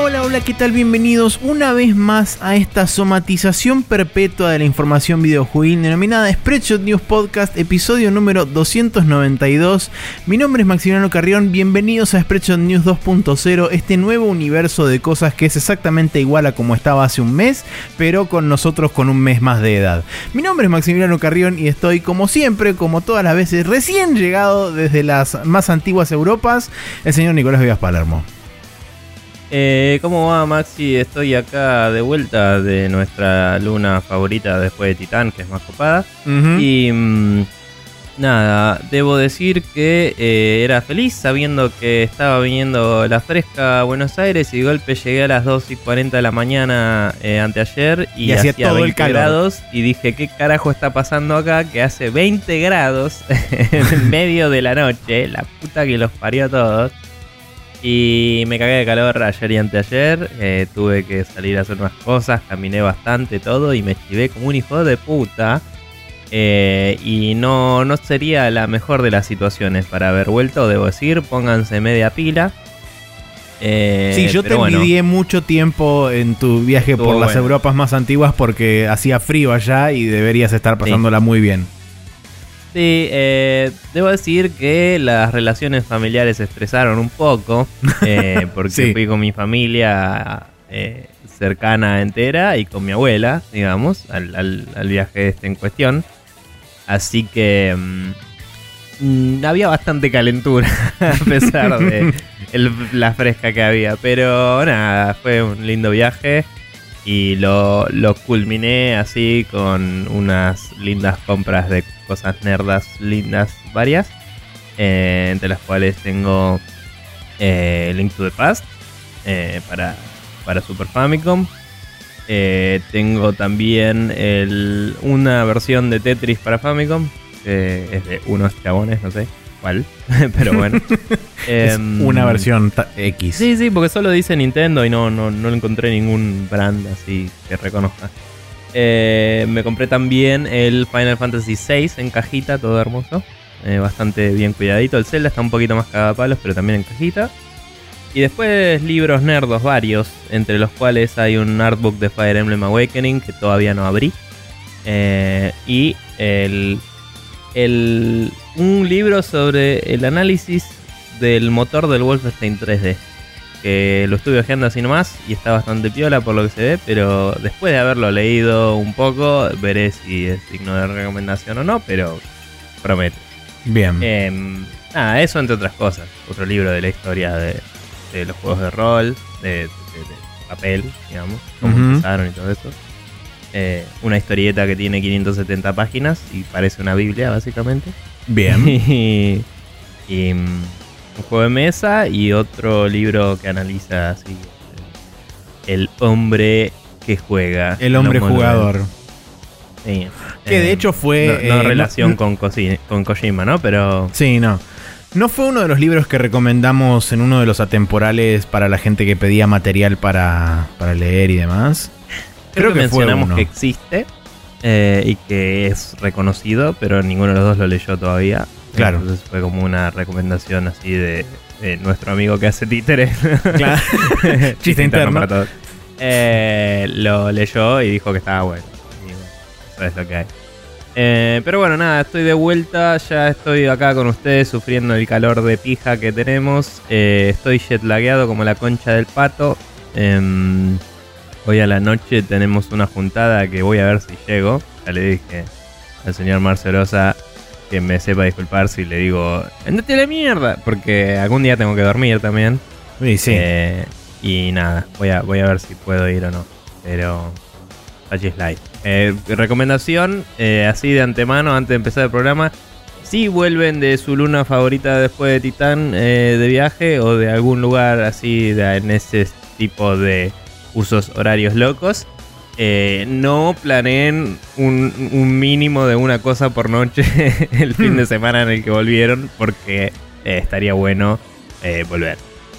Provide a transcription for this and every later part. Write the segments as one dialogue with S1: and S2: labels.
S1: Hola, ¿qué tal? Bienvenidos una vez más a esta somatización perpetua de la información videojuegil denominada Spreadshot News Podcast, episodio número 292. Mi nombre es Maximiliano Carrión, bienvenidos a Spreadshot News 2.0, este nuevo universo de cosas que es exactamente igual a como estaba hace un mes, pero con nosotros con un mes más de edad. Mi nombre es Maximiliano Carrión y estoy, como siempre, como todas las veces, recién llegado desde las más antiguas Europas, el señor Nicolás Vivas Palermo.
S2: ¿Cómo va, Maxi? Estoy acá de vuelta de nuestra luna favorita después de Titán, que es más copada. Y nada, debo decir que era feliz sabiendo que estaba viniendo la fresca a Buenos Aires y de golpe llegué a las 2:40 de la mañana anteayer y hacía todo 20 grados y dije, ¿qué carajo está pasando acá? Que hace 20 grados en medio de la noche, la puta que los parió a todos. Y me cagué de calor ayer y anteayer, tuve que salir a hacer unas cosas, caminé bastante todo y me chivé como un hijo de puta. Y no sería la mejor de las situaciones para haber vuelto, debo decir, pónganse media pila.
S1: Sí, yo te envidié mucho tiempo en tu viaje por las Europas más antiguas porque hacía frío allá y deberías estar pasándola muy bien.
S2: Sí, debo decir que las relaciones familiares se estresaron un poco, porque fui con mi familia cercana entera y con mi abuela, digamos, al viaje este en cuestión. Así que había bastante calentura, a pesar de la fresca que había. Pero nada, fue un lindo viaje. Y lo culminé así con unas lindas compras de cosas nerdas lindas varias, entre las cuales tengo Link to the Past para Super Famicom. Tengo también una versión de Tetris para Famicom, que es de unos chabones, no sé cuál, pero bueno.
S1: Es una versión X.
S2: Sí, porque solo dice Nintendo y no encontré ningún brand así que reconozca. Me compré también el Final Fantasy VI en cajita, todo hermoso. Bastante bien cuidadito. El Zelda está un poquito más cagapalos, pero también en cajita. Y después libros nerdos varios, entre los cuales hay un artbook de Fire Emblem Awakening que todavía no abrí. Y un libro sobre el análisis del motor del Wolfenstein 3D, que lo estuve ojeando así nomás y está bastante piola por lo que se ve, pero después de haberlo leído un poco veré si es digno de recomendación o no, pero promete.
S1: Bien.
S2: Nada, eso entre otras cosas. Otro libro de la historia de los juegos de rol, de papel, digamos, cómo empezaron y todo eso. Una historieta que tiene 570 páginas y parece una biblia, básicamente.
S1: Bien.
S2: y un juego de mesa y otro libro que analiza así el hombre que juega.
S1: El hombre jugador.
S2: Sí.
S1: Que de hecho fue...
S2: No relación con Kojima, ¿no? Pero...
S1: Sí, no. ¿No fue uno de los libros que recomendamos en uno de los atemporales para la gente que pedía material para leer y demás?
S2: Creo que mencionamos que existe y que es reconocido, pero ninguno de los dos lo leyó todavía.
S1: Claro.
S2: Entonces fue como una recomendación así de nuestro amigo que hace títeres.
S1: Claro. Chiste interno
S2: para todos. Lo leyó y dijo que estaba bueno. Y bueno, eso es lo que hay. Pero bueno, nada, estoy de vuelta. Ya estoy acá con ustedes sufriendo el calor de pija que tenemos. Estoy jetlagueado como la concha del pato. Hoy a la noche tenemos una juntada que voy a ver si llego. Ya le dije al señor Marcelosa que me sepa disculpar si le digo ¡andate a la mierda! Porque algún día tengo que dormir también.
S1: Sí.
S2: Y nada, voy a ver si puedo ir o no. Pero such is life. Recomendación, así de antemano, antes de empezar el programa. Si vuelven de su luna favorita después de Titán de viaje o de algún lugar así en ese tipo de usos horarios locos, no planeen un mínimo de una cosa por noche el fin de semana en el que volvieron, porque estaría bueno volver.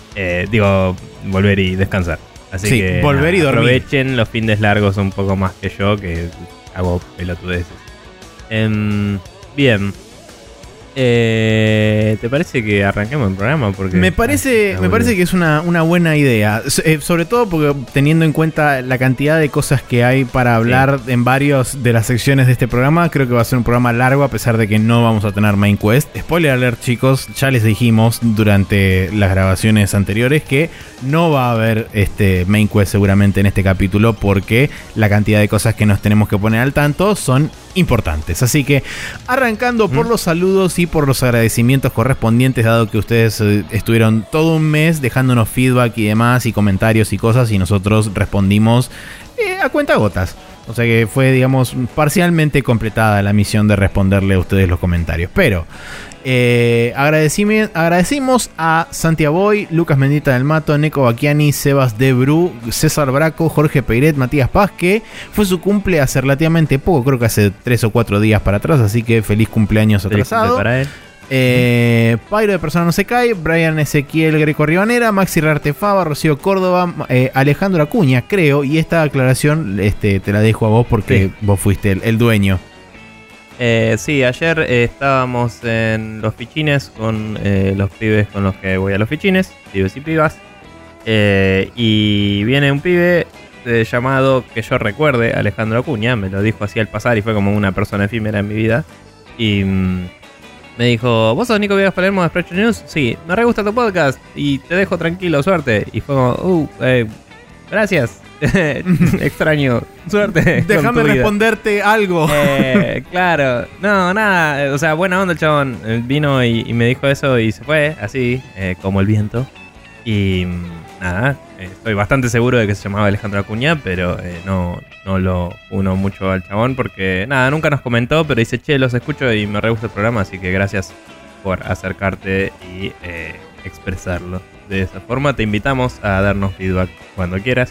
S2: Volver y descansar. Así que
S1: volver y dormir.
S2: Aprovechen los fines largos un poco más que yo, que hago pelotudeces. Bien. ¿Te parece que arranquemos el programa? Porque
S1: me parece que es una buena idea. Sobre todo porque teniendo en cuenta la cantidad de cosas que hay para hablar en varios de las secciones de este programa, creo que va a ser un programa largo a pesar de que no vamos a tener Main Quest. Spoiler alert, chicos, ya les dijimos durante las grabaciones anteriores que no va a haber Main Quest seguramente en este capítulo porque la cantidad de cosas que nos tenemos que poner al tanto son importantes. Así que arrancando por los saludos y por los agradecimientos correspondientes, dado que ustedes estuvieron todo un mes dejándonos feedback y demás y comentarios y cosas y nosotros respondimos a cuentagotas. O sea que fue, digamos, parcialmente completada la misión de responderle a ustedes los comentarios. Pero agradecimos a Santiago Boy, Lucas Mendita del Mato, Neko Bacchiani, Sebas Debru, César Braco, Jorge Peiret, Matías Paz, que fue su cumple hace relativamente poco, creo que hace 3 o 4 días para atrás, así que feliz cumpleaños atrasado. Para él. Pairo de Persona No Se Cae, Brian Ezequiel Greco Ribanera, Maxi Rartefaba, Rocío Córdoba, Alejandro Acuña, creo, y esta aclaración te la dejo a vos porque vos fuiste el dueño.
S2: Sí, ayer estábamos en los fichines con los pibes con los que voy a los fichines, pibes y pibas, y viene un pibe llamado, que yo recuerde, Alejandro Acuña, me lo dijo así al pasar y fue como una persona efímera en mi vida, y me dijo, ¿vos sos Nico Viegas Palermo de Sprecho News? Sí, me re gusta tu podcast y te dejo tranquilo, suerte. Y fue como, gracias. Extraño, suerte.
S1: Déjame responderte algo.
S2: Claro, no, nada. O sea, buena onda el chabón. Vino y me dijo eso y se fue, así, como el viento. Y nada, estoy bastante seguro de que se llamaba Alejandro Acuña, pero no lo uno mucho al chabón porque nada, nunca nos comentó, pero dice, che, los escucho y me re gusta el programa, así que gracias por acercarte y expresarlo. De esa forma te invitamos a darnos feedback cuando quieras.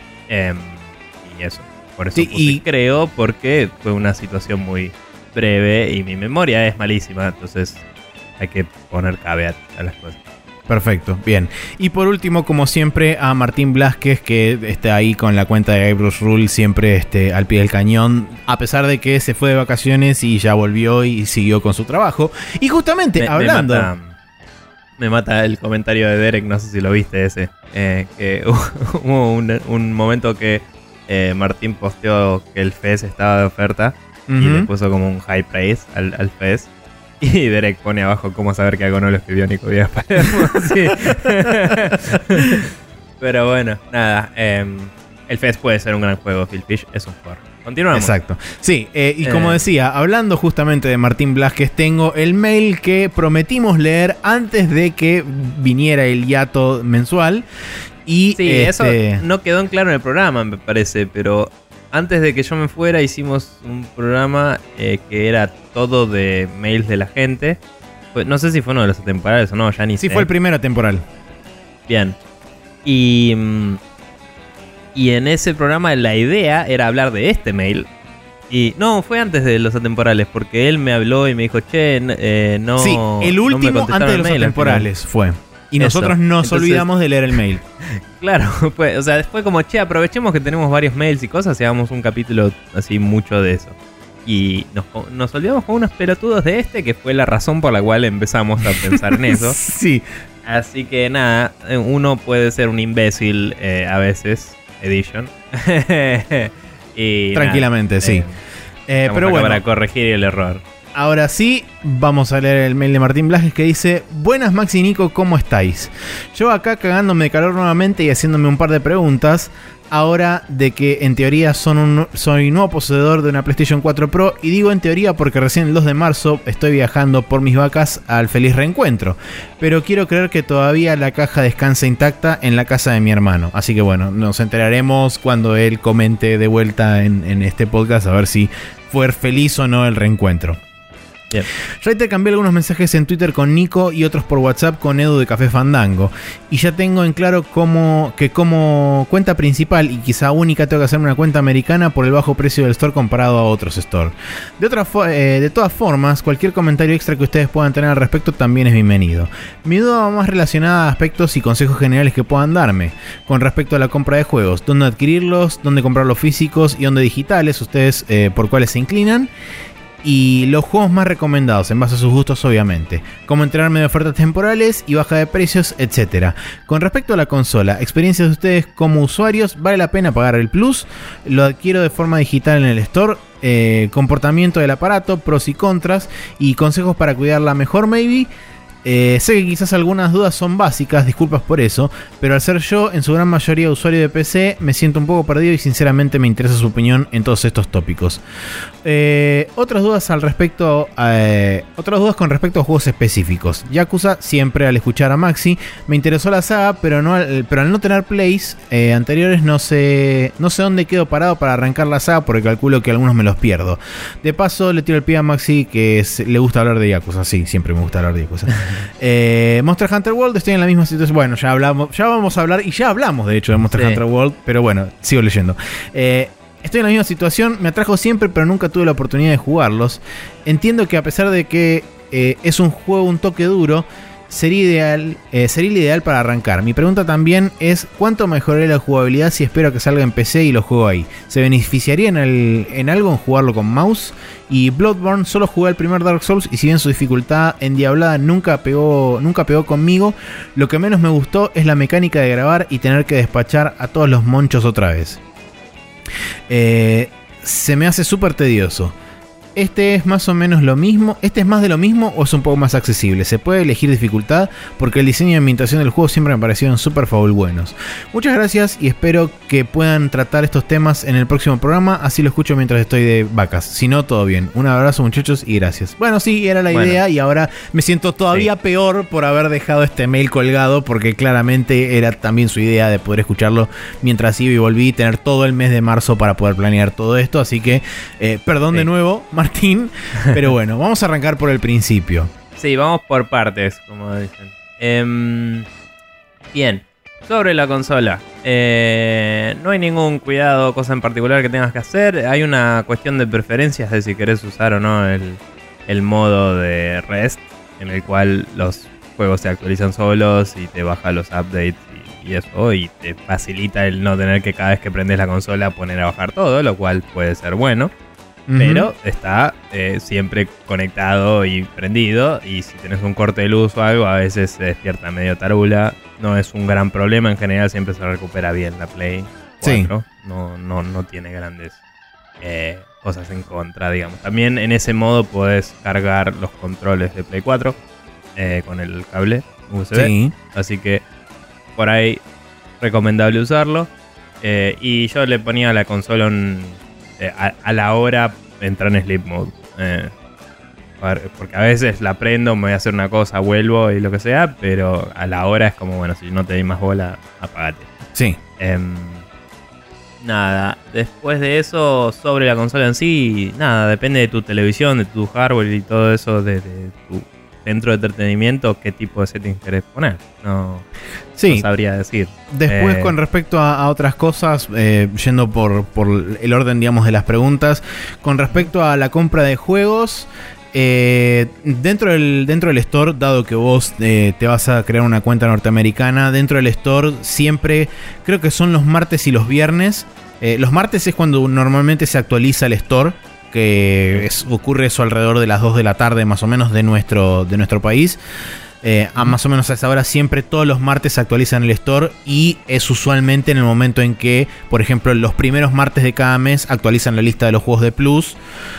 S2: Y eso, por eso
S1: sí, y
S2: creo, porque fue una situación muy breve y mi memoria es malísima, entonces hay que poner caveat a las cosas.
S1: Perfecto, bien. Y por último, como siempre, a Martín Blasquez, que está ahí con la cuenta de Guybrush Rule, siempre al pie del cañón, a pesar de que se fue de vacaciones y ya volvió y siguió con su trabajo. Y justamente hablando...
S2: Me mata el comentario de Derek, no sé si lo viste ese. Que hubo un momento que Martín posteó que el FES estaba de oferta y le puso como un high praise al FES. Y Derek pone abajo cómo saber que algo no lo escribió Nico Viegas Palermo. Sí. Pero bueno, nada. El FES puede ser un gran juego, Phil Fish es un jugador. Continuamos.
S1: Exacto. Sí, y como decía, hablando justamente de Martín Blasquez, tengo el mail que prometimos leer antes de que viniera el hiato mensual. Y
S2: sí, eso no quedó en claro en el programa, me parece, pero antes de que yo me fuera hicimos un programa que era todo de mails de la gente. No sé si fue uno de los atemporales o no, ya ni sé.
S1: Sí, fue el primero temporal.
S2: Bien. Y en ese programa la idea era hablar de este mail. Y no, fue antes de los atemporales, porque él me habló y me dijo, che, no.
S1: Sí, el último no antes de los atemporales fue. Y nosotros nos olvidamos de leer el mail.
S2: Claro, pues, o sea, después como, che, aprovechemos que tenemos varios mails y cosas y hagamos un capítulo así mucho de eso. Y nos olvidamos con unos pelotudos de que fue la razón por la cual empezamos a pensar en eso.
S1: Sí.
S2: Así que nada, uno puede ser un imbécil a veces, edition. Y
S1: tranquilamente, nada, sí. Pero bueno,
S2: para corregir el error.
S1: Ahora sí, vamos a leer el mail de Martín Blasquez que dice: buenas Max y Nico, ¿cómo estáis? Yo acá cagándome de calor nuevamente y haciéndome un par de preguntas. Ahora de que en teoría soy nuevo poseedor de una PlayStation 4 Pro. Y digo en teoría porque recién el 2 de marzo estoy viajando por mis vacas al feliz reencuentro. Pero quiero creer que todavía la caja descansa intacta en la casa de mi hermano. Así que bueno, nos enteraremos cuando él comente de vuelta en este podcast a ver si fue feliz o no el reencuentro.
S2: Bien.
S1: Ya intercambié algunos mensajes en Twitter con Nico y otros por WhatsApp con Edu de Café Fandango. Y ya tengo en claro que como cuenta principal y quizá única tengo que hacerme una cuenta americana por el bajo precio del store comparado a otros store. De todas formas, cualquier comentario extra que ustedes puedan tener al respecto también es bienvenido. Mi duda va más relacionada a aspectos y consejos generales que puedan darme con respecto a la compra de juegos. Dónde adquirirlos, dónde comprarlos físicos y dónde digitales, ustedes por cuáles se inclinan. y los juegos más recomendados en base a sus gustos, obviamente, cómo enterarme de ofertas temporales y baja de precios, etc. Con respecto a la consola, experiencias de ustedes como usuarios, ¿vale la pena pagar el Plus? ¿Lo adquiero de forma digital en el store? Comportamiento del aparato, pros y contras y consejos para cuidarla mejor, maybe. Sé que quizás algunas dudas son básicas, disculpas por eso, pero al ser yo en su gran mayoría usuario de PC, me siento un poco perdido y sinceramente me interesa su opinión en todos estos tópicos. Otras dudas con respecto a juegos específicos. Yakuza, siempre al escuchar a Maxi, me interesó la saga, pero al no tener plays anteriores no sé dónde quedo parado para arrancar la saga, porque calculo que algunos me los pierdo. De paso, le tiro el pie a Maxi, que le gusta hablar de Yakuza. Sí, siempre me gusta hablar de Yakuza. Monster Hunter World, estoy en la misma situación. Bueno, ya vamos a hablar, y ya hablamos de hecho de Monster Hunter World, pero bueno, sigo leyendo. Estoy en la misma situación, me atrajo siempre, pero nunca tuve la oportunidad de jugarlos. Entiendo que a pesar de que es un juego un toque duro, sería el ideal para arrancar. Mi pregunta también es: ¿cuánto mejoraré la jugabilidad si espero que salga en PC y lo juego ahí? ¿Se beneficiaría en algo en jugarlo con mouse? Y Bloodborne, solo jugué el primer Dark Souls y si bien su dificultad endiablada nunca pegó conmigo, lo que menos me gustó es la mecánica de grabar y tener que despachar a todos los monchos otra vez. Se me hace súper tedioso. ¿Este es más o menos lo mismo? ¿Este es más de lo mismo o es un poco más accesible? ¿Se puede elegir dificultad? Porque el diseño y ambientación del juego siempre me parecieron súper faul buenos. Muchas gracias y espero que puedan tratar estos temas en el próximo programa. Así lo escucho mientras estoy de vacas. Si no, todo bien. Un abrazo, muchachos, y gracias. Bueno, sí, era la idea y ahora me siento todavía peor por haber dejado este mail colgado, porque claramente era también su idea de poder escucharlo mientras iba y volví, tener todo el mes de marzo para poder planear todo esto. Así que, perdón de nuevo, Martín, pero bueno, vamos a arrancar por el principio.
S2: Sí, vamos por partes, como dicen. Bien, sobre la consola. No hay ningún cuidado, cosa en particular que tengas que hacer. Hay una cuestión de preferencias de si querés usar o no el modo de REST, en el cual los juegos se actualizan solos y te baja los updates y eso, y te facilita el no tener que cada vez que prendes la consola poner a bajar todo, lo cual puede ser bueno. Pero está siempre conectado y prendido. Y si tenés un corte de luz o algo, a veces se despierta medio tarula. No es un gran problema. En general siempre se recupera bien la Play 4. Sí. No tiene grandes cosas en contra, digamos. También en ese modo podés cargar los controles de Play 4 con el cable USB. Sí. Así que por ahí recomendable usarlo. Y yo le ponía la consola a la hora entrar en sleep mode, porque a veces la prendo, me voy a hacer una cosa, vuelvo y lo que sea, pero a la hora es como, bueno, si no te di más bola, apagate.
S1: Sí.
S2: Nada, después de eso, sobre la consola en sí, nada, depende de tu televisión, de tu hardware y todo eso, de tu centro de entretenimiento, qué tipo de settings querés poner. No sabría decir.
S1: Después, con respecto a otras cosas, yendo por el orden, digamos, de las preguntas, con respecto a la compra de juegos, dentro del store, dado que vos te vas a crear una cuenta norteamericana, dentro del store siempre, creo que son los martes y los viernes. Los martes es cuando normalmente se actualiza el store, que ocurre eso alrededor de las 2 de la tarde más o menos de nuestro país. A más o menos a esa hora siempre todos los martes se actualizan el store, y es usualmente en el momento en que, por ejemplo, los primeros martes de cada mes actualizan la lista de los juegos de Plus,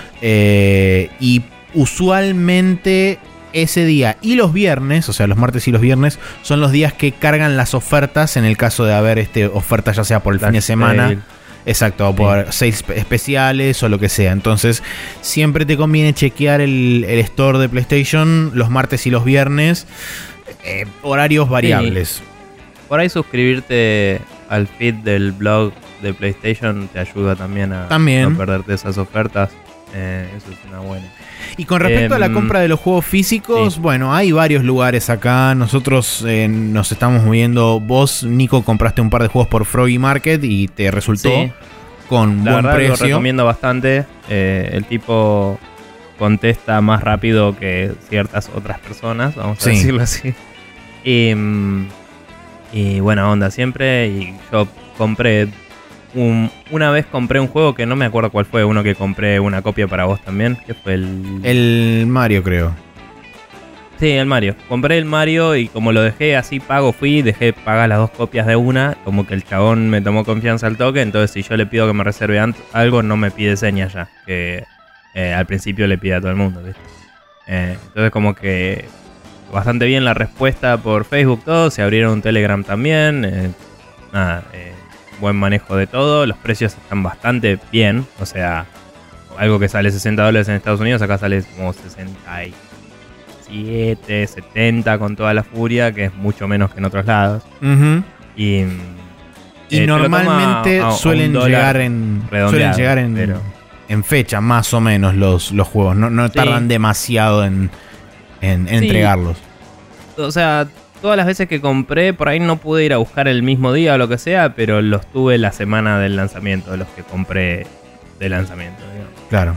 S1: y usualmente ese día y los viernes, o sea, los martes y los viernes son los días que cargan las ofertas en el caso de haber ofertas, ya sea por el fin de semana. Exacto, o por sales especiales o lo que sea. Entonces, siempre te conviene chequear el store de PlayStation los martes y los viernes, horarios variables.
S2: Sí. Por ahí suscribirte al feed del blog de PlayStation te ayuda también a no perderte esas ofertas. Eso es una buena.
S1: Y con respecto a la compra de los juegos físicos, bueno, hay varios lugares acá. Nosotros nos estamos moviendo. Vos, Nico, compraste un par de juegos por Froggy Market y te resultó con buen precio.
S2: Lo recomiendo bastante. El tipo contesta más rápido que ciertas otras personas, vamos a decirlo así. Y buena onda siempre. Y yo compré una vez compré un juego que no me acuerdo cuál fue, uno que compré una copia para vos también, que fue
S1: el Mario, creo.
S2: Sí, el Mario. Compré el Mario y como lo dejé así pago, dejé pagar las 2 copias de una, como que el chabón me tomó confianza al toque, entonces si yo le pido que me reserve algo, no me pide señas ya, que al principio le pide a todo el mundo, ¿viste? Entonces como que bastante bien la respuesta por Facebook, todo, se abrieron un Telegram también, buen manejo de todo, los precios están bastante bien, o sea, algo que sale $60 en Estados Unidos, acá sale como 67, 70 con toda la furia, que es mucho menos que en otros lados.
S1: Uh-huh.
S2: Y
S1: normalmente suelen llegar en fecha, más o menos, los juegos. No tardan demasiado en entregarlos.
S2: O sea, todas las veces que compré, por ahí no pude ir a buscar el mismo día o lo que sea, pero los tuve la semana del lanzamiento, los que compré de lanzamiento, digamos.
S1: Claro.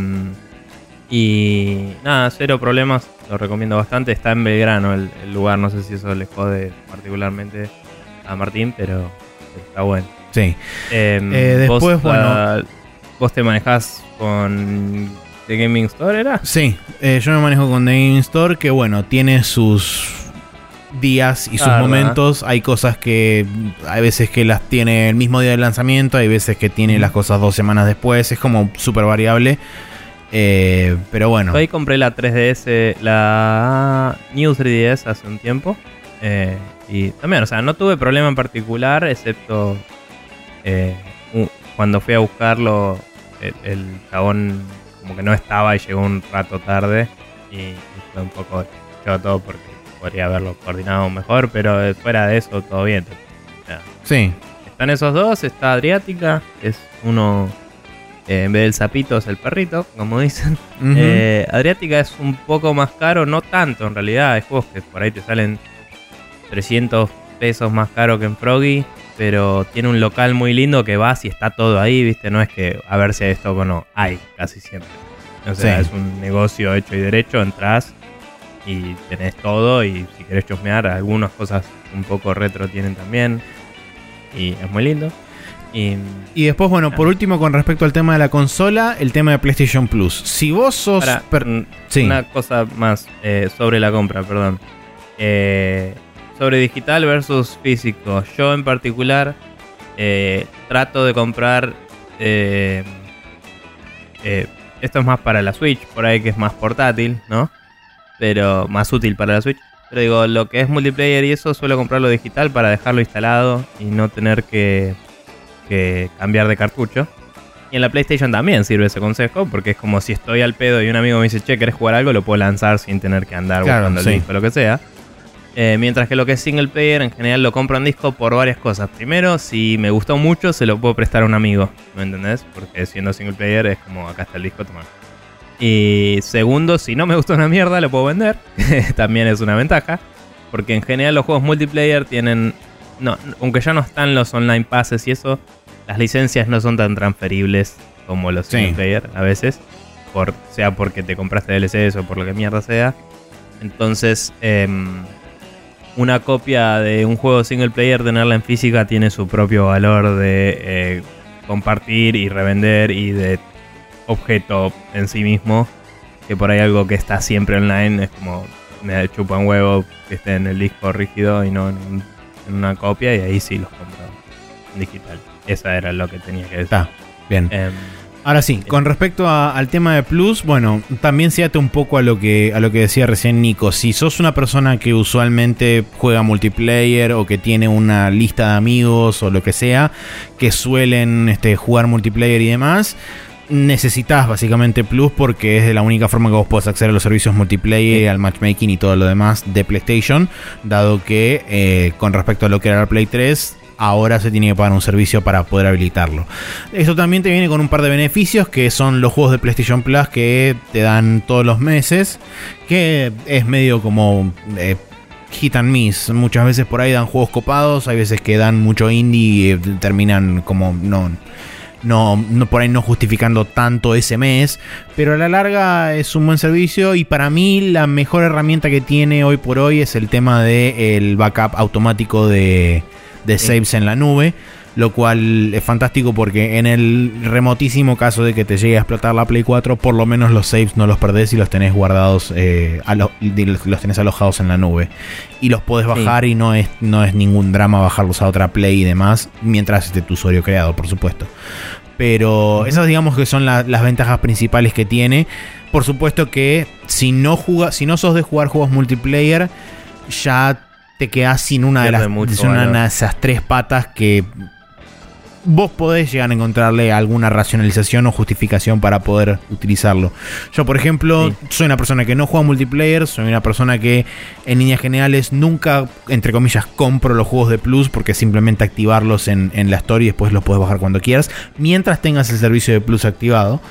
S2: Y nada, cero problemas, lo recomiendo bastante. Está en Belgrano el lugar, no sé si eso le jode particularmente a Martín, pero está bueno.
S1: Sí. Después,
S2: ¿Vos te manejás con The Gaming Store, era?
S1: Sí, yo me manejo con The Gaming Store, que bueno, tiene sus días y sus momentos. Hay cosas que hay veces que las tiene el mismo día del lanzamiento, hay veces que tiene las cosas 2 semanas después, es como súper variable. Pero bueno.
S2: Yo ahí compré la 3DS, la New 3DS hace un tiempo. Y también, o sea, no tuve problema en particular, excepto cuando fui a buscarlo, el chabón como que no estaba y llegó un rato tarde. Y fue un poco choto porque podría haberlo coordinado mejor, pero fuera de eso, todo bien. O sea,
S1: sí.
S2: Están esos dos, está Adriática, que es uno... en vez del sapito es el perrito, como dicen. Uh-huh. Adriática es un poco más caro, no tanto en realidad. Hay juegos que por ahí te salen 300 pesos más caro que en Froggy, pero tiene un local muy lindo que vas y está todo ahí, ¿viste? No es que a ver si hay stock o no, hay casi siempre. O sea, es un negocio hecho y derecho, entras y tenés todo, y si querés chusmear, algunas cosas un poco retro tienen también, y es muy lindo. Y
S1: después, bueno, por último, con respecto al tema de la consola, el tema de PlayStation Plus. Si vos sos...
S2: Una cosa más sobre la compra, perdón. Sobre digital versus físico. Yo en particular trato de comprar... esto es más para la Switch, por ahí que es más portátil, ¿no? Pero más útil para la Switch. Pero digo, lo que es multiplayer y eso, suelo comprarlo digital para dejarlo instalado y no tener que cambiar de cartucho. Y en la PlayStation también sirve ese consejo, porque es como si estoy al pedo y un amigo me dice, che, ¿querés jugar algo? Lo puedo lanzar sin tener que andar buscando el disco o lo que sea. Mientras que lo que es single player, en general lo compro en disco por varias cosas. Primero, si me gustó mucho, se lo puedo prestar a un amigo, ¿me entendés? Porque siendo single player es como, acá está el disco, toma. Y segundo, si no me gustó una mierda, lo puedo vender. También es una ventaja, porque en general los juegos multiplayer tienen... No, aunque ya no están los online passes y eso, las licencias no son tan transferibles como los single player a veces, sea porque te compraste DLCs o por lo que mierda sea. Entonces, una copia de un juego single player, tenerla en física tiene su propio valor de compartir y revender y de objeto en sí mismo, que por ahí algo que está siempre online es como me chupa un huevo que esté en el disco rígido y no en una copia, y ahí sí los compro en digital. Esa era lo que tenía que decir.
S1: Está bien. Ahora sí, con respecto al tema de Plus, bueno, también se ata un poco a lo que decía recién Nico. Si sos una persona que usualmente juega multiplayer o que tiene una lista de amigos o lo que sea, que suelen jugar multiplayer y demás, necesitas básicamente Plus, porque es de la única forma que vos podés acceder a los servicios multiplayer, al matchmaking y todo lo demás de PlayStation, dado que con respecto a lo que era el Play 3, ahora se tiene que pagar un servicio para poder habilitarlo. Esto también te viene con un par de beneficios, que son los juegos de PlayStation Plus que te dan todos los meses, que es medio como hit and miss. Muchas veces por ahí dan juegos copados, hay veces que dan mucho indie y terminan como no por ahí no justificando tanto ese mes, pero a la larga es un buen servicio. Y para mí la mejor herramienta que tiene hoy por hoy es el tema del backup automático de saves en la nube, lo cual es fantástico porque en el remotísimo caso de que te llegue a explotar la Play 4, por lo menos los saves no los perdés y los tenés guardados, los tenés alojados en la nube. Y los podés bajar y no es ningún drama bajarlos a otra Play y demás, mientras esté tu usuario creado, por supuesto. Pero esas digamos que son las ventajas principales que tiene. Por supuesto que si no sos de jugar juegos multiplayer, ya te quedás sin una de esas tres patas que vos podés llegar a encontrarle alguna racionalización o justificación para poder utilizarlo. Yo, por ejemplo, soy una persona que no juega multiplayer, soy una persona que en líneas generales nunca, entre comillas, compro los juegos de Plus porque simplemente activarlos en la Store y después los podés bajar cuando quieras, mientras tengas el servicio de Plus activado.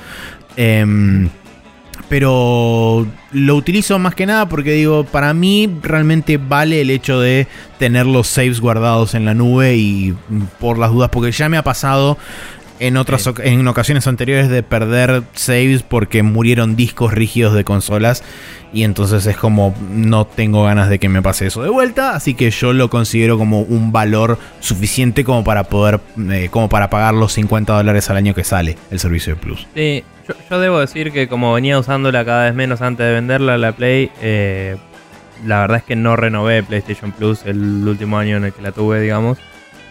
S1: Pero lo utilizo más que nada porque digo, para mí realmente vale el hecho de tener los saves guardados en la nube y por las dudas, porque ya me ha pasado en ocasiones anteriores de perder saves porque murieron discos rígidos de consolas y entonces es como no tengo ganas de que me pase eso de vuelta, así que yo lo considero como un valor suficiente como para poder como para pagar los $50 al año que sale el servicio de Plus.
S2: Sí, yo debo decir que como venía usándola cada vez menos antes de venderla la Play, la verdad es que no renové PlayStation Plus el último año en el que la tuve, digamos.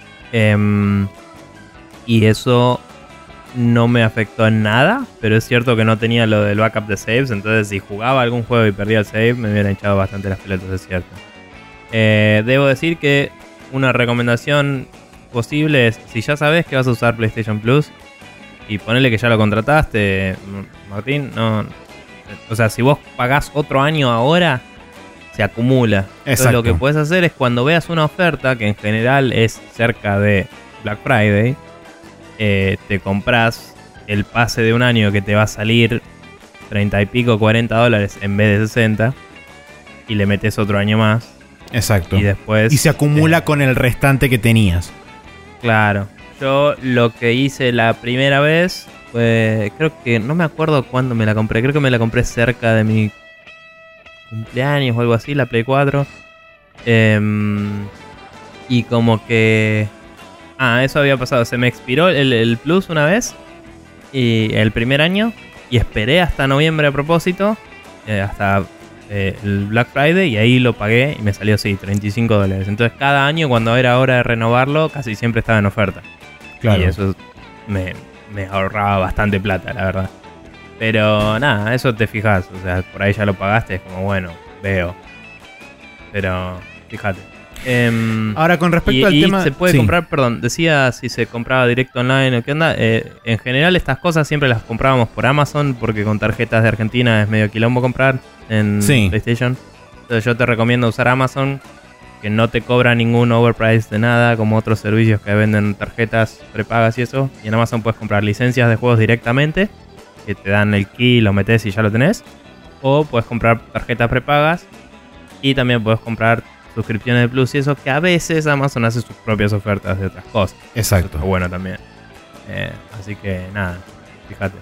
S2: Y eso no me afectó en nada, pero es cierto que no tenía lo del backup de saves, entonces si jugaba algún juego y perdía el save me hubiera hinchado bastante las pelotas, es cierto. Debo decir que una recomendación posible es, si ya sabes que vas a usar PlayStation Plus y ponele que ya lo contrataste, Martín, no, o sea, si vos pagás otro año ahora, se acumula. Entonces lo que puedes hacer es cuando veas una oferta, que en general es cerca de Black Friday, te compras el pase de un año que te va a salir 30 y pico, $40 en vez de 60 y le metes otro año más.
S1: Exacto.
S2: Y después
S1: se acumula con el restante que tenías.
S2: Claro. Yo lo que hice la primera vez fue, creo que no me acuerdo cuándo me la compré, creo que me la compré cerca de mi cumpleaños o algo así, la Play 4. Y como que eso había pasado. Se me expiró el Plus una vez, y el primer año, y esperé hasta noviembre a propósito, hasta el Black Friday, y ahí lo pagué y me salió así, $35. Entonces cada año cuando era hora de renovarlo, casi siempre estaba en oferta. Claro. Y eso me ahorraba bastante plata, la verdad. Pero nada, eso te fijas, o sea, por ahí ya lo pagaste, es como bueno, veo. Pero fíjate.
S1: Ahora con respecto al tema,
S2: se puede comprar, perdón, decía si se compraba directo online o qué onda. En general estas cosas siempre las comprábamos por Amazon porque con tarjetas de Argentina es medio quilombo comprar en PlayStation. Entonces yo te recomiendo usar Amazon, que no te cobra ningún overprice de nada como otros servicios que venden tarjetas prepagas y eso. Y en Amazon puedes comprar licencias de juegos directamente, que te dan el key, lo metes y ya lo tenés. O puedes comprar tarjetas prepagas y también puedes comprar suscripciones de Plus y eso, que a veces Amazon hace sus propias ofertas de otras cosas.
S1: Exacto.
S2: Eso está bueno también. Así que nada, fíjate.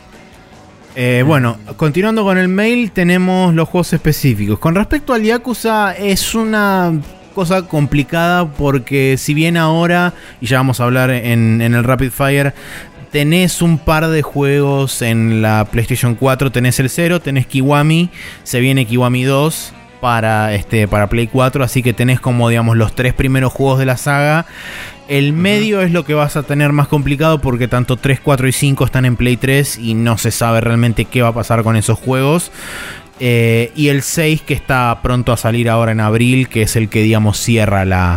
S1: Bueno, continuando con el mail, tenemos los juegos específicos. Con respecto al Yakuza, es una cosa complicada porque si bien ahora, y ya vamos a hablar en el Rapid Fire, tenés un par de juegos en la PlayStation 4, tenés el 0, tenés Kiwami, se viene Kiwami 2 para Play 4, así que tenés como digamos los 3 primeros juegos de la saga. El medio es lo que vas a tener más complicado porque tanto 3, 4 y 5 están en Play 3 y no se sabe realmente qué va a pasar con esos juegos. Y el 6 que está pronto a salir ahora en abril, que es el que digamos cierra la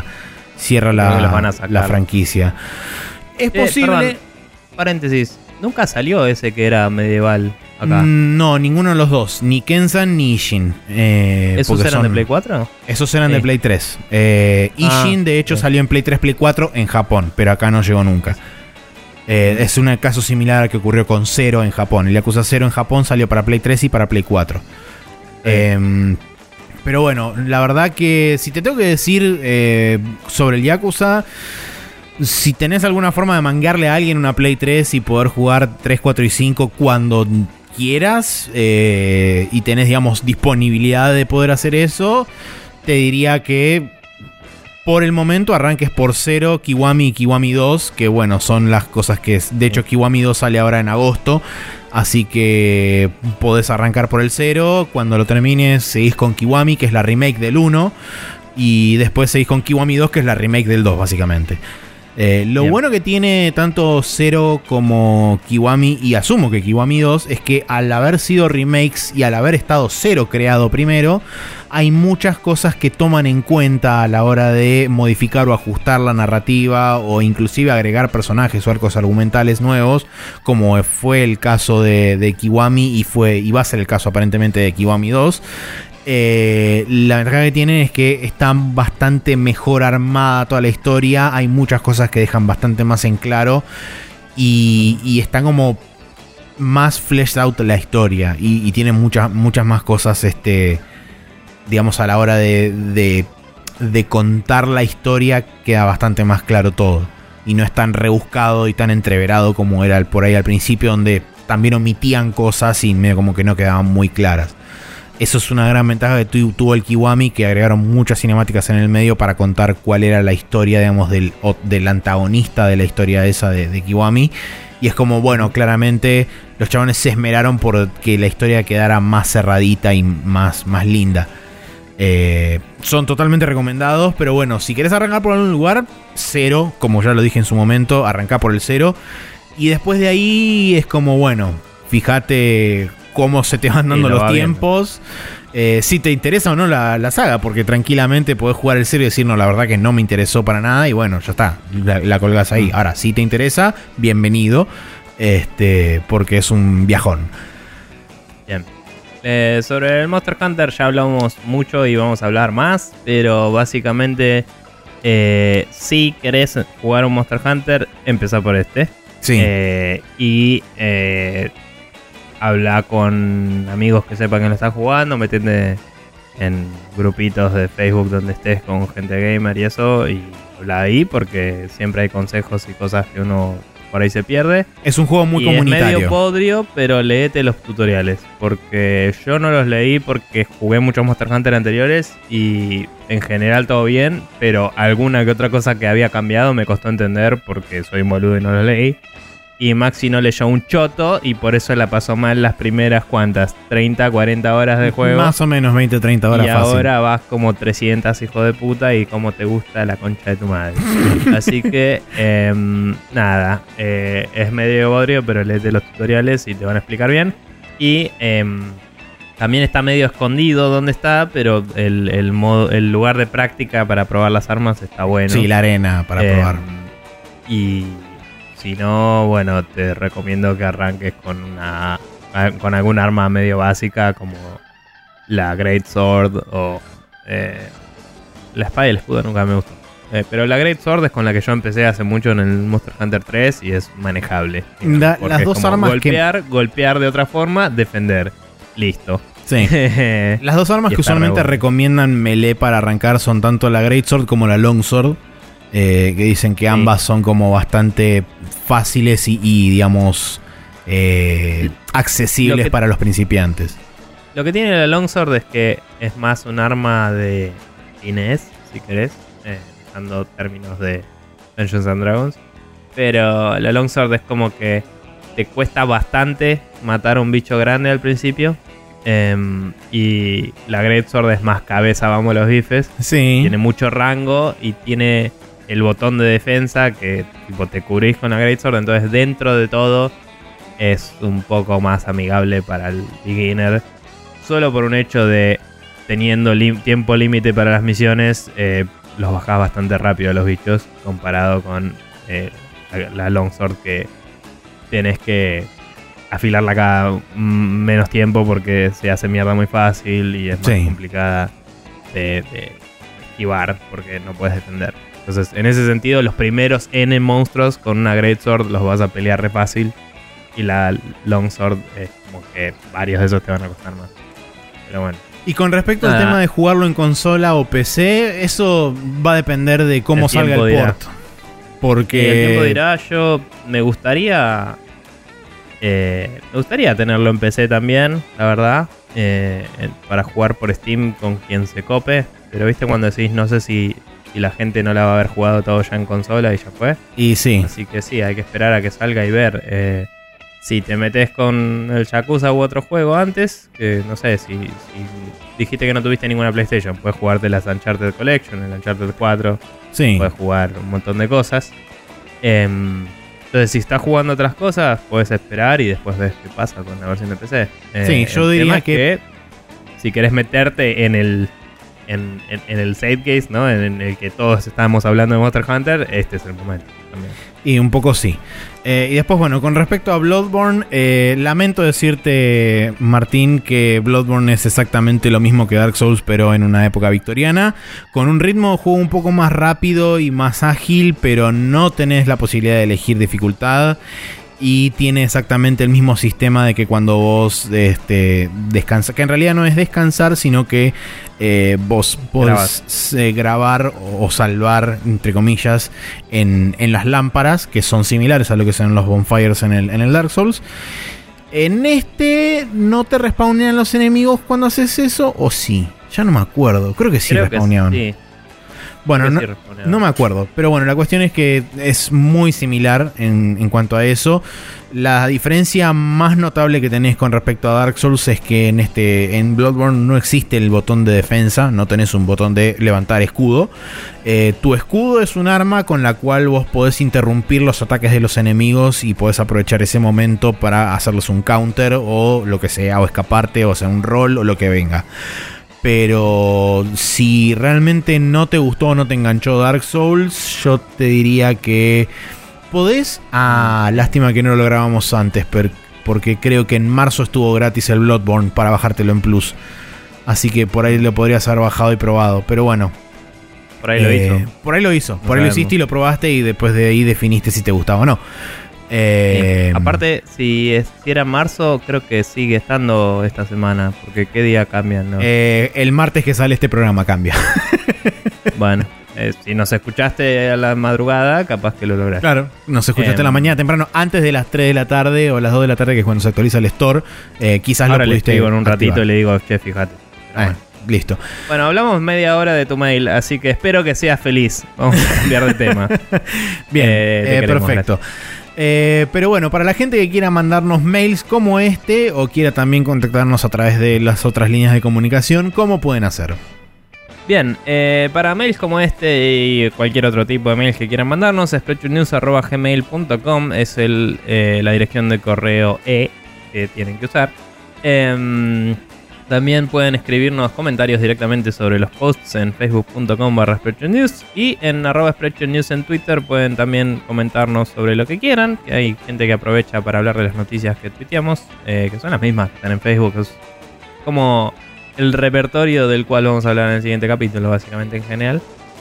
S1: franquicia. Es posible...
S2: Perdón, paréntesis, ¿nunca salió ese que era medieval acá?
S1: No, ninguno de los dos, ni Kensan ni Ishin.
S2: ¿Esos eran de Play 4?
S1: Esos eran de Play 3. Ishin de hecho salió en Play 3, Play 4 en Japón, pero acá no llegó nunca. Es un caso similar al que ocurrió con 0 en Japón. El Yakuza 0 en Japón salió para Play 3 y para Play 4. Pero bueno, la verdad que si te tengo que decir sobre el Yakuza, si tenés alguna forma de mangarle a alguien una Play 3 y poder jugar 3, 4 y 5 cuando quieras, y tenés, digamos, disponibilidad de poder hacer eso, te diría que por el momento arranques por 0, Kiwami y Kiwami 2, que bueno, son las cosas que es. De hecho, Kiwami 2 sale ahora en agosto, así que podés arrancar por el 0. Cuando lo termines, seguís con Kiwami, que es la remake del 1, y después seguís con Kiwami 2, que es la remake del 2, básicamente. Lo
S2: Bien.
S1: bueno que tiene tanto 0 como Kiwami, y asumo que Kiwami 2, es que al haber sido remakes y al haber estado 0 creado primero, hay muchas cosas que toman en cuenta a la hora de modificar o ajustar la narrativa, o inclusive agregar personajes o arcos argumentales nuevos, como fue el caso de Kiwami y va a ser el caso aparentemente de Kiwami 2. La ventaja que tienen es que está bastante mejor armada toda la historia. Hay muchas cosas que dejan bastante más en claro, y está como más fleshed out la historia, y tiene muchas más cosas, digamos, a la hora de contar la historia queda bastante más claro todo, y no es tan rebuscado y tan entreverado como era por ahí al principio, donde también omitían cosas y medio como que no quedaban muy claras. Eso es una gran ventaja que tuvo el Kiwami, que agregaron muchas cinemáticas en el medio para contar cuál era la historia, digamos, del antagonista de la historia esa de Kiwami. Y es como, bueno, claramente los chabones se esmeraron por que la historia quedara más cerradita y más linda. Son totalmente recomendados, pero bueno, si querés arrancar por algún lugar, 0, como ya lo dije en su momento, arrancá por el 0. Y después de ahí es como, bueno, fíjate cómo se te van dando los tiempos, si te interesa o no la saga, porque tranquilamente podés jugar el 0 y decir, no, la verdad que no me interesó para nada, y bueno, ya está, la colgás ahí. Ahora, si te interesa, bienvenido, porque es un viajón.
S2: Bien. Sobre el Monster Hunter ya hablamos mucho y vamos a hablar más, pero básicamente, si querés jugar un Monster Hunter, empezá por este.
S1: Sí.
S2: Y habla con amigos que sepan que lo estás jugando, metete en grupitos de Facebook donde estés con gente gamer y eso, y habla ahí, porque siempre hay consejos y cosas que uno por ahí se pierde.
S1: Es un juego muy
S2: y
S1: comunitario.
S2: Es medio podrio, pero léete los tutoriales, porque yo no los leí porque jugué muchos Monster Hunter anteriores y en general todo bien, pero alguna que otra cosa que había cambiado me costó entender porque soy un boludo y no los leí. Y Maxi no leyó un choto y por eso la pasó mal las primeras, ¿cuántas? 30, 40 horas de juego.
S1: Más o menos 20, 30 horas
S2: y
S1: fácil.
S2: Ahora vas como 300, hijo de puta, y cómo te gusta la concha de tu madre. Así que, nada, es medio bodrio, pero léete los tutoriales y te van a explicar bien. Y también está medio escondido donde está, pero el lugar de práctica para probar las armas está bueno.
S1: Sí, la arena para probar.
S2: Y si no, bueno, te recomiendo que arranques con algún arma medio básica como la Great Sword o la espada y el escudo nunca me gustó. Pero la Great Sword es con la que yo empecé hace mucho en el Monster Hunter 3 y es manejable.
S1: Las dos armas
S2: golpear de otra forma, defender. Listo.
S1: Sí. Las dos armas que usualmente recomiendan melee para arrancar son tanto la Great Sword como la Long Sword. Que dicen que ambas son como bastante fáciles y digamos, accesibles para los principiantes.
S2: Lo que tiene la Longsword es que es más un arma de finesse, si querés, usando términos de Dungeons and Dragons. Pero la Longsword es como que te cuesta bastante matar a un bicho grande al principio. Y la Greatsword es más cabeza, vamos los bifes.
S1: Sí.
S2: Tiene mucho rango y tiene el botón de defensa que tipo, te cubrís con la Greatsword. Entonces dentro de todo es un poco más amigable para el beginner. Solo por un hecho de teniendo tiempo límite para las misiones, los bajás bastante rápido a los bichos comparado con la Longsword, que tenés que afilarla cada menos tiempo porque se hace mierda muy fácil y es más complicada de esquivar porque no puedes defender. Entonces, en ese sentido, los primeros N monstruos con una Greatsword los vas a pelear re fácil. Y la Longsword es como que varios de esos te van a costar más. Pero bueno.
S1: Y con respecto al tema de jugarlo en consola o PC, eso va a depender de cómo salga el port. Porque
S2: el tiempo dirá, yo me gustaría tenerlo en PC también, la verdad. Para jugar por Steam con quien se cope. Pero viste cuando decís, no sé si y la gente no la va a haber jugado todo ya en consola y ya fue.
S1: Y sí.
S2: Así que sí, hay que esperar a que salga y ver. Si te metes con el Yakuza u otro juego antes, que no sé, si dijiste que no tuviste ninguna PlayStation, puedes jugarte las Uncharted Collection, el Uncharted 4,
S1: sí.
S2: Puedes jugar un montón de cosas. Entonces, si estás jugando otras cosas, puedes esperar y después ves qué pasa con la versión de PC.
S1: Sí, yo diría que
S2: si querés meterte en el save case, ¿no? En el que todos estábamos hablando de Monster Hunter, este es el momento también.
S1: Y un poco sí. Y después, bueno, con respecto a Bloodborne, lamento decirte, Martín, que Bloodborne es exactamente lo mismo que Dark Souls, pero en una época victoriana, con un ritmo de juego un poco más rápido y más ágil, pero no tenés la posibilidad de elegir dificultad. Y tiene exactamente el mismo sistema de que cuando vos descansas, que en realidad no es descansar, sino que vos podés grabar o salvar, entre comillas, en las lámparas, que son similares a lo que son los bonfires en el Dark Souls. En este no te respawnean los enemigos cuando haces eso, o sí, ya no me acuerdo, creo que sí respawneaban. Sí. Bueno, no me acuerdo, pero bueno, la cuestión es que es muy similar en cuanto a eso. La diferencia más notable que tenés con respecto a Dark Souls es que en Bloodborne no existe el botón de defensa, no tenés un botón de levantar escudo. Tu escudo es un arma con la cual vos podés interrumpir los ataques de los enemigos y podés aprovechar ese momento para hacerles un counter o lo que sea, o escaparte, o sea, un roll o lo que venga. Pero si realmente no te gustó o no te enganchó Dark Souls, yo te diría que podés. Lástima que no lo grabamos antes, porque creo que en marzo estuvo gratis el Bloodborne para bajártelo en Plus. Así que por ahí lo podrías haber bajado y probado. Pero bueno.
S2: Por ahí lo hizo.
S1: Por ahí lo hizo. Por ahí lo hiciste y lo probaste y después de ahí definiste si te gustaba o no.
S2: Aparte, si era marzo, creo que sigue estando esta semana, porque qué día cambian, ¿no?
S1: El martes que sale este programa cambia.
S2: Bueno, si nos escuchaste a la madrugada, capaz que lo lograste.
S1: Claro, nos escuchaste a la mañana temprano, antes de las 3 de la tarde o las 2 de la tarde, que es cuando se actualiza el store. Quizás
S2: ahora
S1: lo pudiste
S2: le escribo en un
S1: activar.
S2: ratito y le digo, che, fíjate.
S1: Bueno. Listo.
S2: Bueno, hablamos media hora de tu mail, así que espero que seas feliz. Vamos a cambiar de tema.
S1: Bien, perfecto. Pero bueno, para la gente que quiera mandarnos mails como este o quiera también contactarnos a través de las otras líneas de comunicación, ¿cómo pueden hacer?
S2: Bien, para mails como este y cualquier otro tipo de mails que quieran mandarnos, spreadshotnews@gmail.com es la dirección de correo que tienen que usar. También pueden escribirnos comentarios directamente sobre los posts en facebook.com/SpreadshotNews y en @SpreadshotNews en Twitter pueden también comentarnos sobre lo que quieran, que hay gente que aprovecha para hablar de las noticias que tuiteamos, que son las mismas que están en Facebook, es como el repertorio del cual vamos a hablar en el siguiente capítulo, básicamente en general.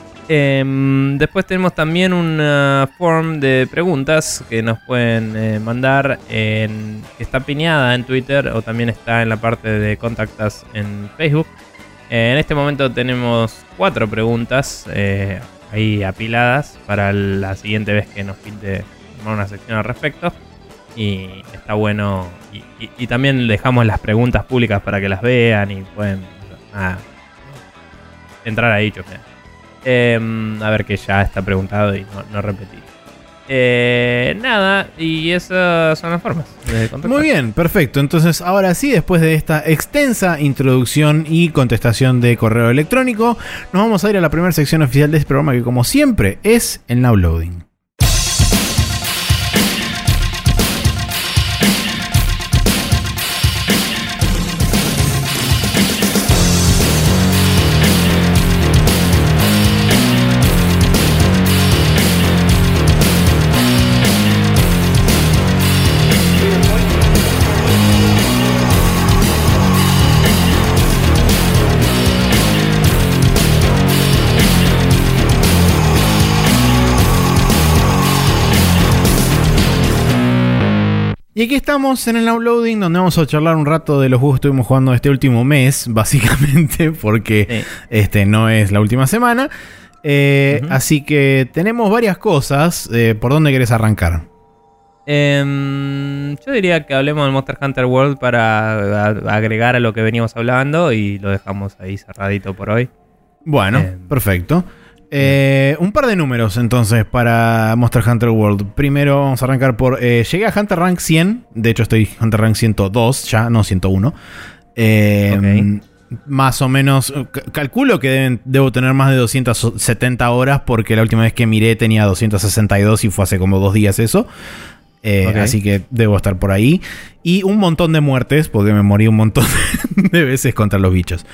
S2: Después tenemos también una form de preguntas que nos pueden mandar, que está piñada en Twitter o también está en la parte de Contact Us en Facebook. En este momento tenemos 4 preguntas ahí apiladas para la siguiente vez que nos pinte armar una sección al respecto. Y está bueno. Y también dejamos las preguntas públicas para que las vean y pueden entrar ahí, choquear. A ver, que ya está preguntado y no repetir. Nada, y esas son las formas de contactar.
S1: Muy bien, perfecto. Entonces, ahora sí, después de esta extensa introducción y contestación de correo electrónico, nos vamos a ir a la primera sección oficial de este programa, que como siempre es el Now Loading. Y aquí estamos en el Now Loading, donde vamos a charlar un rato de los juegos que estuvimos jugando este último mes, básicamente, porque no es la última semana. Así que tenemos varias cosas. ¿Por dónde querés arrancar?
S2: Yo diría que hablemos del Monster Hunter World para agregar a lo que veníamos hablando y lo dejamos ahí cerradito por hoy.
S1: Bueno, perfecto. Un par de números entonces para Monster Hunter World. Primero vamos a arrancar por... llegué a Hunter Rank 100. De hecho estoy Hunter Rank 102 ya, no 101. Okay. Más o menos... calculo que debo tener más de 270 horas porque la última vez que miré tenía 262 y fue hace como 2 días eso. Okay. Así que debo estar por ahí. Y un montón de muertes porque me morí un montón de veces contra los bichos.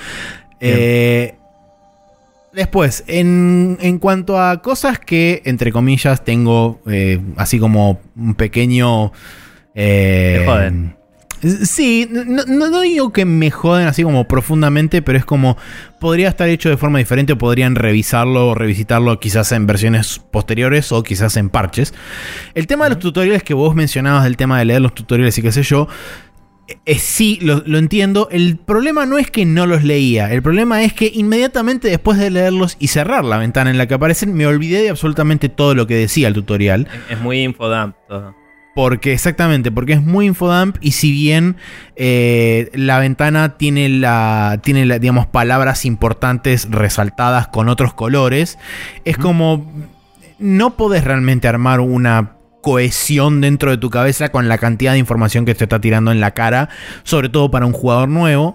S1: Después, en cuanto a cosas que, entre comillas, tengo así como un pequeño...
S2: me joden.
S1: Sí, no digo que me joden así como profundamente, pero es como... Podría estar hecho de forma diferente, podrían revisarlo o revisitarlo quizás en versiones posteriores o quizás en parches. El tema de los tutoriales que vos mencionabas, del tema de leer los tutoriales y qué sé yo... sí, lo entiendo. El problema no es que no los leía. El problema es que inmediatamente después de leerlos y cerrar la ventana en la que aparecen, me olvidé de absolutamente todo lo que decía el tutorial.
S2: Es muy infodump todo.
S1: Porque es muy infodump. Y si bien la ventana tiene digamos, palabras importantes resaltadas con otros colores, es como... No podés realmente armar una cohesión dentro de tu cabeza con la cantidad de información que te está tirando en la cara, sobre todo para un jugador nuevo.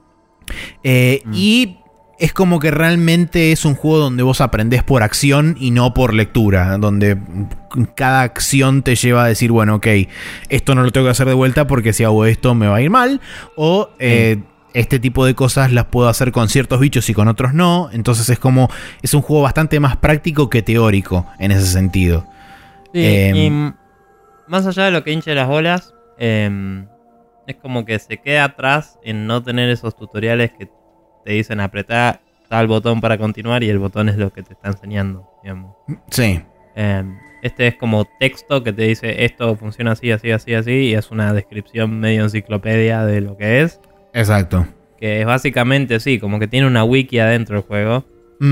S1: Y es como que realmente es un juego donde vos aprendés por acción y no por lectura, donde cada acción te lleva a decir, bueno, ok, esto no lo tengo que hacer de vuelta porque si hago esto me va a ir mal, o este tipo de cosas las puedo hacer con ciertos bichos y con otros no. Entonces es un juego bastante más práctico que teórico en ese sentido.
S2: Sí, y más allá de lo que hinche las bolas, es como que se queda atrás en no tener esos tutoriales que te dicen apretar tal botón para continuar y el botón es lo que te está enseñando, digamos.
S1: Sí.
S2: Este es como texto que te dice esto funciona así, así, así, así, y es una descripción medio enciclopedia de lo que es.
S1: Exacto.
S2: Que es básicamente, sí, como que tiene una wiki adentro del juego.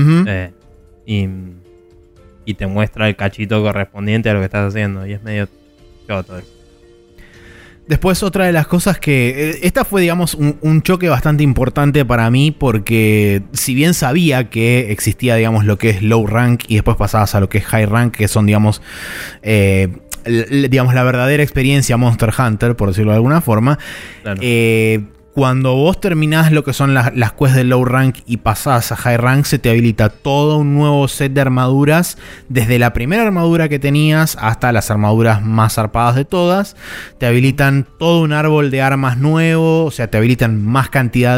S2: Y te muestra el cachito correspondiente a lo que estás haciendo. Y es medio choto eso.
S1: Después otra de las cosas que... Esta fue, digamos, un choque bastante importante para mí porque si bien sabía que existía, digamos, lo que es low rank y después pasabas a lo que es high rank, que son, digamos, la verdadera experiencia Monster Hunter, por decirlo de alguna forma. Claro. Cuando vos terminás lo que son las quests de low rank y pasás a high rank, se te habilita todo un nuevo set de armaduras, desde la primera armadura que tenías hasta las armaduras más zarpadas de todas. Te habilitan todo un árbol de armas nuevo, o sea, te habilitan más cantidad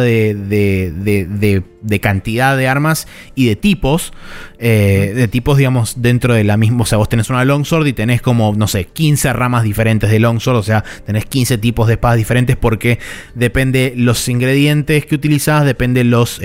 S1: de cantidad de armas y de tipos, digamos, dentro de la misma. O sea, vos tenés una longsword y tenés como, no sé, 15 ramas diferentes de longsword, o sea, tenés 15 tipos de espadas diferentes porque depende los ingredientes que utilizás, depende los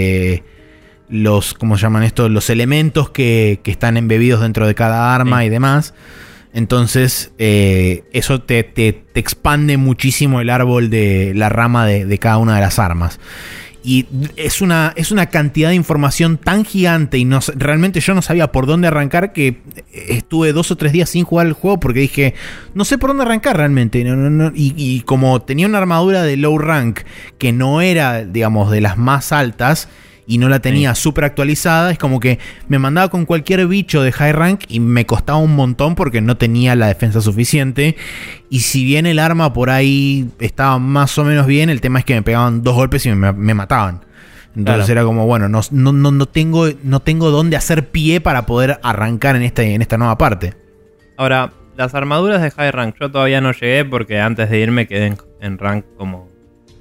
S1: ¿cómo llaman esto? Los elementos que están embebidos dentro de cada arma y demás. Entonces, eso te expande muchísimo el árbol de la rama de cada una de las armas. Y es una cantidad de información tan gigante y realmente yo no sabía por dónde arrancar, que estuve 2 o 3 días sin jugar el juego porque dije, no sé por dónde arrancar realmente. Y como tenía una armadura de low rank que no era, digamos, de las más altas y no la tenía súper actualizada, es como que me mandaba con cualquier bicho de high rank y me costaba un montón porque no tenía la defensa suficiente. Y si bien el arma por ahí estaba más o menos bien, el tema es que me pegaban 2 golpes y me mataban. Entonces era como, bueno, no tengo dónde hacer pie para poder arrancar en esta nueva parte.
S2: Ahora, las armaduras de high rank yo todavía no llegué porque antes de irme quedé en rank como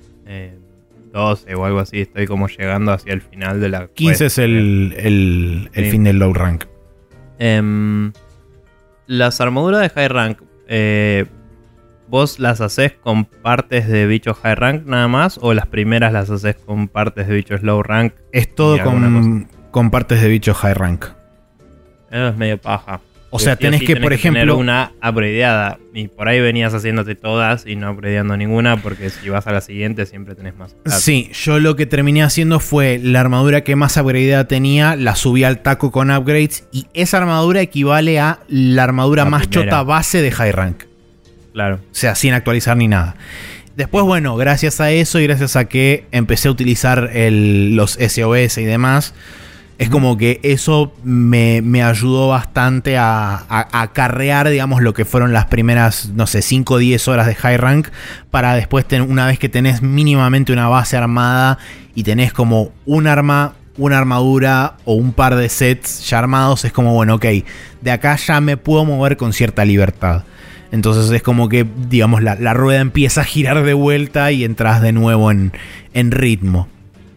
S2: 12 o algo así. Estoy como llegando hacia el final de la
S1: 15 es el fin del low rank.
S2: Las armaduras de high rank, ¿vos las haces con partes de bichos high rank nada más? ¿O las primeras las haces con partes de bichos low rank?
S1: Es todo con partes de bichos high rank.
S2: Eso es medio paja.
S1: O sea, tenés que, por ejemplo,
S2: tener una upgradeada. Y por ahí venías haciéndote todas y no upgradeando ninguna, porque si vas a la siguiente siempre tenés más stats.
S1: Sí, yo lo que terminé haciendo fue la armadura que más upgradeada tenía, la subí al taco con upgrades. Y esa armadura equivale a la armadura más chota base de high rank.
S2: Claro.
S1: O sea, sin actualizar ni nada. Después, bueno, gracias a eso y gracias a que empecé a utilizar los SOS y demás, Es como que eso me ayudó bastante a acarrear, digamos, lo que fueron las primeras, no sé, 5 o 10 horas de high rank, para después, una vez que tenés mínimamente una base armada y tenés como un arma, una armadura o un par de sets ya armados, es como, bueno, ok, de acá ya me puedo mover con cierta libertad. Entonces es como que, digamos, la rueda empieza a girar de vuelta y entras de nuevo en ritmo.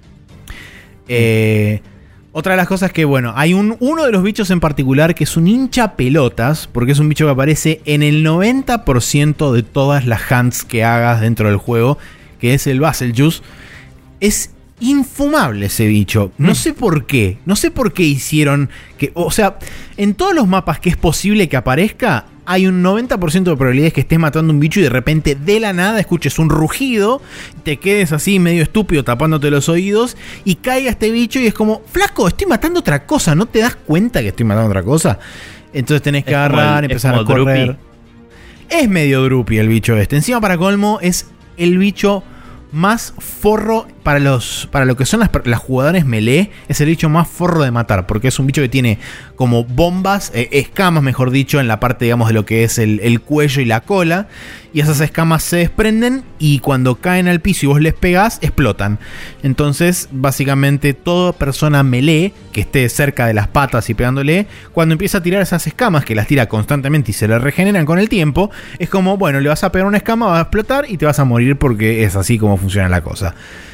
S1: Otra de las cosas que, bueno, hay uno de los bichos en particular que es un hincha pelotas, porque es un bicho que aparece en el 90% de todas las hunts que hagas dentro del juego, que es el Battlejuice. Es infumable ese bicho. No sé por qué. No sé por qué hicieron que... O sea, en todos los mapas que es posible que aparezca, hay un 90% de probabilidades que estés matando un bicho y de repente de la nada escuches un rugido, te quedes así medio estúpido tapándote los oídos y caiga este bicho y es como, flaco, estoy matando otra cosa, ¿no te das cuenta que estoy matando otra cosa? Entonces tenés que agarrar, empezar a correr. Droopy. Es medio droopy el bicho este. Encima, para colmo, es el bicho más forro para lo que son las jugadores melee. Es el bicho más forro de matar, porque es un bicho que tiene como bombas, escamas mejor dicho, en la parte, digamos, de lo que es el cuello y la cola, y esas escamas se desprenden y cuando caen al piso y vos les pegás, explotan. Entonces básicamente toda persona melee que esté cerca de las patas y pegándole, cuando empieza a tirar esas escamas, que las tira constantemente y se le regeneran con el tiempo, es como, bueno, le vas a pegar una escama, va a explotar y te vas a morir, porque es así como funciona la cosa.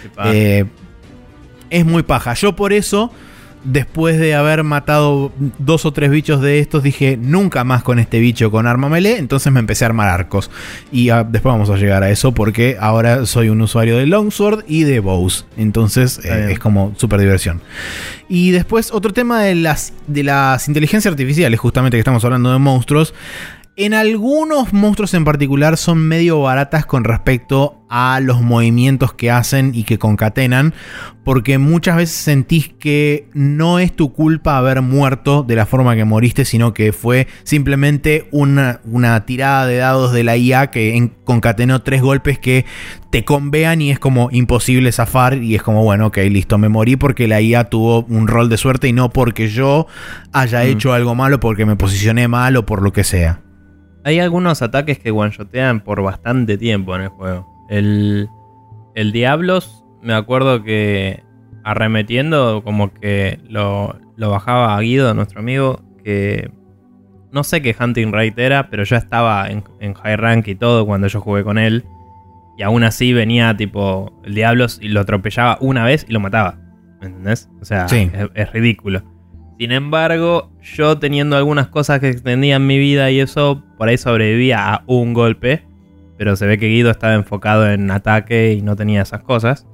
S1: Es muy paja. Yo por eso, después de haber matado 2 o 3 bichos de estos, dije, nunca más con este bicho con arma melee. Entonces me empecé a armar arcos. Y después vamos a llegar a eso, porque ahora soy un usuario de Longsword y de Bows. Entonces es como súper diversión. Y después otro tema de las inteligencias artificiales, justamente que estamos hablando de monstruos. En algunos monstruos en particular son medio baratas con respecto a los movimientos que hacen y que concatenan, porque muchas veces sentís que no es tu culpa haber muerto de la forma que moriste, sino que fue simplemente una tirada de dados de la IA que concatenó 3 golpes que te convean y es como imposible zafar, y es como, bueno, ok, listo, me morí porque la IA tuvo un rol de suerte y no porque yo haya hecho algo malo, porque me posicioné mal o por lo que sea.
S2: Hay algunos ataques que one-shotean por bastante tiempo en el juego. El Diablos, me acuerdo que arremetiendo, como que lo bajaba a Guido, nuestro amigo, que no sé qué hunting rate era, pero ya estaba en high rank y todo cuando yo jugué con él. Y aún así venía tipo el Diablos y lo atropellaba una vez y lo mataba. ¿Me entendés? O sea, sí. Es ridículo. Sin embargo, yo teniendo algunas cosas que extendían mi vida y eso, por ahí sobrevivía a un golpe. Pero se ve que Guido estaba enfocado en ataque y no tenía esas cosas.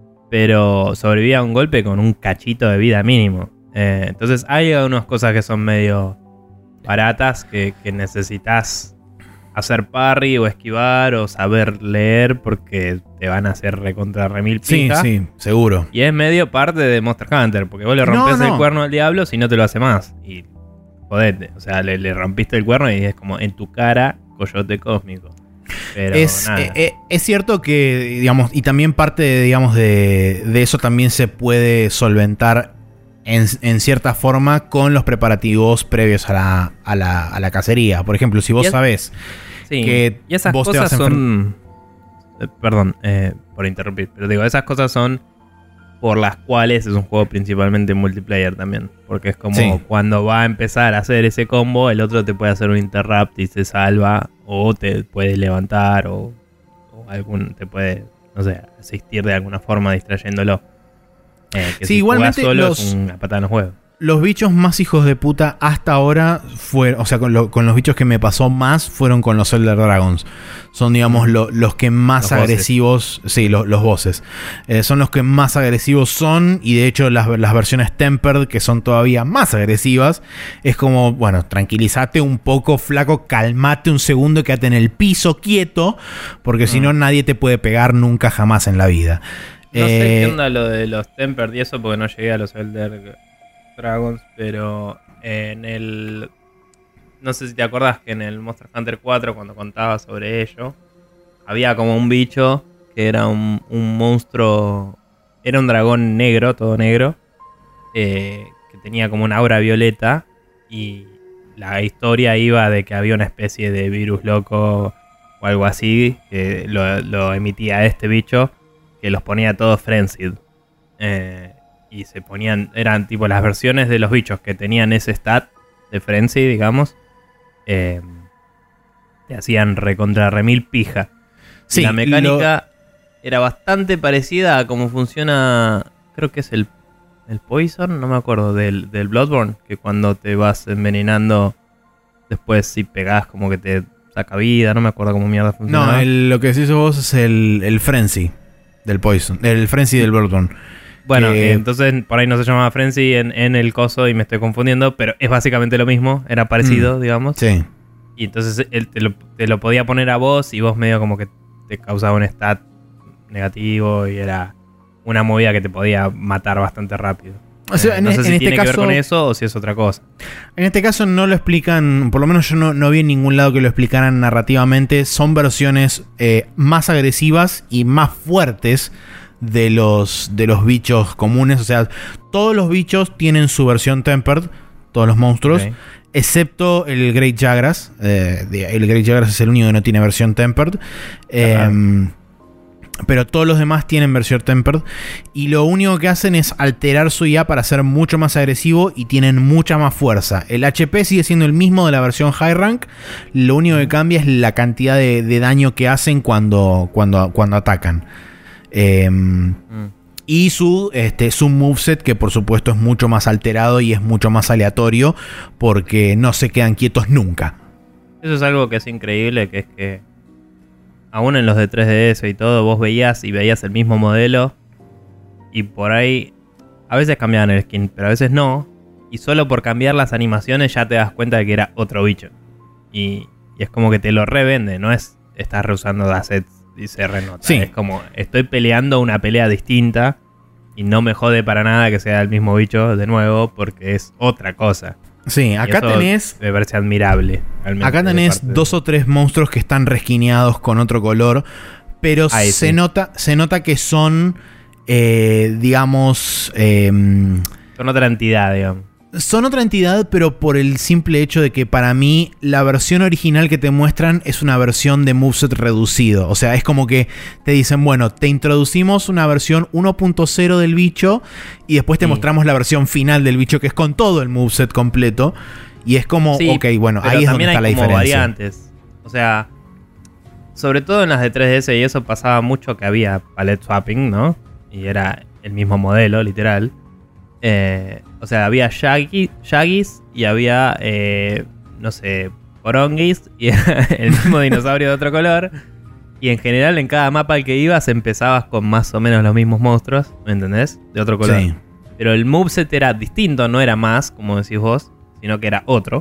S2: Pero sobrevivía a un golpe con un cachito de vida mínimo. Entonces hay algunas cosas que son medio baratas que necesitas hacer parry o esquivar o saber leer, porque te van a hacer recontra remil pija.
S1: Sí, seguro.
S2: Y es medio parte de Monster Hunter, porque vos le rompes el cuerno al diablo si no te lo hace más. Y jodete, o sea, le rompiste el cuerno y es como en tu cara, coyote cósmico. Pero
S1: es cierto que, digamos, y también parte de eso también se puede solventar en cierta forma con los preparativos previos a la cacería. Por ejemplo, si vos sabés que
S2: y esas
S1: vos
S2: cosas son... Perdón por interrumpir, pero digo, esas cosas son por las cuales es un juego principalmente multiplayer también. Porque es como cuando va a empezar a hacer ese combo, el otro te puede hacer un interrupt y se salva, o te puede levantar, o te puede, no sé, asistir de alguna forma distrayéndolo. Que si igualmente solo es una patada en los huevos.
S1: Los bichos más hijos de puta hasta ahora fueron, o sea, con los bichos que me pasó más fueron con los Elder Dragons. Son, digamos, los que más los agresivos, bosses. Sí, los bosses. Son los que más agresivos son, y de hecho las versiones Tempered, que son todavía más agresivas, es como, bueno, tranquilízate un poco, flaco, calmate un segundo, quédate en el piso quieto, porque si no nadie te puede pegar nunca jamás en la vida.
S2: No sé qué onda lo de los Tempered y eso, porque no llegué a los Elder Dragons, pero en el... No sé si te acordás que en el Monster Hunter 4, cuando contaba sobre ello, había como un bicho que era un monstruo... Era un dragón negro, todo negro, que que tenía como una aura violeta y la historia iba de que había una especie de virus loco o algo así que lo emitía este bicho que los ponía todos frenzied. Y se ponían, eran tipo las versiones de los bichos que tenían ese stat de frenzy, digamos, te hacían recontra remil pija. Sí, y la mecánica era bastante parecida a cómo funciona, creo que es el Poison, no me acuerdo, del Bloodborne, que cuando te vas envenenando, después si pegás como que te saca vida, no me acuerdo cómo mierda funciona.
S1: No, lo que decís vos es el Frenzy del Poison, el Frenzy del Bloodborne.
S2: Bueno, entonces por ahí no se llamaba Frenzy en el coso y me estoy confundiendo, pero es básicamente lo mismo, era parecido, digamos.
S1: Sí.
S2: Y entonces él te lo podía poner a vos y vos medio como que te causaba un stat negativo y era una movida que te podía matar bastante rápido. O sea, no sé si tiene que ver con eso o si es otra cosa.
S1: En este caso no lo explican, por lo menos yo no vi en ningún lado que lo explicaran narrativamente. Son versiones más agresivas y más fuertes de los bichos comunes. O sea, todos los bichos tienen su versión Tempered, todos los monstruos, okay, excepto el Great Jagras. El Great Jagras es el único que no tiene versión Tempered. Pero todos los demás tienen versión Tempered. Y lo único que hacen es alterar su IA para ser mucho más agresivo y tienen mucha más fuerza. El HP sigue siendo el mismo de la versión High Rank. Lo único que cambia es la cantidad de daño que hacen cuando atacan. Y su moveset, que por supuesto es mucho más alterado y es mucho más aleatorio, porque no se quedan quietos nunca.
S2: Eso es algo que es increíble, que es que aún en los de 3DS y todo, vos veías el mismo modelo y por ahí a veces cambiaban el skin, pero a veces no, y solo por cambiar las animaciones ya te das cuenta de que era otro bicho y es como que te lo revende, no es estás reusando assets y se renota. Sí. Es como, estoy peleando una pelea distinta y no me jode para nada que sea el mismo bicho de nuevo porque es otra cosa.
S1: Sí, acá tenés...
S2: Me parece admirable.
S1: Acá tenés 2 o 3 monstruos que están resquineados con otro color, pero se nota que son, digamos...
S2: son otra entidad, digamos.
S1: Son otra entidad, pero por el simple hecho de que para mí la versión original que te muestran es una versión de moveset reducido. O sea, es como que te dicen, bueno, te introducimos una versión 1.0 del bicho y después te mostramos la versión final del bicho que es con todo el moveset completo. Y es como, ok, bueno, ahí es donde está la diferencia.
S2: Variantes. O sea, sobre todo en las de 3DS y eso pasaba mucho que había palette swapping, ¿no? Y era el mismo modelo, literal. O sea, había Shaggies y había, no sé, Porongis y el mismo dinosaurio de otro color. Y en general en cada mapa al que ibas empezabas con más o menos los mismos monstruos, ¿me entendés? De otro color. Sí. Pero el moveset era distinto, no era más, como decís vos, sino que era otro.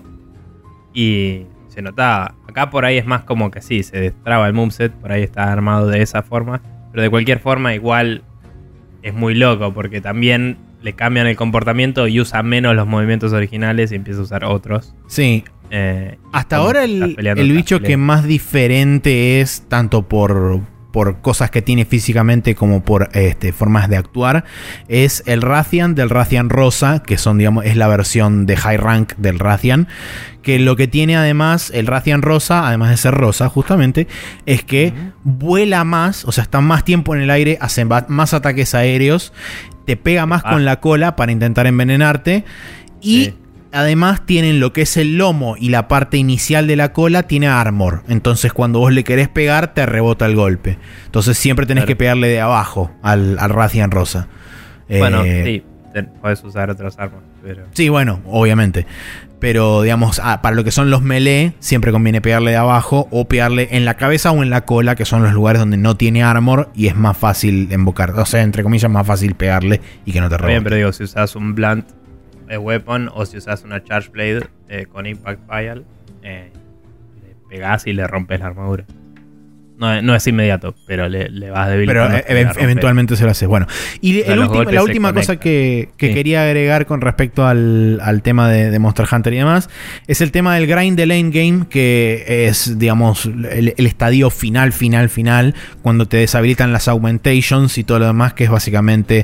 S2: Y se notaba. Acá por ahí es más como que sí, se destraba el moveset, por ahí está armado de esa forma. Pero de cualquier forma igual es muy loco porque también le cambian el comportamiento y usa menos los movimientos originales y empieza a usar otros.
S1: Sí. Hasta ahora el bicho que más diferente es, tanto por cosas que tiene físicamente como por formas de actuar, es el Rathian del Rathian Rosa, que son, digamos, es la versión de High Rank del Rathian. Que lo que tiene además el Rathian Rosa, además de ser rosa justamente, es que vuela más, o sea, está más tiempo en el aire, hace más ataques aéreos, te pega más con la cola para intentar envenenarte y además tienen lo que es el lomo y la parte inicial de la cola tiene armor. Entonces cuando vos le querés pegar te rebota el golpe. Entonces siempre tenés que pegarle de abajo al Rathian Rosa.
S2: Bueno, sí, podés usar otras armas. Pero... Sí,
S1: bueno, obviamente. Pero digamos, para lo que son los melee, siempre conviene pegarle de abajo o pegarle en la cabeza o en la cola, que son los lugares donde no tiene armor y es más fácil invocar. O sea, entre comillas, más fácil pegarle y que no te rebote.
S2: Bien, pero digo, si usas un blunt weapon o si usas una charge blade con impact pile, le pegás y le rompes la armadura. No es inmediato, pero le vas debilitando.
S1: Pero eventualmente se lo haces. Bueno, y la última cosa que quería agregar con respecto al tema de Monster Hunter y demás es el tema del grind de lane game, que es, digamos, el estadio final, cuando te deshabilitan las augmentations y todo lo demás, que es básicamente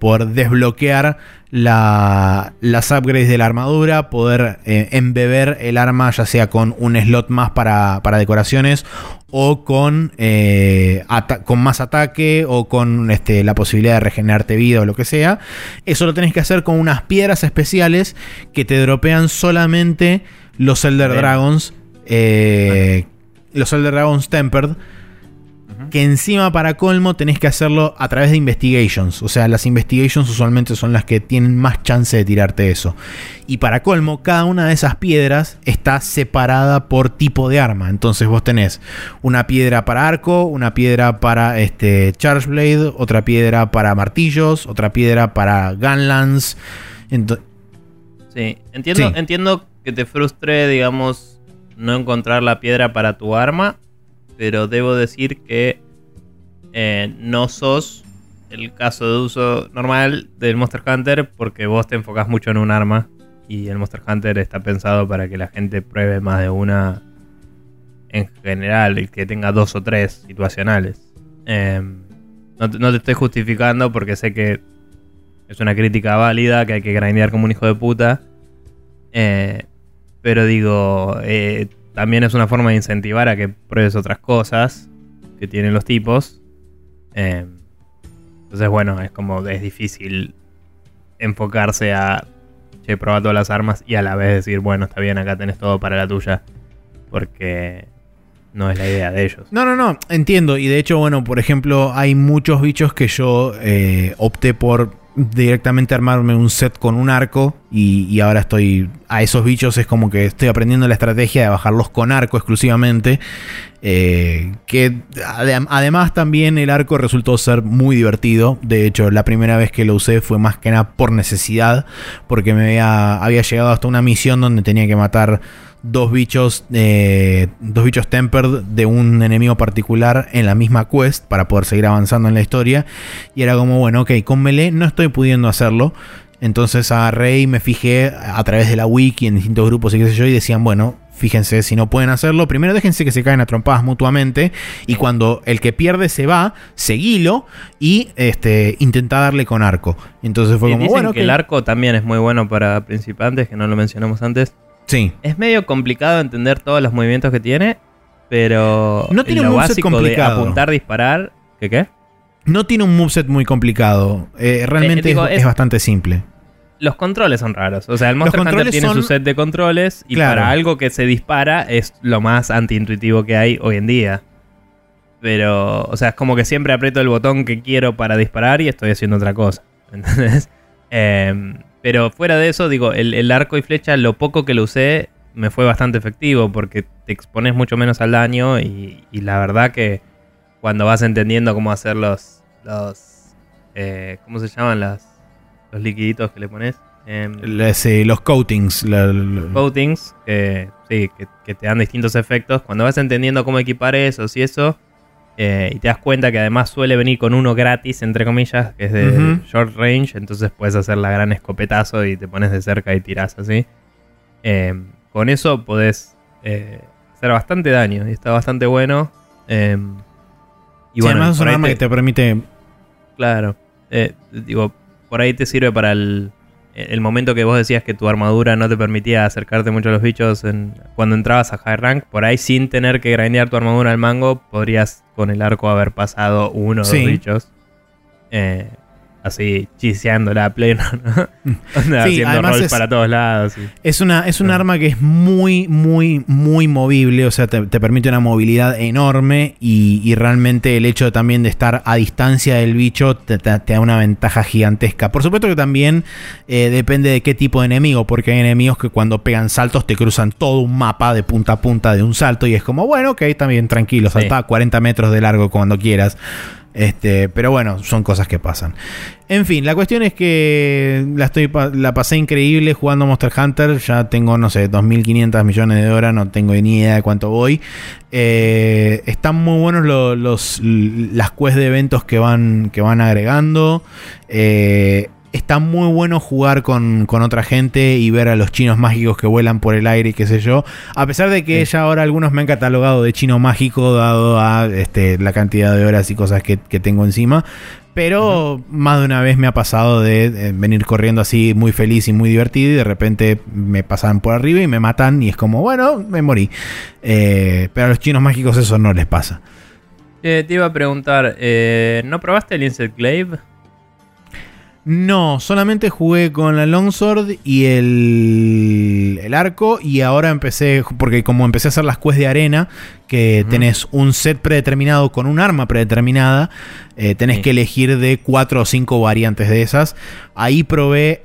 S1: poder desbloquear las upgrades de la armadura, poder embeber el arma ya sea con un slot más para decoraciones o con más ataque o con la posibilidad de regenerarte vida o lo que sea. Eso lo tenés que hacer con unas piedras especiales que te dropean solamente los Elder Dragons, los Elder Dragons Tempered, que encima para colmo tenés que hacerlo a través de investigations. O sea, las investigations usualmente son las que tienen más chance de tirarte eso. Y para colmo, cada una de esas piedras está separada por tipo de arma. Entonces vos tenés una piedra para arco, una piedra para Charge Blade, otra piedra para martillos, otra piedra para gunlance.
S2: Sí, entiendo que te frustre, digamos, no encontrar la piedra para tu arma. Pero debo decir que no sos el caso de uso normal del Monster Hunter, porque vos te enfocás mucho en un arma y el Monster Hunter está pensado para que la gente pruebe más de una en general, y que tenga 2 o 3 situacionales. No te estoy justificando porque sé que es una crítica válida, que hay que grindear como un hijo de puta. Pero digo... también es una forma de incentivar a que pruebes otras cosas que tienen los tipos. Entonces, bueno, es difícil enfocarse a probar todas las armas y a la vez decir, bueno, está bien, acá tenés todo para la tuya. Porque no es la idea de ellos.
S1: No, entiendo. Y de hecho, bueno, por ejemplo, hay muchos bichos que yo opté por directamente armarme un set con un arco y ahora estoy a esos bichos, es como que estoy aprendiendo la estrategia de bajarlos con arco exclusivamente, que además también el arco resultó ser muy divertido. De hecho, la primera vez que lo usé fue más que nada por necesidad, porque me había llegado hasta una misión donde tenía que matar dos bichos tempered de un enemigo particular en la misma quest para poder seguir avanzando en la historia, y era como, bueno, ok, con melee no estoy pudiendo hacerlo. Entonces agarré y me fijé a través de la wiki en distintos grupos y qué sé yo, y decían, bueno, fíjense, si no pueden hacerlo, primero déjense que se caen a trompadas mutuamente, y cuando el que pierde se va, seguilo y intenta darle con arco. Entonces fue como, bueno,
S2: que el arco también es muy bueno para principiantes, que no lo mencionamos antes.
S1: Sí.
S2: Es medio complicado entender todos los movimientos que tiene, pero
S1: no tiene
S2: lo
S1: un moveset
S2: básico
S1: complicado.
S2: De apuntar, disparar, ¿qué?
S1: No tiene un moveset muy complicado. Realmente es bastante simple.
S2: Los controles son raros. O sea, el Monster Hunter tiene su set de controles y claro, para algo que se dispara es lo más antiintuitivo que hay hoy en día. Pero, o sea, es como que siempre aprieto el botón que quiero para disparar y estoy haciendo otra cosa. ¿Entendés? Pero fuera de eso, digo, el arco y flecha, lo poco que lo usé, me fue bastante efectivo porque te expones mucho menos al daño y la verdad que cuando vas entendiendo cómo hacer los ¿cómo se llaman? Los liquiditos que le pones.
S1: Los coatings.
S2: Los coatings, que te dan distintos efectos. Cuando vas entendiendo cómo equipar esos y eso, y te das cuenta que además suele venir con uno gratis, entre comillas, que es de short range, entonces puedes hacer la gran escopetazo y te pones de cerca y tirás así. Con eso podés hacer bastante daño y está bastante bueno. Y bueno,
S1: además es un arma que te permite...
S2: Claro. Digo, por ahí te sirve para el momento que vos decías que tu armadura no te permitía acercarte mucho a los bichos cuando entrabas a high rank. Por ahí, sin tener que grindear tu armadura al mango, podrías con el arco haber pasado uno o dos bichos. Así chiseándola a pleno, ¿no? Haciendo rolls para todos lados. Sí.
S1: Es un arma que es muy, muy, muy movible. O sea, te permite una movilidad enorme. Y realmente el hecho también de estar a distancia del bicho te da una ventaja gigantesca. Por supuesto que también depende de qué tipo de enemigo. Porque hay enemigos que cuando pegan saltos te cruzan todo un mapa de punta a punta de un salto. Y es como, bueno, ok, también tranquilo. Salta a 40 metros de largo cuando quieras. Pero bueno, son cosas que pasan. En fin, la cuestión es que la pasé increíble jugando Monster Hunter. Ya tengo, no sé, 2.500 millones de horas. No tengo ni idea de cuánto voy. Están muy buenos las quests de eventos que van agregando. Está muy bueno jugar con otra gente y ver a los chinos mágicos que vuelan por el aire y qué sé yo. A pesar de que ya ahora algunos me han catalogado de chino mágico dado a la cantidad de horas y cosas que tengo encima. Pero más de una vez me ha pasado de venir corriendo así muy feliz y muy divertido y de repente me pasan por arriba y me matan y es como, bueno, me morí. Pero a los chinos mágicos eso no les pasa.
S2: Te iba a preguntar, ¿no probaste el Insect Glaive?
S1: No, solamente jugué con la Longsword y el arco y ahora empecé, porque como empecé a hacer las quests de arena, que tenés un set predeterminado con un arma predeterminada, tenés que elegir de 4 o 5 variantes de esas. Ahí probé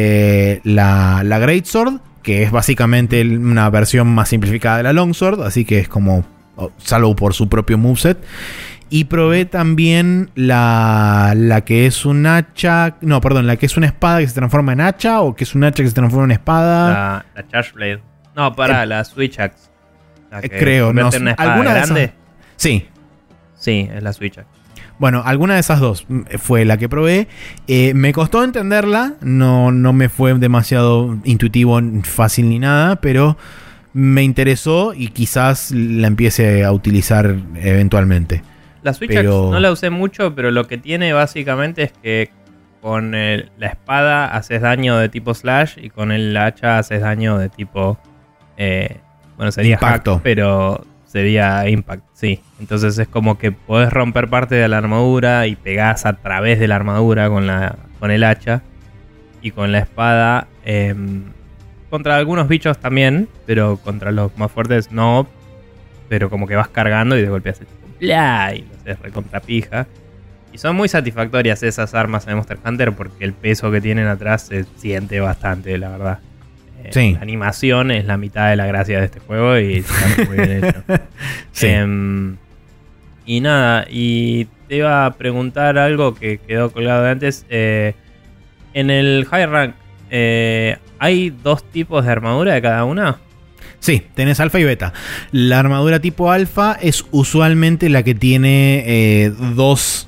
S1: la Greatsword, que es básicamente una versión más simplificada de la Longsword, así que es como, salvo por su propio moveset. Y probé también la que es un hacha. No, perdón, la que es una espada que se transforma en hacha. O que es un hacha que se transforma en espada.
S2: La Charge Blade. No, la Switch Axe.
S1: Creo, no.
S2: En una espada
S1: ¿Alguna
S2: grande?
S1: de esas? Sí.
S2: Sí, es la Switch Axe.
S1: Bueno, alguna de esas dos fue la que probé. Me costó entenderla. No me fue demasiado intuitivo, fácil ni nada. Pero me interesó y quizás la empiece a utilizar eventualmente.
S2: La Switch Axe no la usé mucho, pero lo que tiene básicamente es que con la espada haces daño de tipo slash y con el hacha haces daño de tipo... bueno, sería
S1: impacto.
S2: Hack, pero sería impact, sí. Entonces es como que podés romper parte de la armadura y pegás a través de la armadura con el hacha. Y con la espada... contra algunos bichos también, pero contra los más fuertes no. Pero como que vas cargando y de golpe haces... y lo haces recontrapija. Y son muy satisfactorias esas armas en Monster Hunter porque el peso que tienen atrás se siente bastante, la verdad.
S1: Sí.
S2: La animación es la mitad de la gracia de este juego y está muy bien hecho.
S1: Sí.
S2: Y nada, y te iba a preguntar algo que quedó colgado de antes. En el High Rank, ¿hay 2 tipos de armadura de cada una?
S1: Sí, tenés alfa y beta. La armadura tipo alfa es usualmente la que tiene dos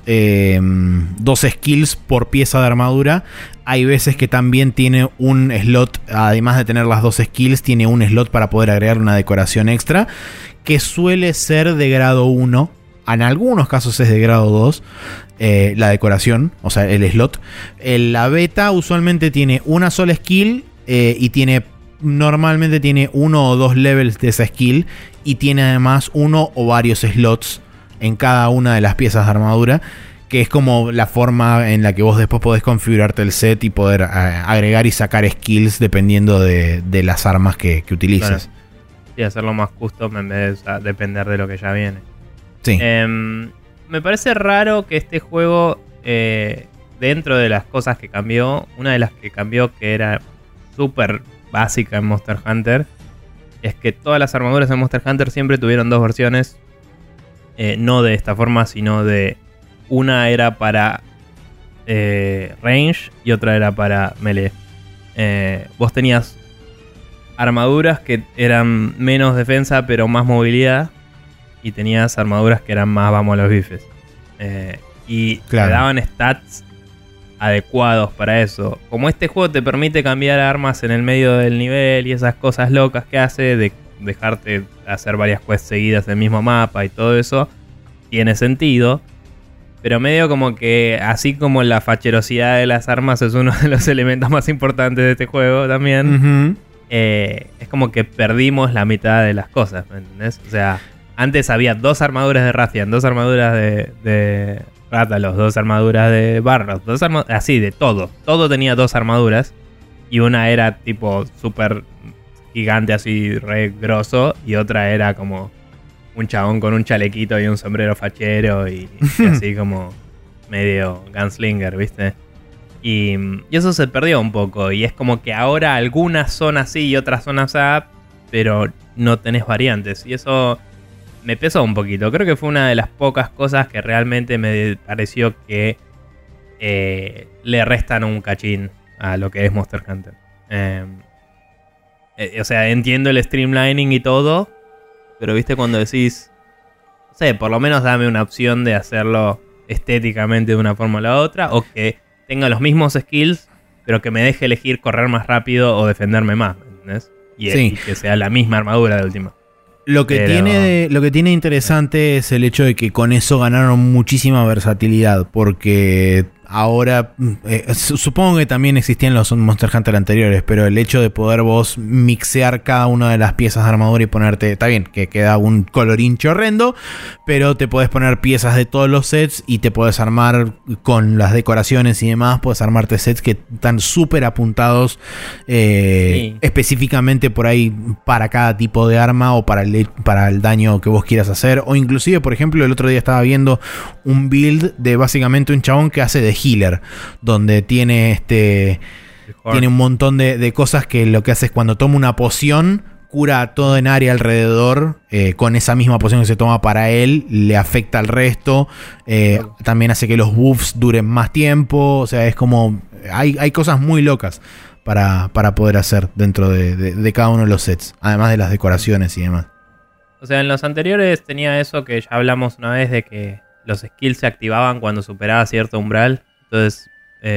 S1: skills por pieza de armadura. Hay veces que también tiene un slot, además de tener las 2 skills, tiene un slot para poder agregar una decoración extra, que suele ser de grado 1. En algunos casos es de grado 2. La decoración, o sea, el slot. La beta usualmente tiene una sola skill y normalmente tiene 1 o 2 levels de esa skill y tiene además 1 o varios slots en cada una de las piezas de armadura, que es como la forma en la que vos después podés configurarte el set y poder agregar y sacar skills dependiendo de las armas que utilices.
S2: Claro. Sí, hacerlo más custom en vez de depender de lo que ya viene.
S1: Sí.
S2: Me parece raro que este juego, dentro de las cosas que cambió, una de las que cambió que era súper básica en Monster Hunter, es que todas las armaduras en Monster Hunter siempre tuvieron 2 versiones. No de esta forma, sino de... Una era para range y otra era para melee. Vos tenías armaduras que eran menos defensa pero más movilidad. Y tenías armaduras que eran más vamos a los bifes. Y
S1: claro,
S2: te daban stats adecuados para eso. Como este juego te permite cambiar armas en el medio del nivel y esas cosas locas que hace, de dejarte hacer varias quests seguidas del mismo mapa y todo eso, tiene sentido. Pero medio como que, así como la facherosidad de las armas es uno de los elementos más importantes de este juego también, es como que perdimos la mitad de las cosas, ¿me entendés? O sea, antes había 2 armaduras de Rathian, 2 armaduras de Rátalos, 2 armaduras de Barros, así de todo. Todo tenía 2 armaduras. Y una era tipo súper gigante, así re grosso. Y otra era como un chabón con un chalequito y un sombrero fachero. Y así como medio gunslinger, ¿viste? Y eso se perdió un poco. Y es como que ahora algunas son así y otras son así, pero no tenés variantes. Y eso me pesó un poquito. Creo que fue una de las pocas cosas que realmente me pareció que le restan un cachín a lo que es Monster Hunter. O sea, entiendo el streamlining y todo, pero viste cuando decís, no sé, por lo menos dame una opción de hacerlo estéticamente de una forma o la otra, o que tenga los mismos skills, pero que me deje elegir correr más rápido o defenderme más, ¿entendés? Y que sea la misma armadura de última.
S1: Lo que tiene interesante es el hecho de que con eso ganaron muchísima versatilidad, porque ahora supongo que también existían los Monster Hunter anteriores, pero el hecho de poder vos mixear cada una de las piezas de armadura y ponerte, está bien, que queda un colorincho horrendo, pero te podés poner piezas de todos los sets y te podés armar con las decoraciones y demás, podés armarte sets que están súper apuntados específicamente por ahí para cada tipo de arma o para el daño que vos quieras hacer, o inclusive, por ejemplo, el otro día estaba viendo un build de básicamente un chabón que hace de healer, donde tiene tiene un montón de cosas que lo que hace es cuando toma una poción, cura todo en área alrededor, con esa misma poción que se toma para él, le afecta al resto, también hace que los buffs duren más tiempo, o sea, es como, hay cosas muy locas para poder hacer dentro de cada uno de los sets, además de las decoraciones y demás.
S2: O sea, en los anteriores tenía eso que ya hablamos una vez de que los skills se activaban cuando superaba cierto umbral. Entonces,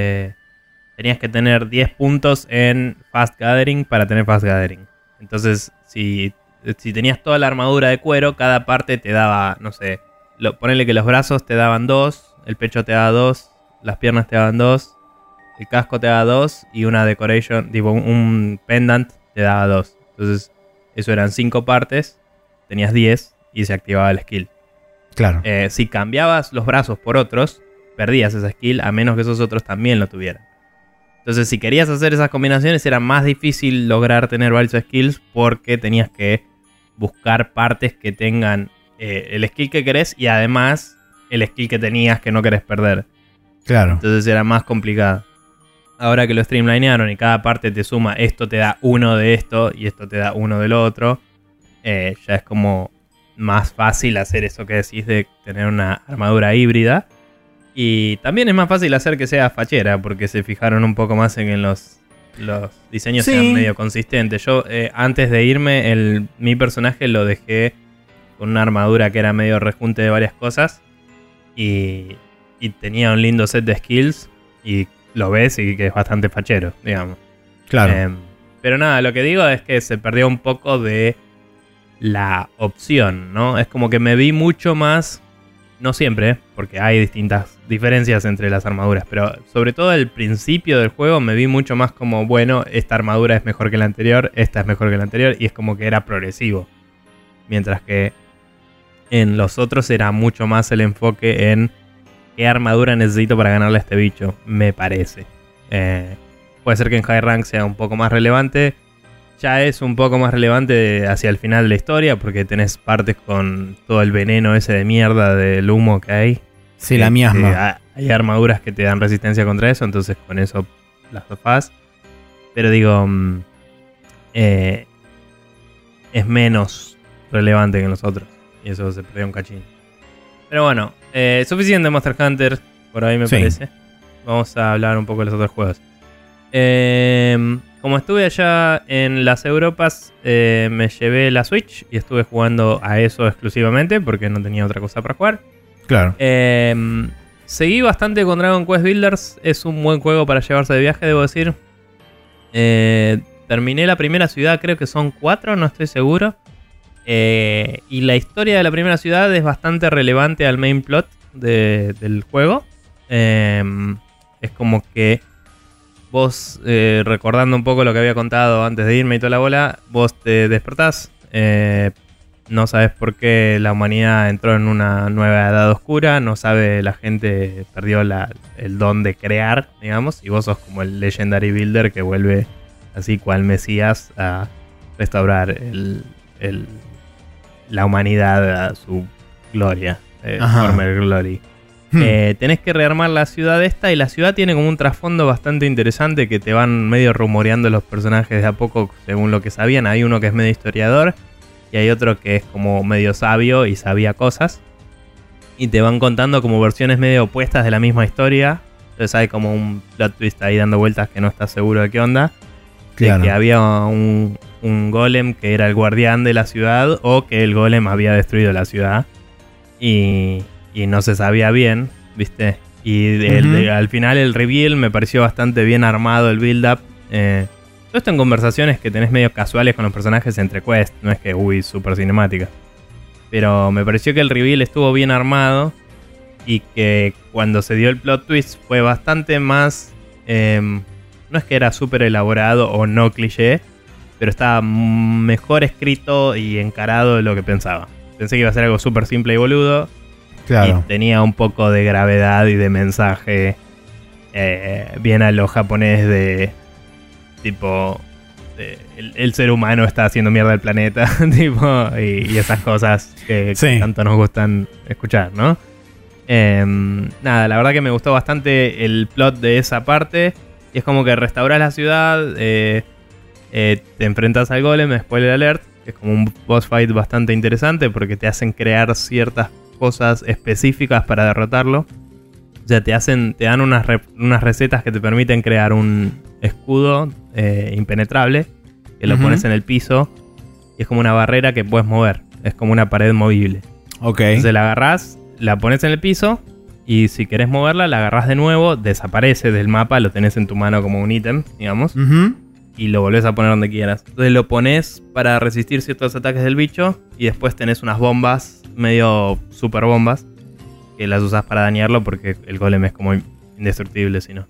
S2: tenías que tener 10 puntos en Fast Gathering para tener Fast Gathering. Entonces, si tenías toda la armadura de cuero, cada parte te daba, no sé, ponele que los brazos te daban 2, el pecho te daba 2, las piernas te daban 2, el casco te daba 2 y una decoration, tipo un pendant te daba 2. Entonces, eso eran 5 partes, tenías 10 y se activaba el skill.
S1: Claro.
S2: Si cambiabas los brazos por otros, perdías esa skill a menos que esos otros también lo tuvieran. Entonces, si querías hacer esas combinaciones, era más difícil lograr tener varios skills porque tenías que buscar partes que tengan el skill que querés y además el skill que tenías que no querés perder.
S1: Claro.
S2: Entonces era más complicado. Ahora que lo streamlinearon y cada parte te suma, esto te da uno de esto y esto te da uno del otro, ya es como más fácil hacer eso que decís de tener una armadura híbrida. Y también es más fácil hacer que sea fachera, porque se fijaron un poco más en que los diseños sean medio consistentes. Yo, antes de irme, mi personaje lo dejé con una armadura que era medio rejunte de varias cosas. Y tenía un lindo set de skills. Y lo ves y que es bastante fachero, digamos.
S1: Claro.
S2: Pero nada, lo que digo es que se perdió un poco de la opción, ¿no? Es como que me vi mucho más, no siempre, porque hay distintas diferencias entre las armaduras, pero sobre todo al principio del juego me vi mucho más como, bueno, esta armadura es mejor que la anterior, esta es mejor que la anterior, y es como que era progresivo. Mientras que en los otros era mucho más el enfoque en qué armadura necesito para ganarle a este bicho, me parece. Puede ser que en High Rank sea un poco más relevante. Ya es un poco más relevante hacia el final de la historia, porque tenés partes con todo el veneno ese de mierda del humo que hay.
S1: Sí, la miasma.
S2: Hay armaduras que te dan resistencia contra eso, entonces con eso las zafás. Pero digo, es menos relevante que en los otros. Y eso se perdió un cachín. Pero bueno, suficiente Monster Hunter, por ahí me parece. Vamos a hablar un poco de los otros juegos. Como estuve allá en las Europas, me llevé la Switch y estuve jugando a eso exclusivamente porque no tenía otra cosa para jugar.
S1: Claro.
S2: Seguí bastante con Dragon Quest Builders. Es un buen juego para llevarse de viaje, debo decir. Terminé la primera ciudad, creo que son 4, no estoy seguro. Y la historia de la primera ciudad es bastante relevante al main plot del juego. Es como que vos, recordando un poco lo que había contado antes de irme y toda la bola, vos te despertás, no sabes por qué la humanidad entró en una nueva edad oscura, no sabe, la gente perdió el don de crear, digamos, y vos sos como el Legendary Builder que vuelve así cual Mesías a restaurar la humanidad a su gloria, former glory. Tenés que rearmar la ciudad esta, y la ciudad tiene como un trasfondo bastante interesante que te van medio rumoreando los personajes de a poco según lo que sabían. Hay uno que es medio historiador y hay otro que es como medio sabio y sabía cosas, y te van contando como versiones medio opuestas de la misma historia. Entonces hay como un plot twist ahí dando vueltas que no estás seguro de qué onda. Claro. De que había un golem que era el guardián de la ciudad, o que el golem había destruido la ciudad y no se sabía bien, ¿viste? Y al final el reveal me pareció bastante bien armado, el build-up. Todo Todo esto en conversaciones que tenés medio casuales con los personajes entre quests. No es que, súper cinemática. Pero me pareció que el reveal estuvo bien armado. Y que cuando se dio el plot twist fue bastante más... no es que era súper elaborado o no cliché. Pero estaba mejor escrito y encarado de lo que pensaba. Pensé que iba a ser algo súper simple y boludo.
S1: Claro.
S2: Y tenía un poco de gravedad y de mensaje. Bien a lo japonés de... Tipo... El ser humano está haciendo mierda al planeta. Tipo, y esas cosas que tanto nos gustan escuchar, ¿no? Nada, la verdad que me gustó bastante el plot de esa parte. Y es como que restauras la ciudad... te enfrentas al golem, spoiler alert, que es como un boss fight bastante interesante porque te hacen crear ciertas cosas específicas para derrotarlo. O sea, te dan unas recetas que te permiten crear un escudo impenetrable, que lo pones en el piso y es como una barrera que puedes mover, es como una pared movible.
S1: Ok.
S2: Entonces la agarrás, la pones en el piso y si querés moverla, la agarrás de nuevo, desaparece del mapa, lo tenés en tu mano como un ítem, digamos. Y lo volvés a poner donde quieras. Entonces lo pones para resistir ciertos ataques del bicho. Y después tenés unas bombas, medio super bombas, que las usás para dañarlo porque el golem es como indestructible, si no.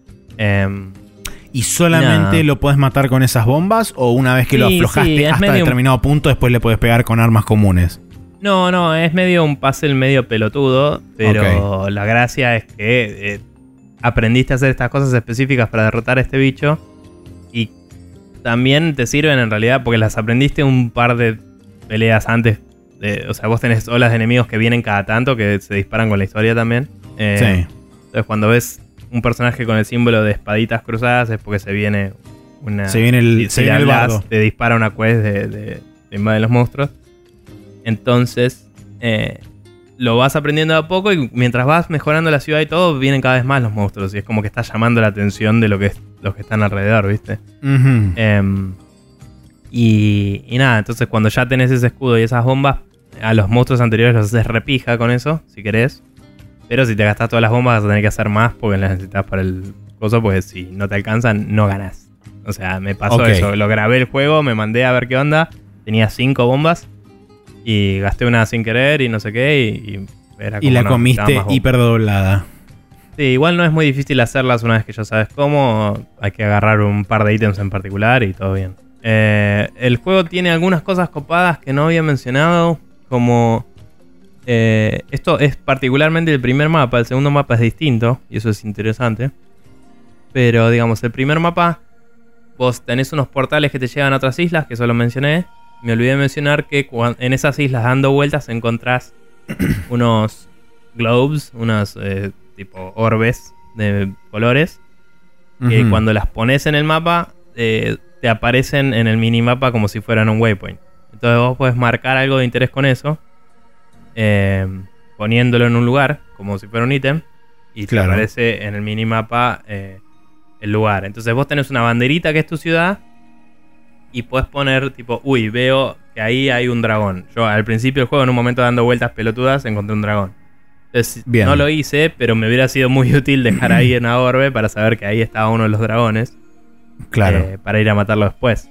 S1: ¿Y solamente lo podés matar con esas bombas? ¿O una vez que lo aflojaste hasta determinado punto, después le podés pegar con armas comunes?
S2: No, es medio un puzzle medio pelotudo. Pero la gracia es que aprendiste a hacer estas cosas específicas para derrotar a este bicho. Y también te sirven en realidad porque las aprendiste un par de peleas antes. O sea, vos tenés olas de enemigos que vienen cada tanto, que se disparan con la historia también. Entonces cuando ves un personaje con el símbolo de espaditas cruzadas es porque se viene una...
S1: Se viene el bardo.
S2: Te dispara una quest de invadir los monstruos. Entonces lo vas aprendiendo de a poco y mientras vas mejorando la ciudad y todo, vienen cada vez más los monstruos. Y es como que estás llamando la atención de los que están alrededor, ¿viste? Y nada, entonces cuando ya tenés ese escudo y esas bombas, a los monstruos anteriores los haces repija con eso, si querés. Pero si te gastás todas las bombas vas a tener que hacer más porque las necesitas para el coso, porque si no te alcanzan, no ganás. O sea, me pasó eso. Lo grabé el juego, me mandé a ver qué onda. Tenía 5 bombas y gasté una sin querer y no sé qué. Y era como,
S1: y la comiste hiperdoblada.
S2: Sí, igual no es muy difícil hacerlas una vez que ya sabes cómo. Hay que agarrar un par de ítems en particular y todo bien. El juego tiene algunas cosas copadas que no había mencionado, como... esto es particularmente el primer mapa. El segundo mapa es distinto y eso es interesante. Pero digamos, el primer mapa, vos tenés unos portales que te llevan a otras islas, que eso lo mencioné. Me olvidé de mencionar que en esas islas dando vueltas encontrás unos globes, unos tipo orbes de colores, que cuando las pones en el mapa te aparecen en el minimapa como si fueran un waypoint. Entonces vos podés marcar algo de interés con eso, poniéndolo en un lugar como si fuera un ítem, y te aparece en el minimapa el lugar. Entonces vos tenés una banderita que es tu ciudad y podés poner tipo, veo que ahí hay un dragón. Yo al principio del juego, en un momento dando vueltas pelotudas, encontré un dragón. Entonces no lo hice, pero me hubiera sido muy útil dejar ahí una orbe para saber que ahí estaba uno de los dragones.
S1: Claro.
S2: Para ir a matarlo después.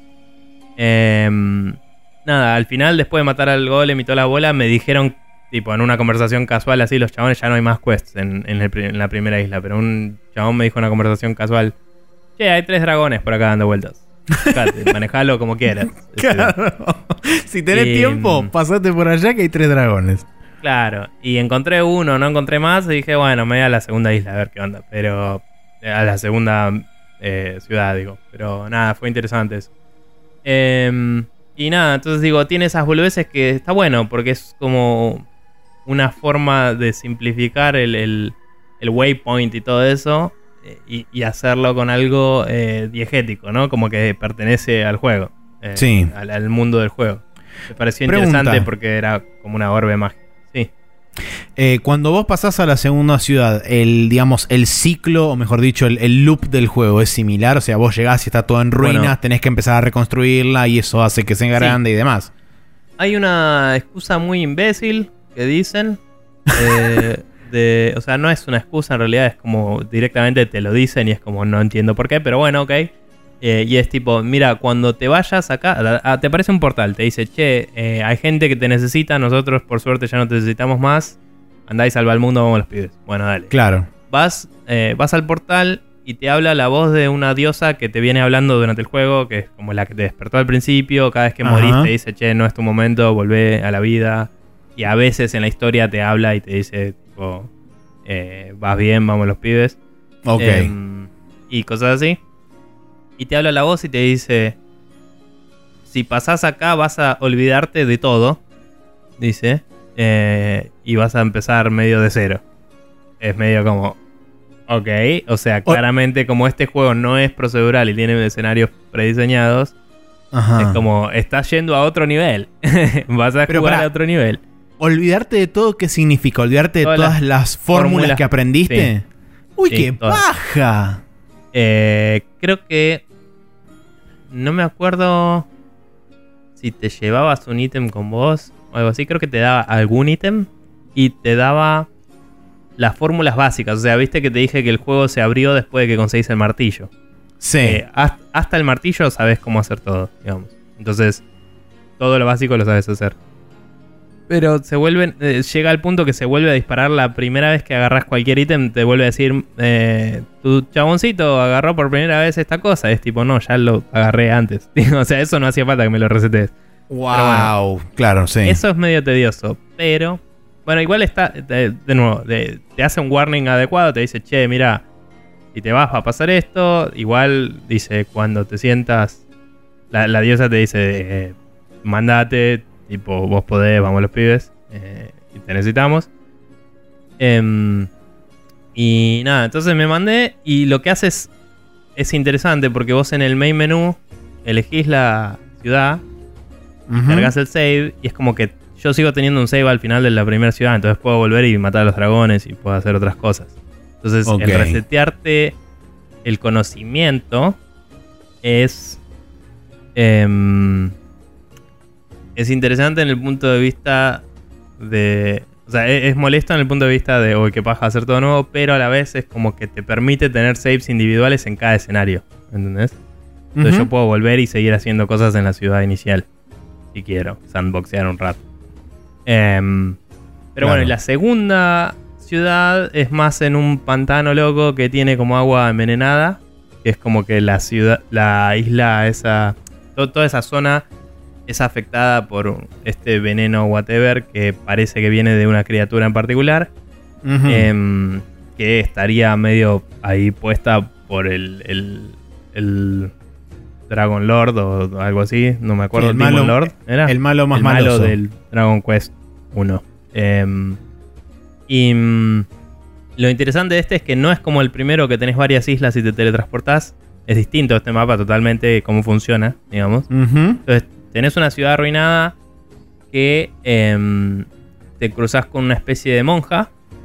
S2: Nada, al final, después de matar al golem y toda la bola, me dijeron, tipo, en una conversación casual así, los chabones, ya no hay más quests en la primera isla. Pero un chabón me dijo en una conversación casual, che, hay 3 dragones por acá dando vueltas. Manejalo como quieras.
S1: Claro. Si tenés tiempo, pasate por allá que hay 3 dragones.
S2: Claro, y encontré uno, no encontré más, y dije, bueno, me voy a la segunda isla a ver qué onda. Pero a la segunda ciudad, digo. Pero nada, fue interesante eso. Y nada, entonces digo, tiene esas boludeces que está bueno, porque es como una forma de simplificar el waypoint y todo eso, y hacerlo con algo diegético, ¿no? Como que pertenece al juego, al mundo del juego. Me pareció interesante porque era como una orbe mágica. Sí.
S1: Cuando vos pasás a la segunda ciudad, el ciclo, o mejor dicho, el loop del juego es similar. O sea, vos llegás y está todo en ruinas, tenés que empezar a reconstruirla y eso hace que sea grande y demás.
S2: Hay una excusa muy imbécil que dicen. O sea, no es una excusa, en realidad es como directamente te lo dicen y es como no entiendo por qué, pero bueno, ok. Y es tipo, mira, cuando te vayas acá, te aparece un portal, te dice, che, hay gente que te necesita, nosotros por suerte ya no te necesitamos más, andá y salva al mundo, vamos los pibes. Bueno, dale.
S1: Claro.
S2: Vas al portal y te habla la voz de una diosa que te viene hablando durante el juego, que es como la que te despertó al principio, cada vez que morís te dice, che, no es tu momento, volvé a la vida. Y a veces en la historia te habla y te dice, tipo, vas bien, vamos los pibes.
S1: Ok.
S2: Y cosas así. Y te habla la voz y te dice, si pasás acá vas a olvidarte de todo, dice, y vas a empezar medio de cero. Es medio como, ok, o sea, claramente como este juego no es procedural y tiene escenarios prediseñados, es como, estás yendo a otro nivel. Vas a jugar a otro nivel.
S1: ¿Olvidarte de todo qué significa? ¿Olvidarte de todas las fórmulas que aprendiste? Sí. ¡Uy, sí, qué paja!
S2: Creo que... No me acuerdo si te llevabas un ítem con vos o algo así. Creo que te daba algún ítem y te daba las fórmulas básicas. O sea, viste que te dije que el juego se abrió después de que conseguís el martillo.
S1: Sí.
S2: Hasta el martillo sabes cómo hacer todo, digamos. Entonces, todo lo básico lo sabes hacer. Pero llega al punto que se vuelve a disparar la primera vez que agarras cualquier ítem. Te vuelve a decir, tu chaboncito agarró por primera vez esta cosa. Es tipo, no, ya lo agarré antes. O sea, eso no hacía falta que me lo resetes.
S1: Wow, bueno, claro, sí.
S2: Eso es medio tedioso, pero... Bueno, igual está, de nuevo, te hace un warning adecuado. Te dice, che, mira, si te vas a pasar esto. Igual, dice, cuando te sientas... La diosa te dice, mandate... Tipo, vos podés, vamos los pibes. Y te necesitamos. Y nada, entonces me mandé. Y lo que haces es interesante porque vos en el main menú elegís la ciudad, cargas el save. Y es como que yo sigo teniendo un save al final de la primera ciudad. Entonces puedo volver y matar a los dragones y puedo hacer otras cosas. Entonces el resetearte el conocimiento es... es interesante en el punto de vista de... O sea, es molesto en el punto de vista de hoy que paja hacer todo nuevo, pero a la vez es como que te permite tener saves individuales en cada escenario, ¿entendés? Entonces yo puedo volver y seguir haciendo cosas en la ciudad inicial, si quiero, sandboxear un rato. Pero bueno, y la segunda ciudad es más en un pantano loco que tiene como agua envenenada, que es como que la isla esa... Toda esa zona... es afectada por este veneno whatever que parece que viene de una criatura en particular, que estaría medio ahí puesta por el Dragon Lord o algo así, no me acuerdo.
S1: El malo,
S2: Lord era
S1: el malo más
S2: malo
S1: maloso
S2: del Dragon Quest 1. Lo interesante de este es que no es como el primero que tenés varias islas y te teletransportás. Es distinto este mapa totalmente cómo funciona, digamos. Entonces tenés una ciudad arruinada que te cruzás con una especie de monja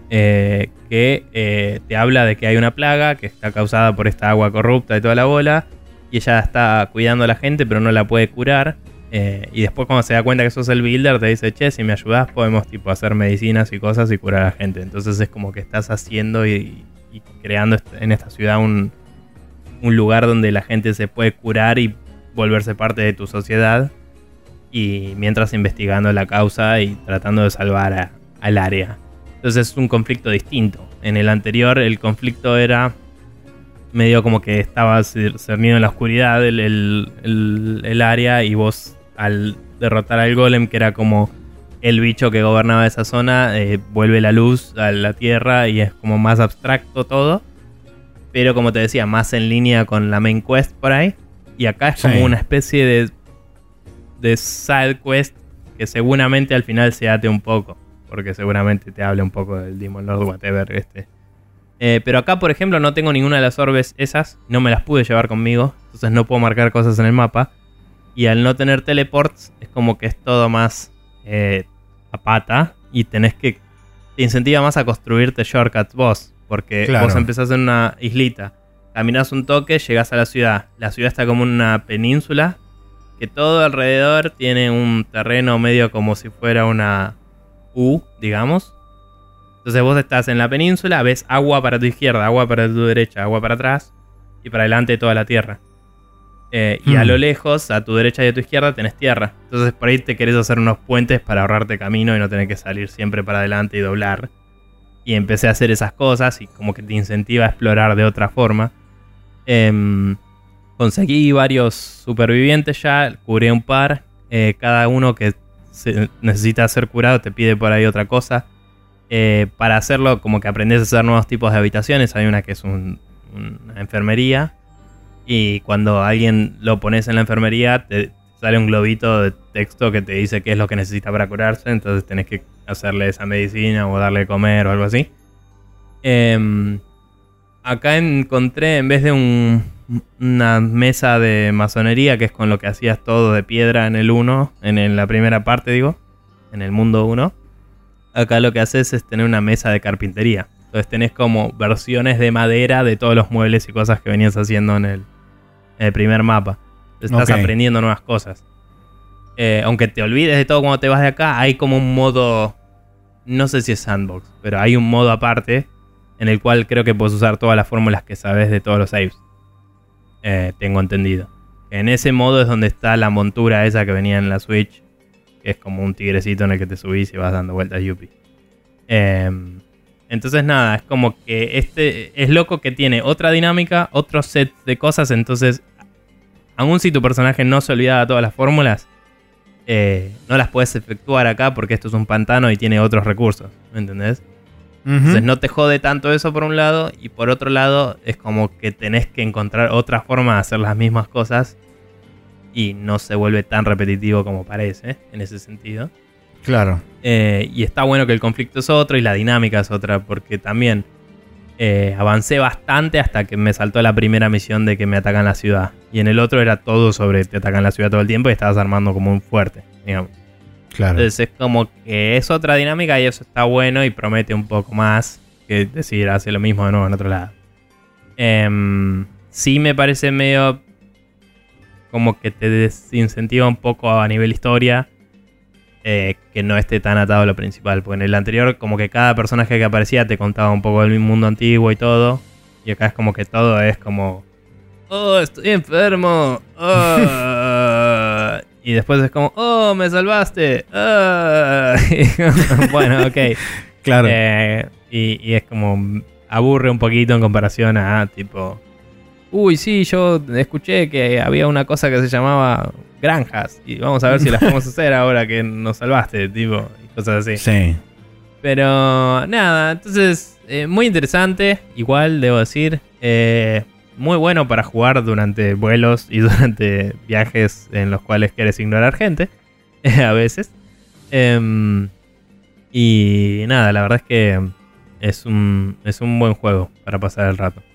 S2: que te habla de que hay una plaga que está causada por esta agua corrupta y toda la bola. Y ella está cuidando a la gente pero no la puede curar. Y después cuando se da cuenta que sos el builder te dice, che, si me ayudás podemos tipo hacer medicinas y cosas y curar a la gente. Entonces es como que estás haciendo y creando en esta ciudad un lugar donde la gente se puede curar y volverse parte de tu sociedad, y mientras investigando la causa y tratando de salvar al área. Entonces es un conflicto distinto. En el anterior el conflicto era medio como que estaba cernido en la oscuridad el área, y vos al derrotar al golem, que era como el bicho que gobernaba esa zona, vuelve la luz a la tierra y es como más abstracto todo, pero como te decía, más en línea con la main quest por ahí. Y acá es como una especie de side quest que seguramente al final se ate un poco, porque seguramente te hable un poco del Demon Lord whatever pero acá, por ejemplo, no tengo ninguna de las orbes esas, no me las pude llevar conmigo, entonces no puedo marcar cosas en el mapa. Y al no tener teleports es como que es todo más a pata, y te incentiva más a construirte shortcuts vos, porque vos empezás en una islita, caminás un toque, llegás a la ciudad. La ciudad está como una península, que todo alrededor tiene un terreno medio como si fuera una U, digamos. Entonces vos estás en la península, ves agua para tu izquierda, agua para tu derecha, agua para atrás, y para adelante toda la tierra. Y a lo lejos, a tu derecha y a tu izquierda, tenés tierra. Entonces por ahí te querés hacer unos puentes para ahorrarte camino y no tener que salir siempre para adelante y doblar. Y empecé a hacer esas cosas y como que te incentiva a explorar de otra forma. Conseguí varios supervivientes ya, curé un par. Cada uno que necesita ser curado te pide por ahí otra cosa. Para hacerlo, como que aprendes a hacer nuevos tipos de habitaciones. Hay una que es una enfermería. Y cuando a alguien lo pones en la enfermería, te sale un globito de texto que te dice qué es lo que necesita para curarse. Entonces tenés que hacerle esa medicina o darle de comer o algo así. Acá encontré, en vez de una mesa de masonería, que es con lo que hacías todo de piedra en el 1, en la primera parte digo, en el mundo 1, acá lo que haces es tener una mesa de carpintería. Entonces tenés como versiones de madera de todos los muebles y cosas que venías haciendo en el primer mapa. Estás aprendiendo nuevas cosas. Aunque te olvides de todo cuando te vas de acá, hay como un modo, no sé si es sandbox, pero hay un modo aparte en el cual creo que puedes usar todas las fórmulas que sabes de todos los saves. Tengo entendido. En ese modo es donde está la montura esa que venía en la Switch, que es como un tigrecito en el que te subís y vas dando vueltas yupi. Entonces nada, es como que es loco que tiene otra dinámica, otro set de cosas. Entonces, aun si tu personaje no se olvida de todas las fórmulas, no las puedes efectuar acá porque esto es un pantano y tiene otros recursos, ¿me entendés? Entonces no te jode tanto eso por un lado, y por otro lado es como que tenés que encontrar otra forma de hacer las mismas cosas y no se vuelve tan repetitivo como parece en ese sentido.
S1: Claro.
S2: Y está bueno que el conflicto es otro y la dinámica es otra, porque también avancé bastante hasta que me saltó la primera misión de que me atacan la ciudad. Y en el otro era todo sobre te atacan la ciudad todo el tiempo y estabas armando como un fuerte, digamos.
S1: Claro.
S2: Entonces es como que es otra dinámica y eso está bueno y promete un poco más que decir hace lo mismo de nuevo en otro lado. Sí me parece medio como que te desincentiva un poco a nivel historia que no esté tan atado a lo principal. Porque en el anterior como que cada personaje que aparecía te contaba un poco del mundo antiguo y todo. Y acá es como que todo es como... ¡Oh, estoy enfermo! ¡Oh! Y después es como, ¡oh, me salvaste! ¡Oh! Bueno, ok.
S1: Claro.
S2: Y es como, aburre un poquito en comparación a tipo, uy, sí, yo escuché que había una cosa que se llamaba granjas. Y vamos a ver si las podemos hacer ahora que nos salvaste, tipo, y cosas así.
S1: Sí.
S2: Pero nada, entonces, muy interesante, igual debo decir. Muy bueno para jugar durante vuelos y durante viajes en los cuales quieres ignorar gente, a veces. Y nada, la verdad es que es un buen juego para pasar el rato.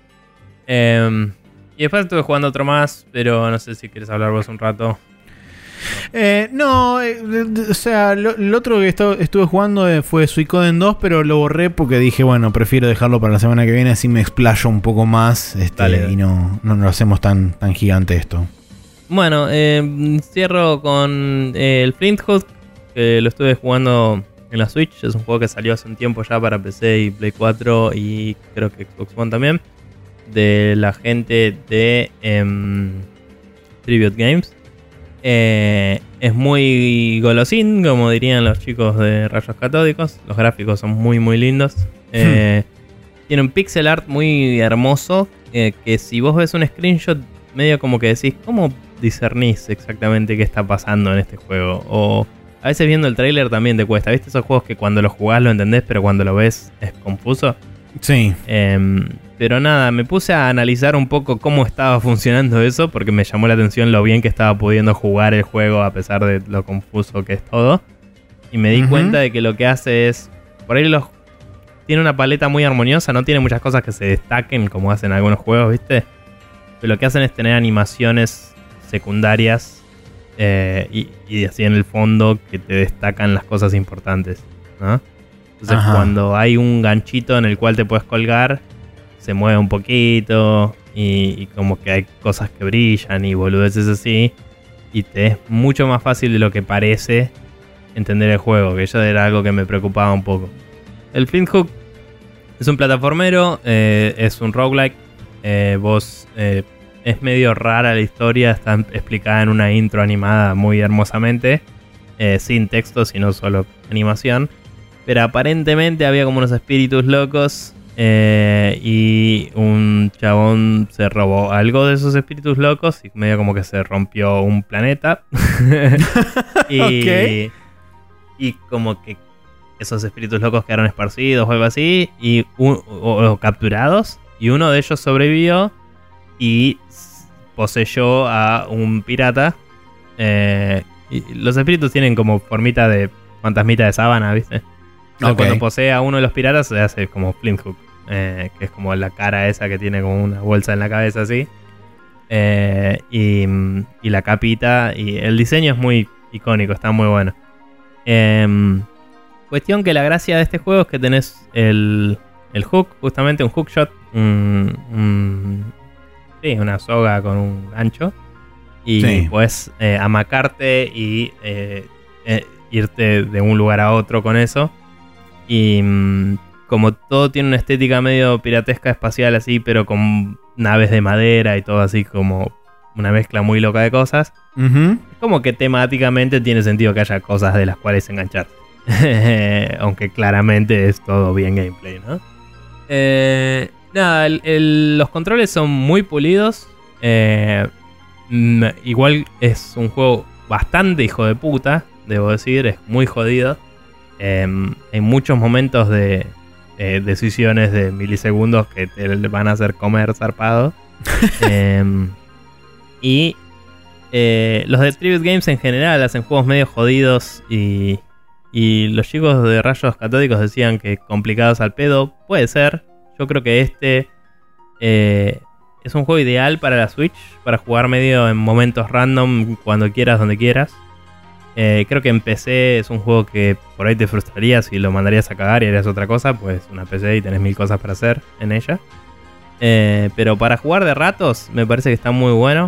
S2: Y después estuve jugando otro más, pero no sé si quieres hablar vos un rato.
S1: No, o sea, lo otro que estuve jugando fue Suicoden 2, pero lo borré porque dije, bueno, prefiero dejarlo para la semana que viene, así me explayo un poco más y no lo hacemos tan gigante esto.
S2: Bueno, cierro con el Flint Hook, que lo estuve jugando en la Switch. Es un juego que salió hace un tiempo ya para PC y Play 4 y creo que Xbox One también, de la gente de Tribute Games. Es muy golosín, como dirían los chicos de Rayos Catódicos. Los gráficos son muy muy lindos. Tiene un pixel art muy hermoso, que si vos ves un screenshot medio como que decís, ¿cómo discernís exactamente qué está pasando en este juego? O a veces viendo el trailer también te cuesta. ¿Viste esos juegos que cuando los jugás lo entendés, pero cuando lo ves es confuso?
S1: Sí.
S2: Pero nada, me puse a analizar un poco cómo estaba funcionando eso, porque me llamó la atención lo bien que estaba pudiendo jugar el juego a pesar de lo confuso que es todo. Y me di cuenta de que lo que hace es, por ahí tiene una paleta muy armoniosa, no tiene muchas cosas que se destaquen como hacen algunos juegos, ¿viste? Pero lo que hacen es tener animaciones secundarias y así en el fondo que te destacan las cosas importantes, ¿no? Entonces cuando hay un ganchito en el cual te puedes colgar, se mueve un poquito y como que hay cosas que brillan y boludeces así. Y te es mucho más fácil de lo que parece entender el juego, que eso era algo que me preocupaba un poco. El Flint Hook es un plataformero, es un roguelike. Vos es medio rara la historia, está explicada en una intro animada muy hermosamente, sin texto, sino solo animación. Pero aparentemente había como unos espíritus locos y un chabón se robó algo de esos espíritus locos y medio como que se rompió un planeta.
S1: Ok.
S2: Y como que esos espíritus locos quedaron esparcidos o algo así, y o capturados, y uno de ellos sobrevivió y poseyó a un pirata. Y los espíritus tienen como formita de fantasmita de sábana, ¿viste? O sea, cuando posee a uno de los piratas se hace como Flinthook, que es como la cara esa que tiene como una bolsa en la cabeza así. Y la capita, y el diseño es muy icónico, está muy bueno. Cuestión que la gracia de este juego es que tenés el hook, justamente un hookshot, sí, una soga con un gancho. Y puedes amacarte y irte de un lugar a otro con eso. Y como todo tiene una estética medio piratesca espacial así, pero con naves de madera y todo así como una mezcla muy loca de cosas. Es como que temáticamente tiene sentido que haya cosas de las cuales engancharte. Aunque claramente es todo bien gameplay, ¿no? Nada, los controles son muy pulidos. Igual es un juego bastante hijo de puta, debo decir, es muy jodido. Hay muchos momentos de decisiones de milisegundos que te van a hacer comer zarpado. Y los de Tribute Games en general hacen juegos medio jodidos y los chicos de Rayos Catódicos decían que complicados al pedo. Puede ser. Yo creo que este es un juego ideal para la Switch, para jugar medio en momentos random, cuando quieras, donde quieras. Creo que en PC es un juego que por ahí te frustraría si lo mandarías a cagar y harías otra cosa, pues una PC y tenés 1000 cosas para hacer en ella. Pero para jugar de ratos me parece que está muy bueno.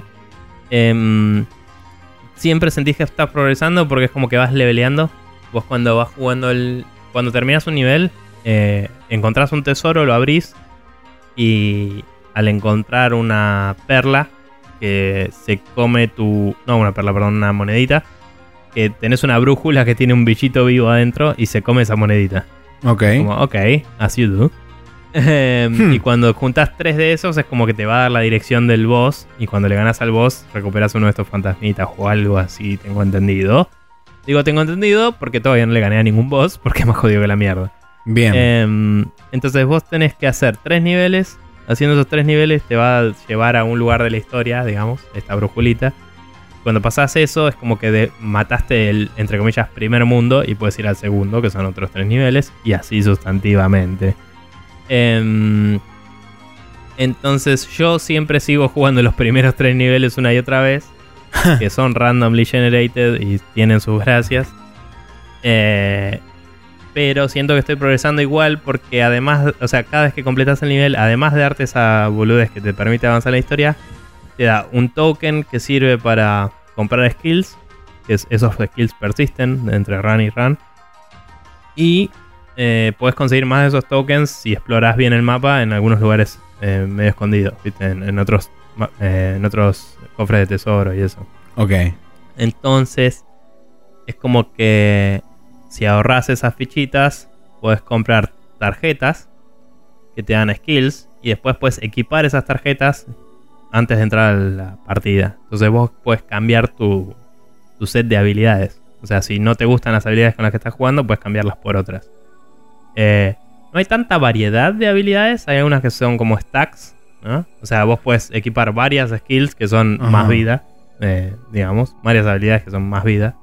S2: Siempre sentís que estás progresando porque es como que vas leveleando. Vos cuando vas jugando cuando terminas un nivel, encontrás un tesoro, lo abrís y al encontrar una perla que se come una monedita, que tenés una brújula que tiene un bichito vivo adentro y se come esa monedita.
S1: Ok.
S2: Como, ok, as you do. Y cuando juntás 3 de esos es como que te va a dar la dirección del boss, y cuando le ganas al boss recuperas uno de estos fantasmitas o algo así, tengo entendido. Digo tengo entendido porque todavía no le gané a ningún boss porque es más jodido que la mierda.
S1: Bien.
S2: Entonces vos tenés que hacer 3 niveles. Haciendo esos 3 niveles te va a llevar a un lugar de la historia, digamos, esta brújulita. Cuando pasás eso es como que mataste el, entre comillas, primer mundo y puedes ir al segundo, que son otros 3 niveles, y así sustantivamente. Entonces yo siempre sigo jugando los primeros 3 niveles una y otra vez, que son randomly generated y tienen sus gracias. Pero siento que estoy progresando igual porque además, o sea, cada vez que completas el nivel, además de darte esa boludez que te permite avanzar la historia, te da un token que sirve para comprar skills, que esos skills persisten entre run y run. Y puedes conseguir más de esos tokens si exploras bien el mapa en algunos lugares medio escondidos, ¿viste? En otros cofres de tesoro y eso.
S1: Ok.
S2: Entonces, es como que si ahorras esas fichitas, puedes comprar tarjetas que te dan skills y después puedes equipar esas tarjetas antes de entrar a la partida. Entonces vos puedes cambiar tu set de habilidades. O sea, si no te gustan las habilidades con las que estás jugando, puedes cambiarlas por otras. No hay tanta variedad de habilidades. Hay algunas que son como stacks, ¿no? O sea, vos puedes equipar varias skills que son más vida, digamos. Varias habilidades que son más vida.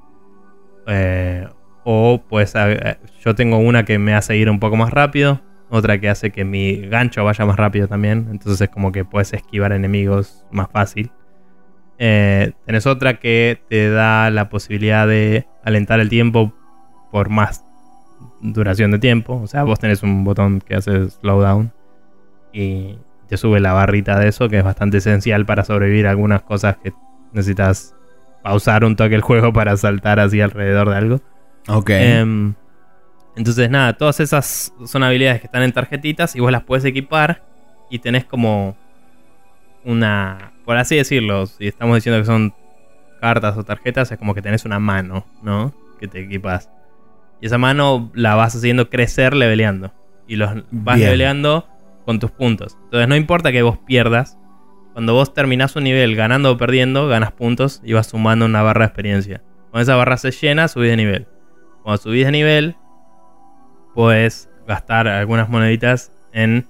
S2: O pues yo tengo una que me hace ir un poco más rápido, otra que hace que mi gancho vaya más rápido también, entonces es como que puedes esquivar enemigos más fácil. Tenés otra que te da la posibilidad de alentar el tiempo por más duración de tiempo, o sea, vos tenés un botón que hace slowdown y te sube la barrita de eso, que es bastante esencial para sobrevivir a algunas cosas que necesitas pausar un toque el juego para saltar así alrededor de algo.
S1: Ok.
S2: Entonces nada, todas esas son habilidades que están en tarjetitas y vos las puedes equipar y tenés como por por así decirlo, si estamos diciendo que son cartas o tarjetas, es como que tenés una mano, ¿no? Que te equipas. Y esa mano la vas haciendo crecer leveleando. Y los vas leveleando con tus puntos. Entonces no importa que vos pierdas. Cuando vos terminás un nivel ganando o perdiendo, ganas puntos y vas sumando una barra de experiencia. Cuando esa barra se llena, subís de nivel. Cuando subís de nivel, puedes gastar algunas moneditas en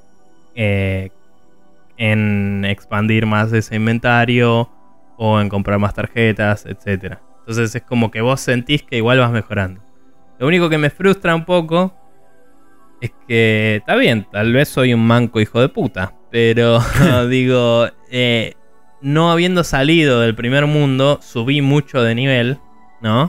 S2: expandir más ese inventario o en comprar más tarjetas, etc. Entonces es como que vos sentís que igual vas mejorando. Lo único que me frustra un poco es que está bien, tal vez soy un manco hijo de puta, pero digo, no habiendo salido del primer mundo, subí mucho de nivel, ¿no?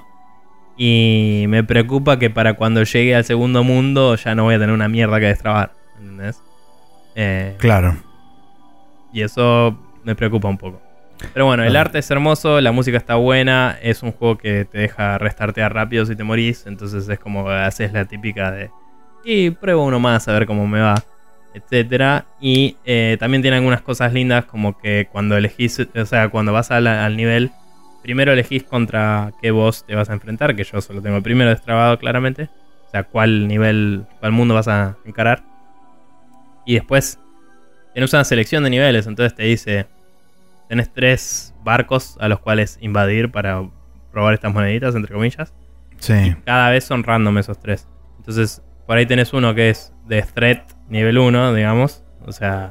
S2: Y me preocupa que para cuando llegue al segundo mundo ya no voy a tener una mierda que destrabar, ¿entendés?
S1: Claro.
S2: Y eso me preocupa un poco. Pero bueno, el arte es hermoso, la música está buena, es un juego que te deja restartear rápido si te morís, entonces es como haces la típica de y pruebo uno más a ver cómo me va, etcétera. Y también tiene algunas cosas lindas, como que cuando elegís, o sea, cuando vas al nivel, primero elegís contra qué boss te vas a enfrentar, que yo solo tengo el primero destrabado claramente, o sea, cuál mundo vas a encarar. Y después tienes una selección de niveles, entonces te dice, tenés 3 barcos a los cuales invadir para robar estas moneditas, entre comillas.
S1: Sí.
S2: Y cada vez son random esos 3. Entonces, por ahí tenés uno que es de threat nivel 1, digamos. O sea,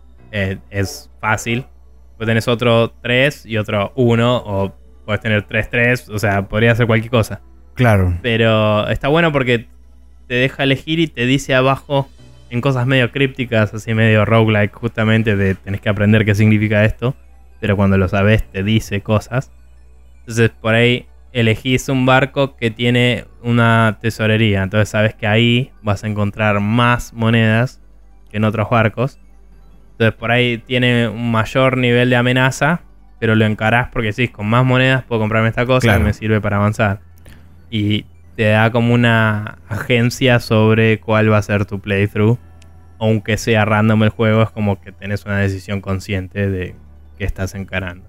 S2: es fácil. Después tenés otro 3 y otro 1. O podés tener 3-3. O sea, podría ser cualquier cosa.
S1: Claro.
S2: Pero está bueno porque te deja elegir y te dice abajo, en cosas medio crípticas, así medio roguelike, justamente, de tenés que aprender qué significa esto. Pero cuando lo sabes te dice cosas. Entonces por ahí elegís un barco que tiene una tesorería. Entonces sabes que ahí vas a encontrar más monedas que en otros barcos. Entonces por ahí tiene un mayor nivel de amenaza, pero lo encarás porque sí, con más monedas puedo comprarme esta cosa, que me sirve para avanzar. Y te da como una agencia sobre cuál va a ser tu playthrough. Aunque sea random el juego, es como que tenés una decisión consciente de que estás encarando.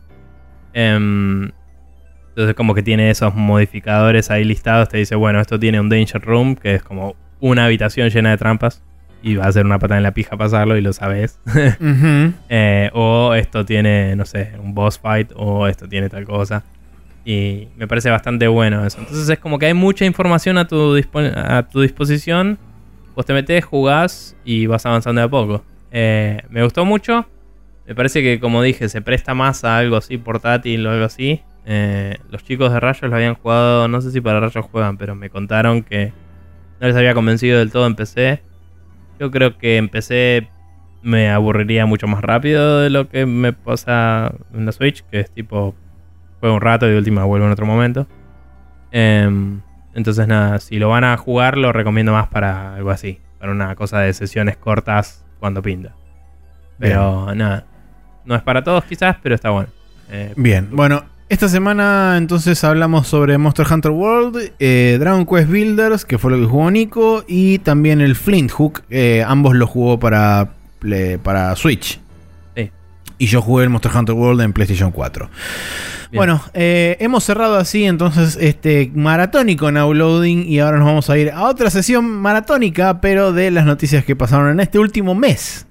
S2: Entonces como que tiene esos modificadores ahí listados. Te dice, bueno, esto tiene un danger room, que es como una habitación llena de trampas y va a ser una patada en la pija pasarlo y lo sabes.
S1: Uh-huh.
S2: O esto tiene, no sé, un boss fight, o esto tiene tal cosa. Y me parece bastante bueno eso. Entonces es como que hay mucha información a tu disposición. Vos te metés, jugás y vas avanzando de a poco. Me gustó mucho. Me parece que, como dije, se presta más a algo así portátil o algo así. Los chicos de Rayos lo habían jugado, no sé si para Rayos juegan, pero me contaron que no les había convencido del todo en PC. Yo creo que en PC me aburriría mucho más rápido de lo que me pasa en la Switch, que es tipo, juego un rato y de última vuelvo en otro momento. Entonces nada, si lo van a jugar lo recomiendo más para algo así, para una cosa de sesiones cortas cuando pinta. Pero nada, no es para todos quizás, pero está bueno.
S1: Bien, bueno, esta semana entonces hablamos sobre Monster Hunter World, Dragon Quest Builders, que fue lo que jugó Nico, y también el Flint Hook, ambos lo jugó para Switch.
S2: Sí.
S1: Y yo jugué el Monster Hunter World en PlayStation 4. Bien. Bueno, hemos cerrado así entonces este maratónico Now Loading, y ahora nos vamos a ir a otra sesión maratónica, pero de las noticias que pasaron en este último mes.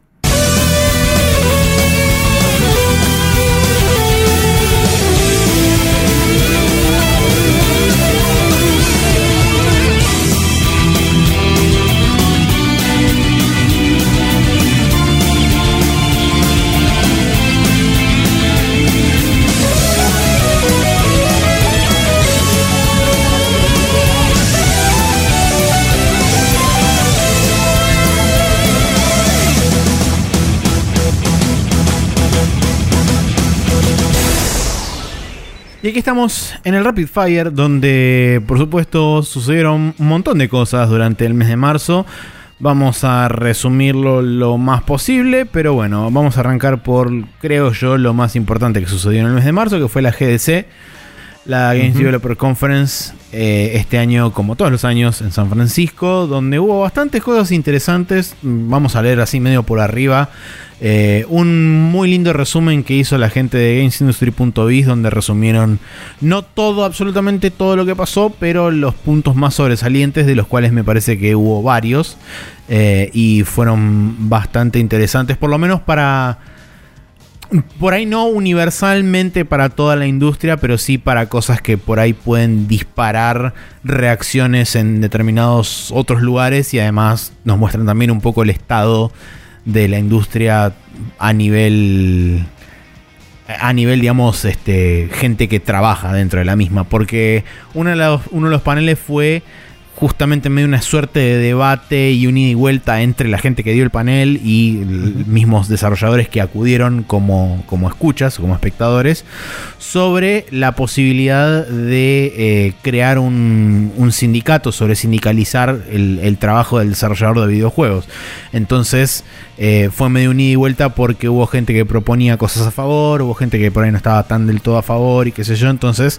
S1: Y aquí estamos en el Rapid Fire, donde por supuesto sucedieron un montón de cosas durante el mes de marzo. Vamos a resumirlo lo más posible, pero bueno, vamos a arrancar por, creo yo, lo más importante que sucedió en el mes de marzo, que fue la GDC. la Games Developer Conference este año, como todos los años, en San Francisco, donde hubo bastantes cosas interesantes. Vamos a leer así medio por arriba un muy lindo resumen que hizo la gente de GamesIndustry.biz, donde resumieron no todo, absolutamente todo lo que pasó, pero los puntos más sobresalientes, de los cuales me parece que hubo varios y fueron bastante interesantes, por lo menos para... Por ahí no universalmente para toda la industria, pero sí para cosas que por ahí pueden disparar reacciones en determinados otros lugares, y además nos muestran también un poco el estado de la industria a nivel, digamos, gente que trabaja dentro de la misma. Porque uno de los paneles fue justamente en medio de una suerte de debate y un ida y vuelta entre la gente que dio el panel y mismos desarrolladores que acudieron como escuchas, como espectadores, sobre la posibilidad de crear un sindicato, sobre sindicalizar el trabajo del desarrollador de videojuegos. Entonces fue medio un ida y vuelta, porque hubo gente que proponía cosas a favor, hubo gente que por ahí no estaba tan del todo a favor y qué sé yo. Entonces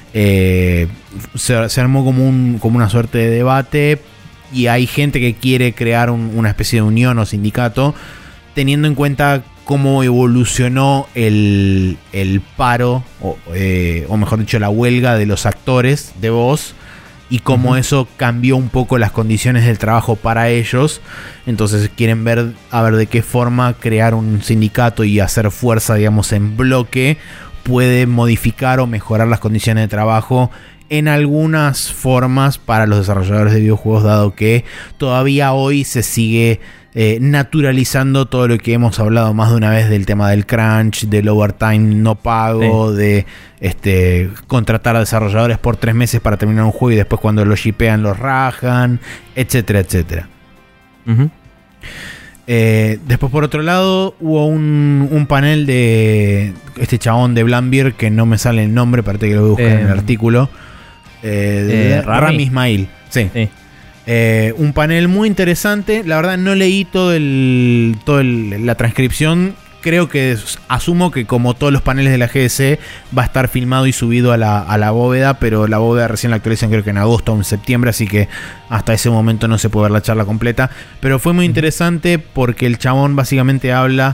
S1: se armó como una suerte de debate, y hay gente que quiere crear una especie de unión o sindicato, teniendo en cuenta cómo evolucionó el paro o mejor dicho la huelga de los actores de voz, y cómo eso cambió un poco las condiciones del trabajo para ellos. Entonces quieren ver a ver de qué forma crear un sindicato y hacer fuerza, digamos, en bloque puede modificar o mejorar las condiciones de trabajo en algunas formas para los desarrolladores de videojuegos, dado que todavía hoy se sigue naturalizando todo lo que hemos hablado más de una vez del tema del crunch, del overtime no pago, de contratar a desarrolladores por 3 meses para terminar un juego y después cuando lo shipean los rajan, etcétera, etcétera. Después, por otro lado, hubo un panel de este chabón de Blambir, que no me sale el nombre, parece que lo voy a buscar en el artículo, de Rami Ismail. Sí. Un panel muy interesante. La verdad no leí la transcripción. Creo que asumo que, como todos los paneles de la GDC, va a estar filmado y subido a la bóveda, pero la bóveda recién la actualizan creo que en agosto o en septiembre, así que hasta ese momento no se puede ver la charla completa. Pero fue muy interesante porque el chabón básicamente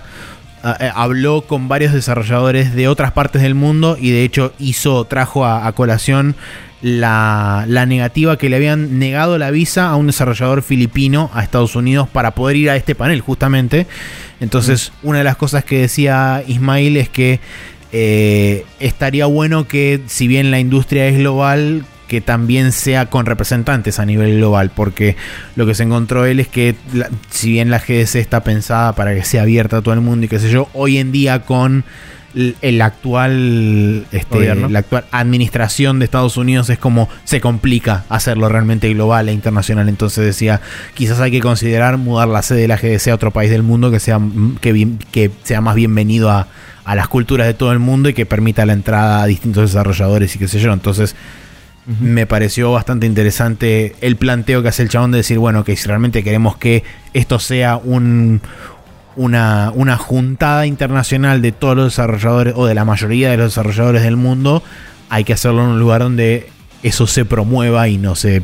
S1: habló con varios desarrolladores de otras partes del mundo, y de hecho trajo a colación la negativa que le habían negado la visa a un desarrollador filipino a Estados Unidos para poder ir a este panel justamente. Entonces una de las cosas que decía Ismail es que estaría bueno que, si bien la industria es global, que también sea con representantes a nivel global, porque lo que se encontró él es que si bien la GDC está pensada para que sea abierta a todo el mundo y qué sé yo, hoy en día con la actual administración de Estados Unidos es como se complica hacerlo realmente global e internacional. Entonces decía, quizás hay que considerar mudar la sede de la GDC a otro país del mundo que sea más bienvenido a las culturas de todo el mundo y que permita la entrada a distintos desarrolladores y qué sé yo. Entonces me pareció bastante interesante el planteo que hace el chabón de decir, bueno, que si realmente queremos que esto sea una juntada internacional de todos los desarrolladores, o de la mayoría de los desarrolladores del mundo, hay que hacerlo en un lugar donde eso se promueva y no se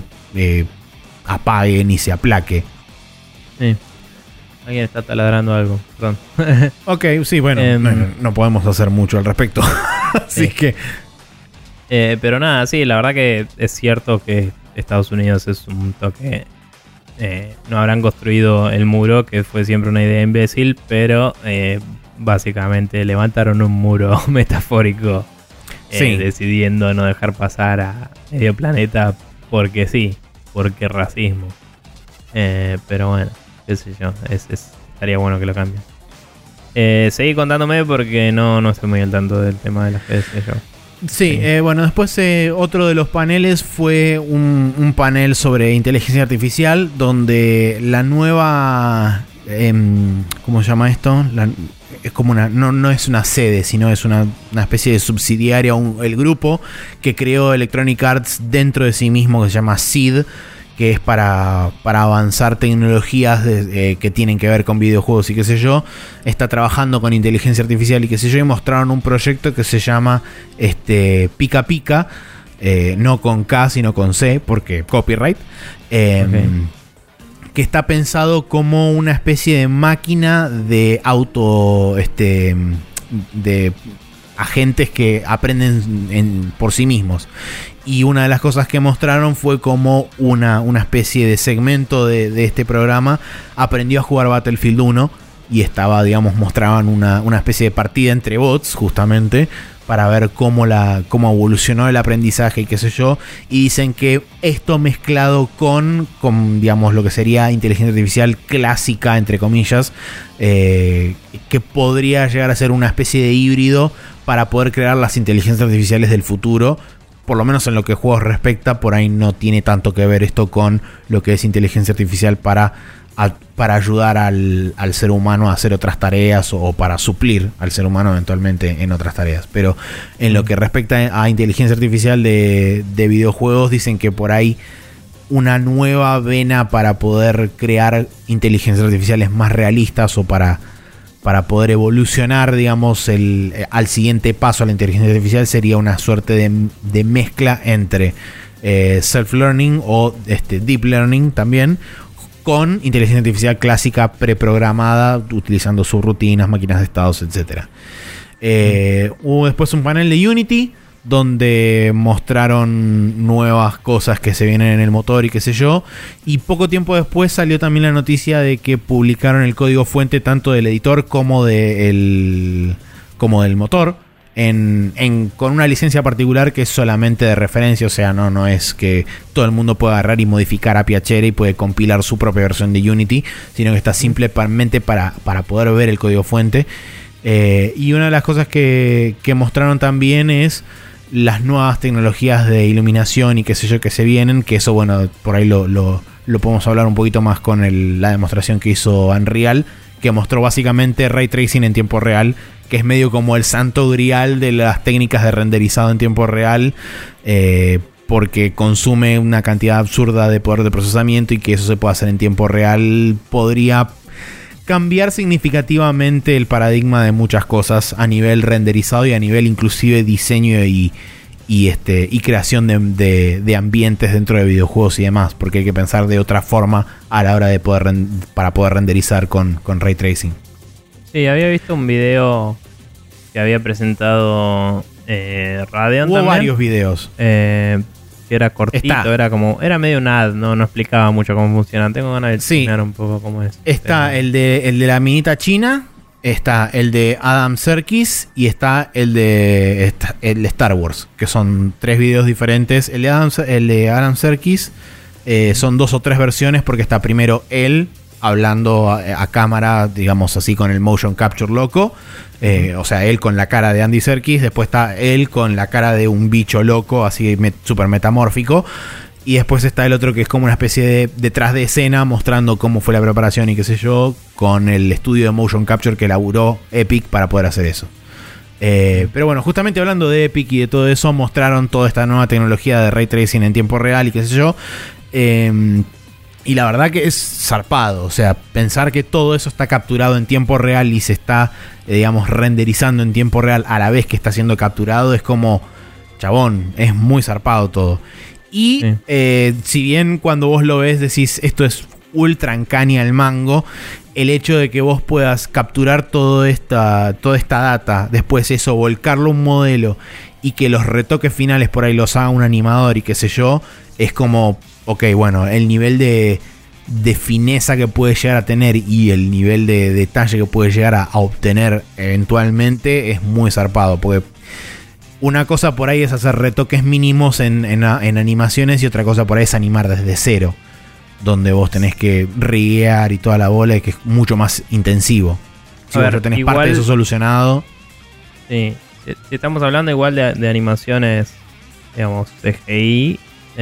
S1: apague ni se aplaque.
S2: Sí. Alguien está taladrando algo, perdón.
S1: Ok, sí, bueno, no podemos hacer mucho al respecto. Así que...
S2: pero nada, sí, la verdad que es cierto que Estados Unidos es un toque... no habrán construido el muro, que fue siempre una idea imbécil, pero básicamente levantaron un muro metafórico, decidiendo no dejar pasar a medio planeta porque sí, porque racismo. Pero bueno, qué sé yo, estaría bueno que lo cambien. Seguí contándome porque no estoy muy al tanto del tema de las GDC yo.
S1: Sí, bueno, después otro de los paneles fue un panel sobre inteligencia artificial, donde la nueva, ¿cómo se llama esto? Es como no es una sede, sino es una especie de subsidiaria, el grupo que creó Electronic Arts dentro de sí mismo, que se llama SEED, que es para avanzar tecnologías que tienen que ver con videojuegos y qué sé yo. Está trabajando con inteligencia artificial y qué sé yo, y mostraron un proyecto que se llama Pika Pika, no con K sino con C, porque copyright. Okay. Que está pensado como una especie de máquina de de agentes que aprenden por sí mismos. Y una de las cosas que mostraron fue como una especie de segmento de este programa aprendió a jugar Battlefield 1 y estaba, digamos, mostraban una especie de partida entre bots, justamente, para ver cómo evolucionó el aprendizaje y qué sé yo. Y dicen que esto mezclado con digamos, lo que sería inteligencia artificial clásica, entre comillas, que podría llegar a ser una especie de híbrido para poder crear las inteligencias artificiales del futuro. Por lo menos en lo que juegos respecta, por ahí no tiene tanto que ver esto con lo que es inteligencia artificial para ayudar al ser humano a hacer otras tareas o para suplir al ser humano eventualmente en otras tareas. Pero en lo que respecta a inteligencia artificial de videojuegos, dicen que por ahí una nueva vena para poder crear inteligencias artificiales más realistas o para poder evolucionar, digamos, al siguiente paso a la inteligencia artificial sería una suerte de mezcla entre self-learning o deep learning también, con inteligencia artificial clásica preprogramada, utilizando subrutinas, máquinas de estados, etc. Hubo después un panel de Unity, donde mostraron nuevas cosas que se vienen en el motor y qué sé yo. Y poco tiempo después salió también la noticia de que publicaron el código fuente tanto del editor como del motor. Con una licencia particular que es solamente de referencia, o sea, no es que todo el mundo pueda agarrar y modificar a Piacere y puede compilar su propia versión de Unity, sino que está simplemente para poder ver el código fuente. Y una de las cosas que mostraron también es las nuevas tecnologías de iluminación y qué sé yo que se vienen, que eso, bueno, por ahí lo podemos hablar un poquito más con la demostración que hizo Unreal, que mostró básicamente ray tracing en tiempo real, que es medio como el santo grial de las técnicas de renderizado en tiempo real, porque consume una cantidad absurda de poder de procesamiento, y que eso se pueda hacer en tiempo real podría cambiar significativamente el paradigma de muchas cosas a nivel renderizado y a nivel inclusive diseño y creación de ambientes dentro de videojuegos y demás, porque hay que pensar de otra forma a la hora de para poder renderizar con ray tracing.
S2: Sí, había visto un video que había presentado Radeon.
S1: Hubo
S2: también
S1: varios videos.
S2: Que era cortito, era medio un ad, no explicaba mucho cómo funciona. Tengo ganas de explicar un poco cómo es.
S1: Está el de la minita china, está el de Adam Serkis y está el de Star Wars, que son 3 videos diferentes. El de Adam Serkis son 2 o 3 versiones, porque está primero él hablando a cámara, digamos así, con el motion capture loco. O sea, él con la cara de Andy Serkis. Después está él con la cara de un bicho loco, así súper metamórfico. Y después está el otro que es como una especie de detrás de escena, mostrando cómo fue la preparación y qué sé yo, con el estudio de motion capture que elaboró Epic para poder hacer eso. Pero bueno, justamente hablando de Epic y de todo eso, mostraron toda esta nueva tecnología de ray tracing en tiempo real y qué sé yo. Y la verdad que es zarpado. O sea, pensar que todo eso está capturado en tiempo real y se está, digamos, renderizando en tiempo real a la vez que está siendo capturado, es como, chabón, es muy zarpado todo. Y si bien cuando vos lo ves decís, esto es ultra uncanny al mango, el hecho de que vos puedas capturar toda esta data, después eso, volcarlo a un modelo y que los retoques finales por ahí los haga un animador y qué sé yo, es como, ok, bueno, el nivel de fineza que puede llegar a tener y el nivel de detalle que puede llegar a obtener eventualmente es muy zarpado, porque una cosa por ahí es hacer retoques mínimos en animaciones, y otra cosa por ahí es animar desde cero, donde vos tenés que riguear y toda la bola, y que es mucho más intensivo. Si vos ya tenés igual, parte de eso solucionado.
S2: Sí, si estamos hablando igual de animaciones, digamos, CGI,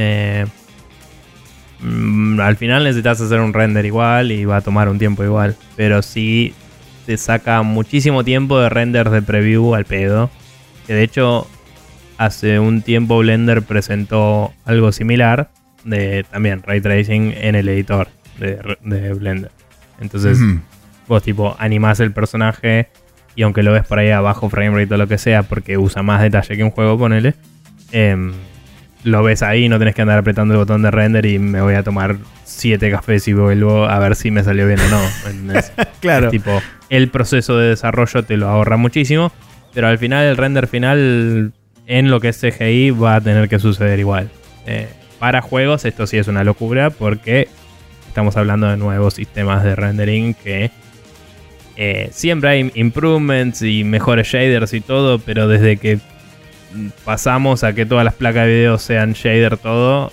S2: al final necesitas hacer un render igual y va a tomar un tiempo igual. Pero sí te saca muchísimo tiempo de renders de preview al pedo. Que de hecho hace un tiempo Blender presentó algo similar, de también ray tracing en el editor de Blender. Entonces, vos tipo animás el personaje y aunque lo ves por ahí a bajo frame rate o lo que sea, porque usa más detalle que un juego, ponele, lo ves ahí, no tenés que andar apretando el botón de render y me voy a tomar 7 cafés y vuelvo a ver si me salió bien o no.
S1: Claro.
S2: Es tipo, el proceso de desarrollo te lo ahorra muchísimo, pero al final el render final en lo que es CGI va a tener que suceder igual. Para juegos esto sí es una locura porque estamos hablando de nuevos sistemas de rendering que siempre hay improvements y mejores shaders y todo, pero desde que pasamos a que todas las placas de video sean shader todo,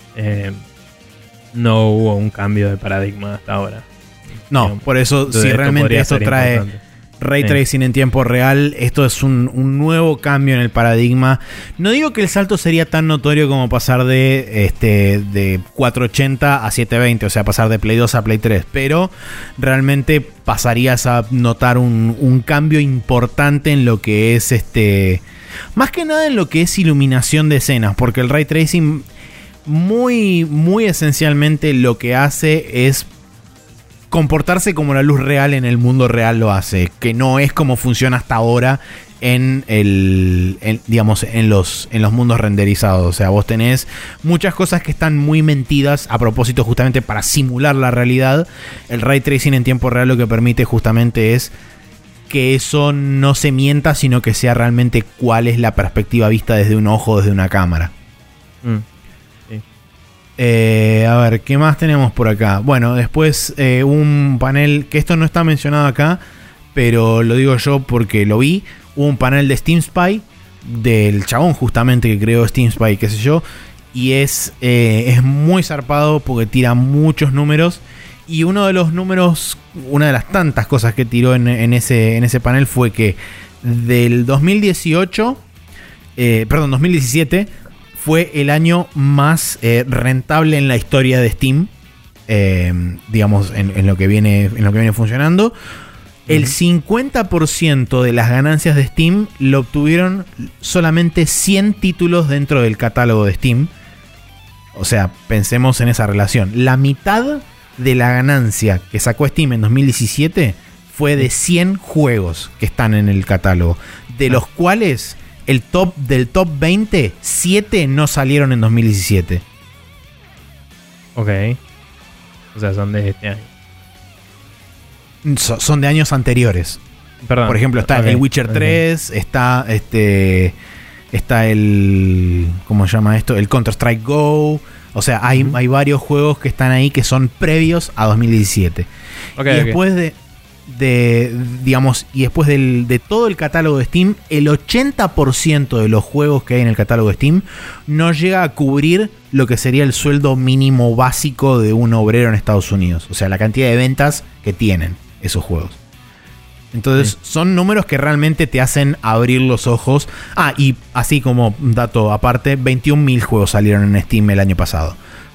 S2: no hubo un cambio de paradigma hasta ahora.
S1: No, por eso entonces, si realmente esto trae importante. Ray tracing en tiempo real, esto es un nuevo cambio en el paradigma. No digo que el salto sería tan notorio como pasar de 480 a 720, o sea, pasar de Play 2 a Play 3, pero realmente pasarías a notar un cambio importante en lo que es más que nada en lo que es iluminación de escenas, porque el Ray tracing muy, muy esencialmente lo que hace es comportarse como la luz real en el mundo real lo hace, que no es como funciona hasta ahora en los mundos renderizados. O sea, vos tenés muchas cosas que están muy mentidas a propósito justamente para simular la realidad. El Ray tracing en tiempo real lo que permite justamente es que eso no se mienta, sino que sea realmente cuál es la perspectiva vista desde un ojo, desde una cámara. A ver, ¿qué más tenemos por acá? Bueno, después un panel, que esto no está mencionado acá, pero lo digo yo porque lo vi. Hubo un panel de Steam Spy, del chabón justamente que creó Steam Spy, qué sé yo. Y es muy zarpado porque tira muchos números. Y uno de los números, una de las tantas cosas que tiró en ese panel fue que del 2017 fue el año más rentable en la historia de Steam, digamos, en lo que viene funcionando. El 50% de las ganancias de Steam lo obtuvieron solamente 100 títulos dentro del catálogo de Steam. O sea, pensemos en esa relación. La mitad de la ganancia que sacó Steam en 2017 fue de 100 juegos que están en el catálogo, de los cuales del top 20, 7 no salieron en 2017.
S2: Ok. O sea, son de este año.
S1: Son de años anteriores.
S2: Perdón.
S1: Por ejemplo, está el Witcher 3, está el... ¿cómo se llama esto? El Counter-Strike Go. O sea, hay varios juegos que están ahí que son previos a 2017. Y después de todo el catálogo de Steam, el 80% de los juegos que hay en el catálogo de Steam no llega a cubrir lo que sería el sueldo mínimo básico de un obrero en Estados Unidos. O sea, la cantidad de ventas que tienen esos juegos. Entonces, son números que realmente te hacen abrir los ojos. Ah, y así como dato aparte, 21.000 juegos salieron en Steam el año pasado.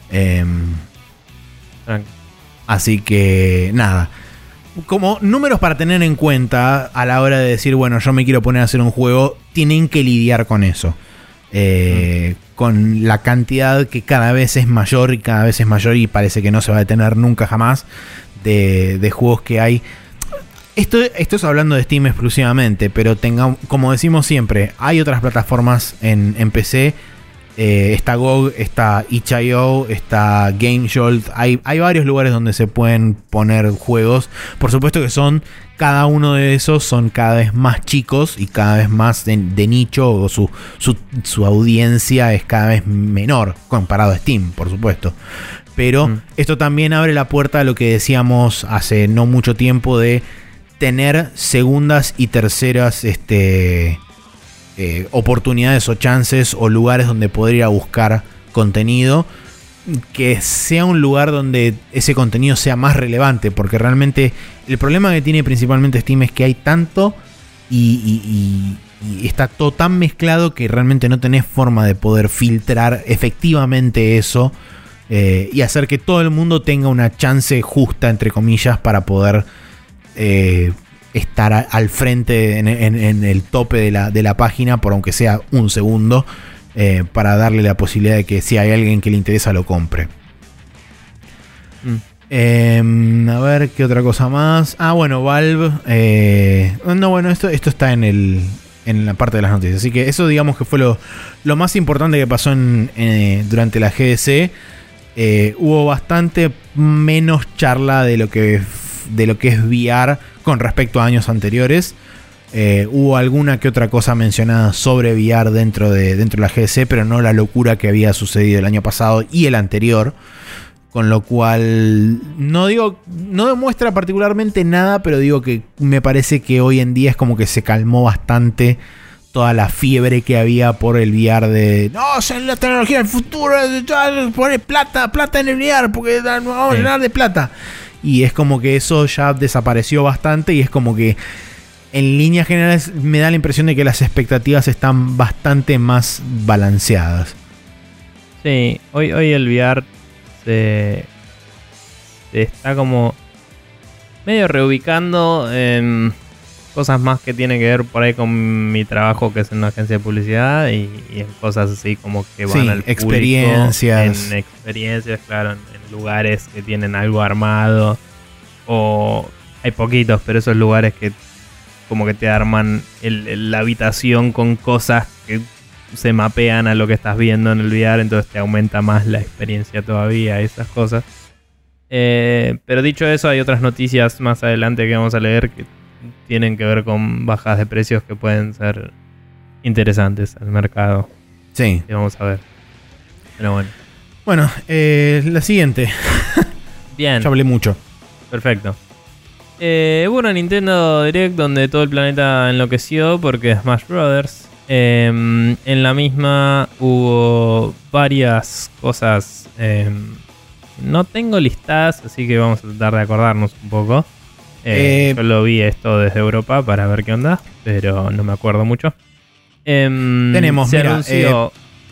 S1: Así que, nada. Como números para tener en cuenta a la hora de decir, bueno, yo me quiero poner a hacer un juego, tienen que lidiar con eso. Con la cantidad que cada vez es mayor y parece que no se va a detener nunca jamás de juegos que hay. Esto es hablando de Steam exclusivamente, pero como decimos siempre, hay otras plataformas en PC. Está GOG, está itch.io, está GameJolt. Hay varios lugares donde se pueden poner juegos. Por supuesto que cada uno de esos son cada vez más chicos y cada vez más de nicho, o su audiencia es cada vez menor comparado a Steam, por supuesto. Pero esto también abre la puerta a lo que decíamos hace no mucho tiempo de tener segundas y terceras oportunidades o chances o lugares donde poder ir a buscar contenido, que sea un lugar donde ese contenido sea más relevante, porque realmente el problema que tiene principalmente Steam es que hay tanto y está todo tan mezclado que realmente no tenés forma de poder filtrar efectivamente eso y hacer que todo el mundo tenga una chance justa, entre comillas, para poder estar al frente en el tope de la página, por aunque sea un segundo, para darle la posibilidad de que si hay alguien que le interesa lo compre. A ver, ¿qué otra cosa más? Bueno, Valve. Esto está en la parte de las noticias. Así que eso, digamos que fue lo más importante que pasó durante la GDC. Hubo bastante menos charla de lo que es VR con respecto a años anteriores. Hubo alguna que otra cosa mencionada sobre VR dentro de la GDC, pero no la locura que había sucedido el año pasado y el anterior. Con lo cual, no demuestra particularmente nada, pero digo que me parece que hoy en día es como que se calmó bastante toda la fiebre que había por el VR de no, es la tecnología del futuro, poner plata en el VR porque nos vamos a llenar de plata. Y es como que eso ya desapareció bastante y es como que en líneas generales me da la impresión de que las expectativas están bastante más balanceadas.
S2: Sí, hoy el VR se está como medio reubicando en cosas más que tienen que ver por ahí con mi trabajo, que es en una agencia de publicidad, y en cosas así como que van al
S1: experiencias.
S2: Público, en experiencias, claro, en lugares que tienen algo armado, o hay poquitos, pero esos lugares que como que te arman la habitación con cosas que se mapean a lo que estás viendo en el VR, entonces te aumenta más la experiencia todavía, esas cosas. Pero dicho eso, hay otras noticias más adelante que vamos a leer que tienen que ver con bajas de precios que pueden ser interesantes al mercado.
S1: Sí.
S2: Y vamos a ver. Pero bueno.
S1: Bueno, la siguiente.
S2: Bien.
S1: Ya hablé mucho.
S2: Perfecto. Hubo una Nintendo Direct donde todo el planeta enloqueció porque Smash Brothers. En la misma hubo varias cosas. No tengo listadas, así que vamos a tratar de acordarnos un poco. Yo lo vi esto desde Europa para ver qué onda, pero no me acuerdo mucho.
S1: Tenemos,
S2: se anunció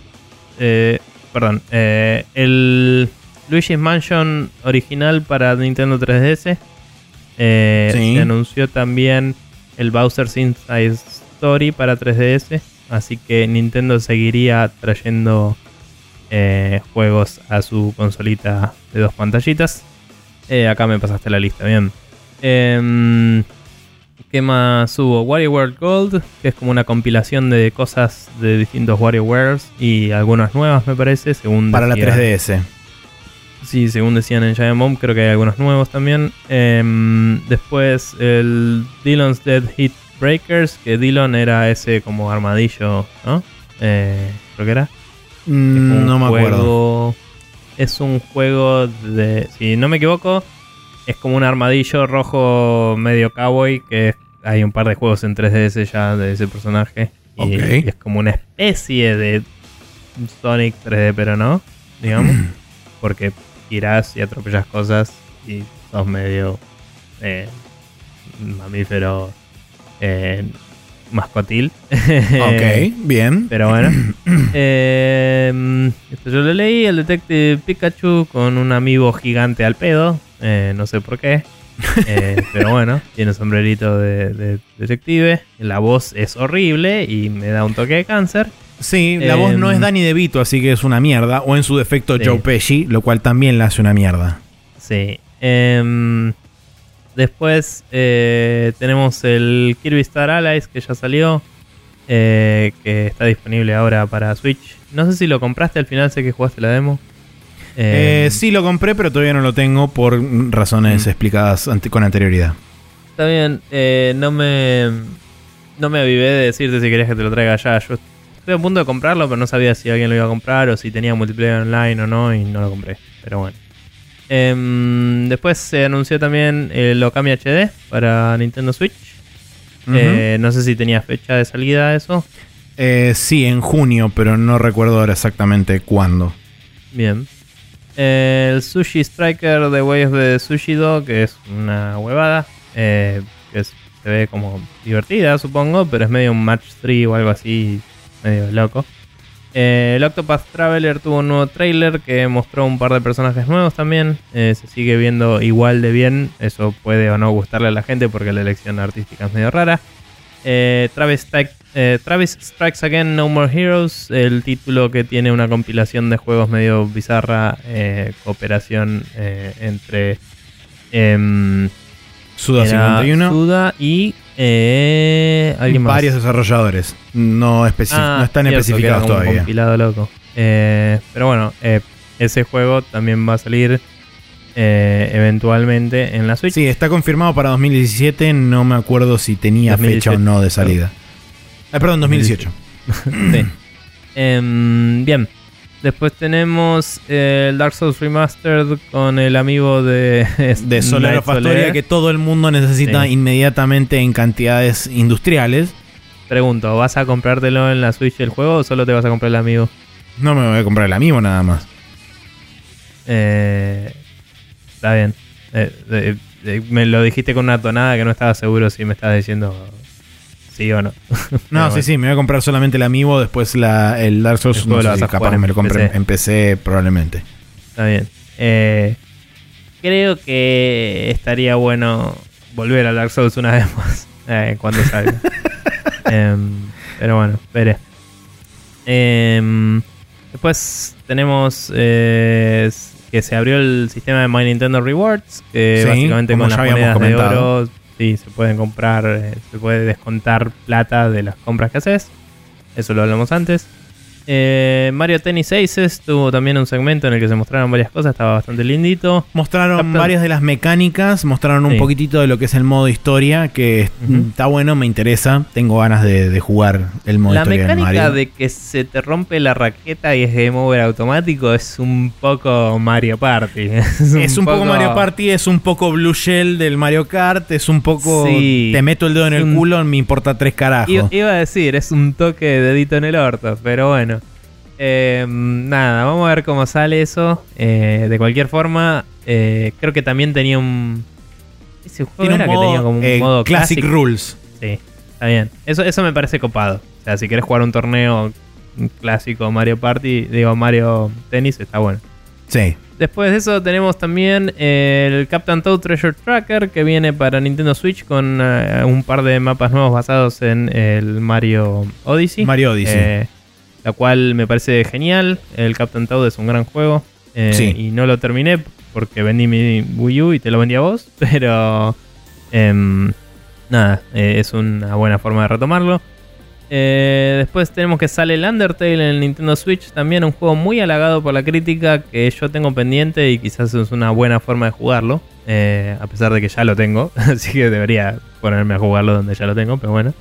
S2: el Luigi's Mansion original para Nintendo 3DS. Se anunció también el Bowser's Inside Story para 3DS, así que Nintendo seguiría trayendo juegos a su consolita de 2 pantallitas. Acá me pasaste la lista, bien. ¿Qué más hubo? WarioWare Gold, que es como una compilación de cosas de distintos WarioWares y algunas nuevas, me parece, según
S1: para la 3DS.
S2: Sí, según decían en Giant Bomb, creo que hay algunos nuevos también. Después el Dillon's Dead Hit Breakers, que Dillon era ese como armadillo, ¿no? Creo que era.
S1: No me acuerdo.
S2: Es un juego de... Si no me equivoco, es como un armadillo rojo medio cowboy, que hay un par de juegos en 3DS ya de ese personaje. Y es como una especie de Sonic 3D, pero no, digamos. Porque girás y atropellas cosas y sos medio mamífero mascotil.
S1: Ok, bien.
S2: Pero bueno. Esto yo lo leí. El Detective Pikachu con un amiibo gigante al pedo. No sé por qué. Pero bueno, tiene sombrerito de detective. La voz es horrible y me da un toque de cáncer.
S1: Sí, la voz no es Danny DeVito, así que es una mierda. O en su defecto Joe Pesci, lo cual también la hace una mierda.
S2: Sí. Después tenemos el Kirby Star Allies, que ya salió. Que está disponible ahora para Switch. No sé si lo compraste al final, sé que jugaste la demo.
S1: Sí, lo compré, pero todavía no lo tengo por razones explicadas con anterioridad.
S2: Está bien, no me avivé de decirte si querías que te lo traiga ya. Yo estoy a punto de comprarlo, pero no sabía si alguien lo iba a comprar o si tenía multiplayer online o no, y no lo compré. Pero bueno. Después se anunció también el Okami HD para Nintendo Switch. No sé si tenía fecha de salida eso.
S1: Sí, en junio, pero no recuerdo ahora exactamente cuándo.
S2: Bien. El Sushi Striker The Way of the Sushido, que es una huevada. Que se ve como divertida, supongo, pero es medio un match 3 o algo así, medio loco. El Octopath Traveler tuvo un nuevo trailer que mostró un par de personajes nuevos también. Se sigue viendo igual de bien. Eso puede o no gustarle a la gente porque la elección artística es medio rara. Travis Travis Strikes Again, No More Heroes, el título que tiene una compilación de juegos medio bizarra, cooperación entre
S1: Suda 51.
S2: Suda y alguien más.
S1: Varios desarrolladores. No están especificados todavía.
S2: Un compilado loco. Pero bueno, ese juego también va a salir eventualmente en la Switch.
S1: Sí, está confirmado para 2017. No me acuerdo si tenía 2017, fecha o no de salida. Perdón, 2018.
S2: Sí. Bien. Después tenemos el Dark Souls Remastered con el amigo de
S1: Soler Factoria, que todo el mundo necesita inmediatamente en cantidades industriales.
S2: Pregunto, ¿vas a comprártelo en la Switch el juego o solo te vas a comprar el amigo?
S1: No me voy a comprar el amigo nada más.
S2: Está bien. Me lo dijiste con una tonada que no estaba seguro si me estabas diciendo sí o no.
S1: No, bueno. Sí, me voy a comprar solamente el amigo. Después el Dark Souls no sé si capaz me lo compre en PC probablemente.
S2: Está bien. Creo que estaría bueno volver al Dark Souls una vez más cuando salga. Pero bueno, veré. Después tenemos que se abrió el sistema de My Nintendo Rewards, que básicamente con las monedas de oro se pueden comprar, se puede descontar plata de las compras que haces. Eso lo hablamos antes. Mario Tennis Aces tuvo también un segmento en el que se mostraron varias cosas, estaba bastante lindito.
S1: Mostraron varias de las mecánicas, mostraron un poquitito de lo que es el modo historia, que está bueno, me interesa, tengo ganas de jugar el modo historia del Mario.
S2: La mecánica de que se te rompe la raqueta y es game over automático es un poco Mario Party.
S1: Es un poco Mario Party, es un poco Blue Shell del Mario Kart, es un poco te meto el dedo en el culo, me importa 3 carajos.
S2: Iba a decir, es un toque de dedito en el orto, pero bueno. Nada, vamos a ver cómo sale eso. De cualquier forma, creo que también tenía un... Ese juego era que tenía como un modo
S1: Classic Rules.
S2: Sí, está bien. Eso me parece copado. O sea, si querés jugar un torneo clásico Mario Party, Mario Tennis, está bueno.
S1: Sí.
S2: Después de eso tenemos también el Captain Toad Treasure Tracker, que viene para Nintendo Switch con un par de mapas nuevos basados en el Mario Odyssey. La cual me parece genial. El Captain Toad es un gran juego. Y no lo terminé porque vendí mi Wii U y te lo vendí a vos. Pero nada, es una buena forma de retomarlo. Después tenemos que sale el Undertale en el Nintendo Switch. También un juego muy halagado por la crítica, que yo tengo pendiente y quizás es una buena forma de jugarlo. A pesar de que ya lo tengo. Así que debería ponerme a jugarlo donde ya lo tengo, pero bueno.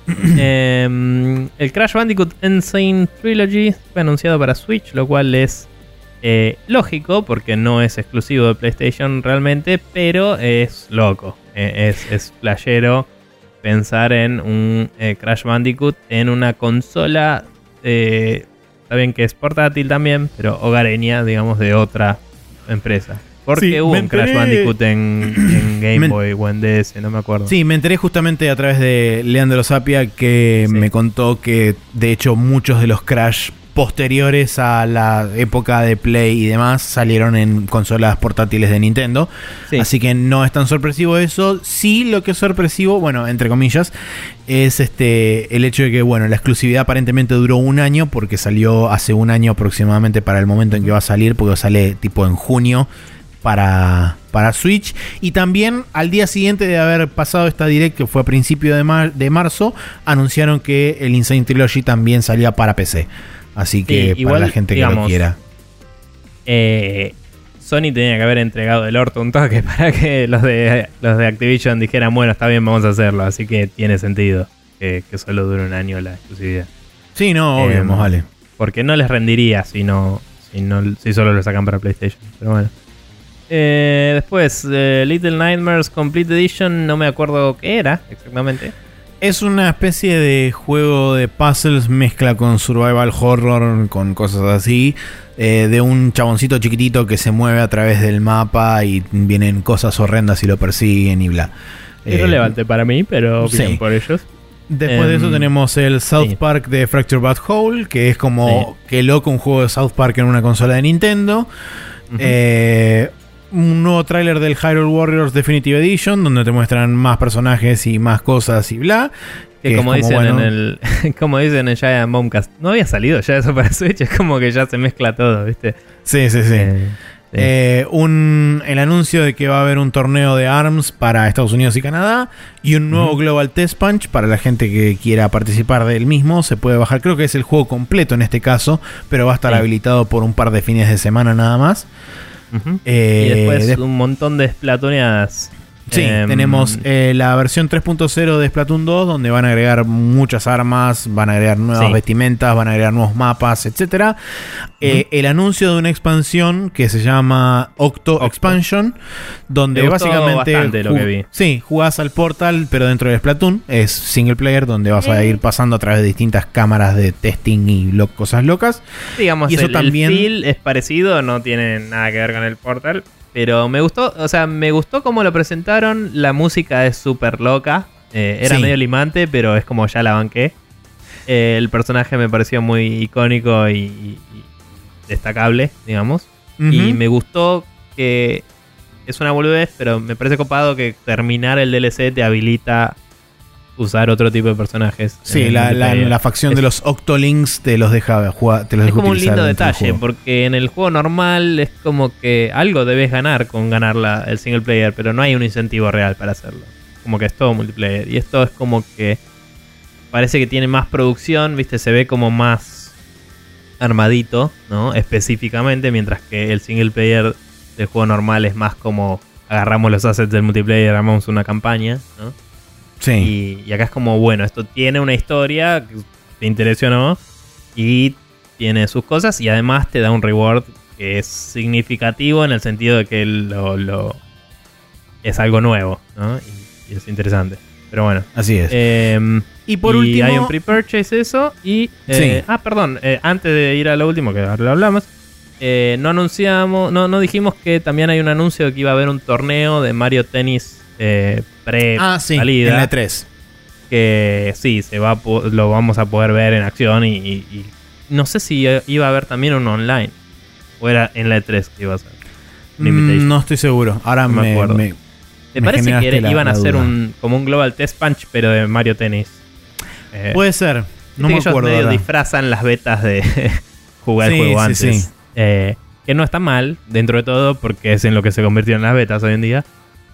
S2: El Crash Bandicoot Insane Trilogy fue anunciado para Switch, lo cual es lógico porque no es exclusivo de PlayStation realmente, pero es loco, es flashero pensar en un Crash Bandicoot en una consola, está bien que es portátil también, pero hogareña, digamos, de otra empresa. Porque hubo un Crash Bandicoot en Game Boy o en DS, no me acuerdo.
S1: Sí, me enteré justamente a través de Leandro Sapia, que me contó que de hecho muchos de los Crash posteriores a la época de Play y demás salieron en consolas portátiles de Nintendo. Así que no es tan sorpresivo eso. Sí, lo que es sorpresivo, bueno, entre comillas, es el hecho de que, bueno, la exclusividad aparentemente duró un año, porque salió hace un año aproximadamente para el momento en que va a salir, porque sale tipo en junio para Switch. Y también al día siguiente de haber pasado esta Direct, que fue a principio de marzo, anunciaron que el Insane Trilogy también salía para PC. Así que igual, para la gente que lo quiera.
S2: Sony tenía que haber entregado el orto un toque para que los de Activision dijeran, bueno, está bien, vamos a hacerlo. Así que tiene sentido que solo dure un año la exclusividad.
S1: Sí, no, obvio, vale.
S2: Porque no les rendiría si solo lo sacan para PlayStation. Pero bueno. Después, Little Nightmares Complete Edition, no me acuerdo qué era exactamente.
S1: Es una especie de juego de puzzles, mezcla con survival horror, con cosas así, de un chaboncito chiquitito que se mueve a través del mapa y vienen cosas horrendas y lo persiguen y bla.
S2: Irrelevante para mí, pero bien por ellos.
S1: Después de eso tenemos el South Park de Fractured But Whole, que es como que loco, un juego de South Park en una consola de Nintendo. Un nuevo tráiler del Hyrule Warriors Definitive Edition, donde te muestran más personajes y más cosas y bla.
S2: Que como dicen bueno, como dicen en Giant Bombcast, no había salido ya eso para Switch, es como que ya se mezcla todo, ¿viste?
S1: Sí. El anuncio de que va a haber un torneo de ARMS para Estados Unidos y Canadá y un nuevo Global Test Punch para la gente que quiera participar del mismo. Se puede bajar, creo que es el juego completo en este caso, pero va a estar habilitado por un par de fines de semana nada más.
S2: Y después un montón de Splatooniadas.
S1: Sí, tenemos la versión 3.0 de Splatoon 2, donde van a agregar muchas armas, van a agregar nuevas vestimentas, van a agregar nuevos mapas, etc. El anuncio de una expansión que se llama Octo Expansion, donde básicamente
S2: lo que vi.
S1: Sí, jugás al Portal, pero dentro de Splatoon. Es single player, donde vas a ir pasando a través de distintas cámaras de testing y cosas locas.
S2: Digamos, y eso también... el feel es parecido, no tiene nada que ver con el Portal. Pero me gustó, me gustó cómo lo presentaron. La música es súper loca. Era medio limante, pero es como ya la banqué. El personaje me pareció muy icónico y destacable, digamos. Y me gustó que es una boludez, pero me parece copado que terminar el DLC te habilita usar otro tipo de personajes.
S1: Sí, la facción de los Octolinks te los deja jugar.
S2: Es como un lindo detalle, porque en el juego normal es como que algo debes ganar con ganar el single player, pero no hay un incentivo real para hacerlo. Como que es todo multiplayer. Y esto es como que parece que tiene más producción, ¿viste? Se ve como más armadito, ¿no? Específicamente, mientras que el single player del juego normal es más como agarramos los assets del multiplayer y armamos una campaña, ¿no?
S1: Sí.
S2: Y acá es como, bueno, esto tiene una historia, que te interese o no, y tiene sus cosas, y además te da un reward que es significativo en el sentido de que es algo nuevo, ¿no? Y es interesante. Pero bueno.
S1: Así es.
S2: Y por último... hay un pre-purchase eso, y... antes de ir a lo último, que ahora lo hablamos, no dijimos que también hay un anuncio de que iba a haber un torneo de Mario Tennis pre-salida.
S1: En la E3.
S2: Que sí, lo vamos a poder ver en acción y no sé si iba a haber también un online. O era en la E3 que iba a ser.
S1: No estoy seguro. Ahora
S2: me acuerdo. Me parece que iban a hacer como un Global Test Punch, pero de Mario Tennis.
S1: Puede ser. No me acuerdo.
S2: Ellos medio disfrazan las betas de jugar el juego antes. Sí. Que no está mal, dentro de todo, porque es en lo que se convirtieron las betas hoy en día.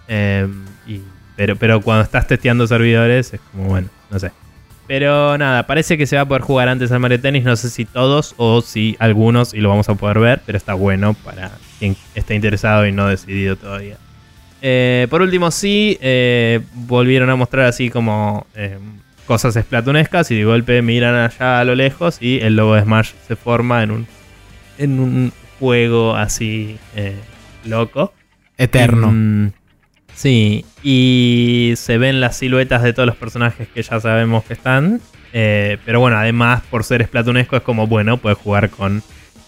S2: Pero cuando estás testeando servidores es como, bueno, no sé. Pero nada, parece que se va a poder jugar antes al Mario Tennis. No sé si todos o si algunos, y lo vamos a poder ver, pero está bueno para quien esté interesado y no decidido todavía. Por último, volvieron a mostrar así como cosas splatunescas, y de golpe miran allá a lo lejos y el logo de Smash se forma en un juego así loco.
S1: Eterno.
S2: Sí, y se ven las siluetas de todos los personajes que ya sabemos que están. Pero bueno, además, por ser splatunesco, es como, bueno, puedes jugar con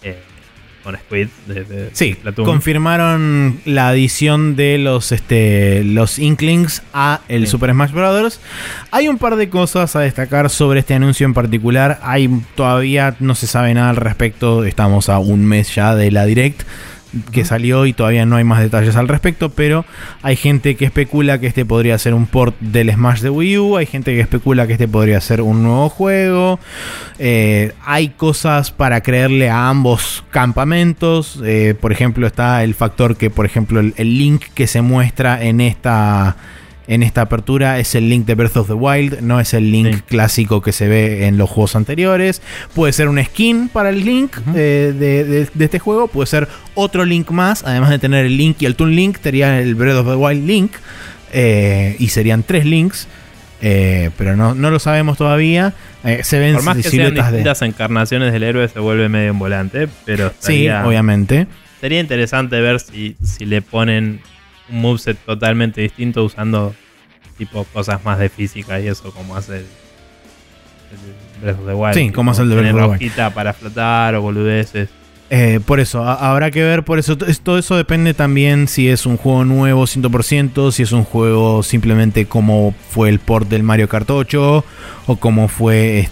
S2: Squid de Splatoon.
S1: Confirmaron la adición de los Inklings a el Super Smash Bros. Hay un par de cosas a destacar sobre este anuncio en particular. Todavía no se sabe nada al respecto. Estamos a un mes ya de la Direct que salió y todavía no hay más detalles al respecto, pero hay gente que especula que este podría ser un port del Smash de Wii U, hay gente que especula que este podría ser un nuevo juego, hay cosas para creerle a ambos campamentos. Por ejemplo, está el factor que, por ejemplo, el link que se muestra en esta apertura es el link de Breath of the Wild, no es el link clásico que se ve en los juegos anteriores. Puede ser un skin para el link de este juego, puede ser otro link más, además de tener el link y el Toon Link, sería el Breath of the Wild link, y serían 3 links, pero no lo sabemos todavía. Se ven
S2: por más que sean distintas encarnaciones del héroe, se vuelve medio envolante, pero
S1: sí, obviamente.
S2: Sería interesante ver si le ponen un moveset totalmente distinto usando tipo cosas más de física y eso, como hace el Breath of the Wild.
S1: Sí, como hace el de Breath of the Wild.
S2: Rojita para flotar o boludeces.
S1: Por eso, habrá que ver. Por eso, todo eso depende también si es un juego nuevo 100%, si es un juego simplemente como fue el port del Mario Kart 8, o como fue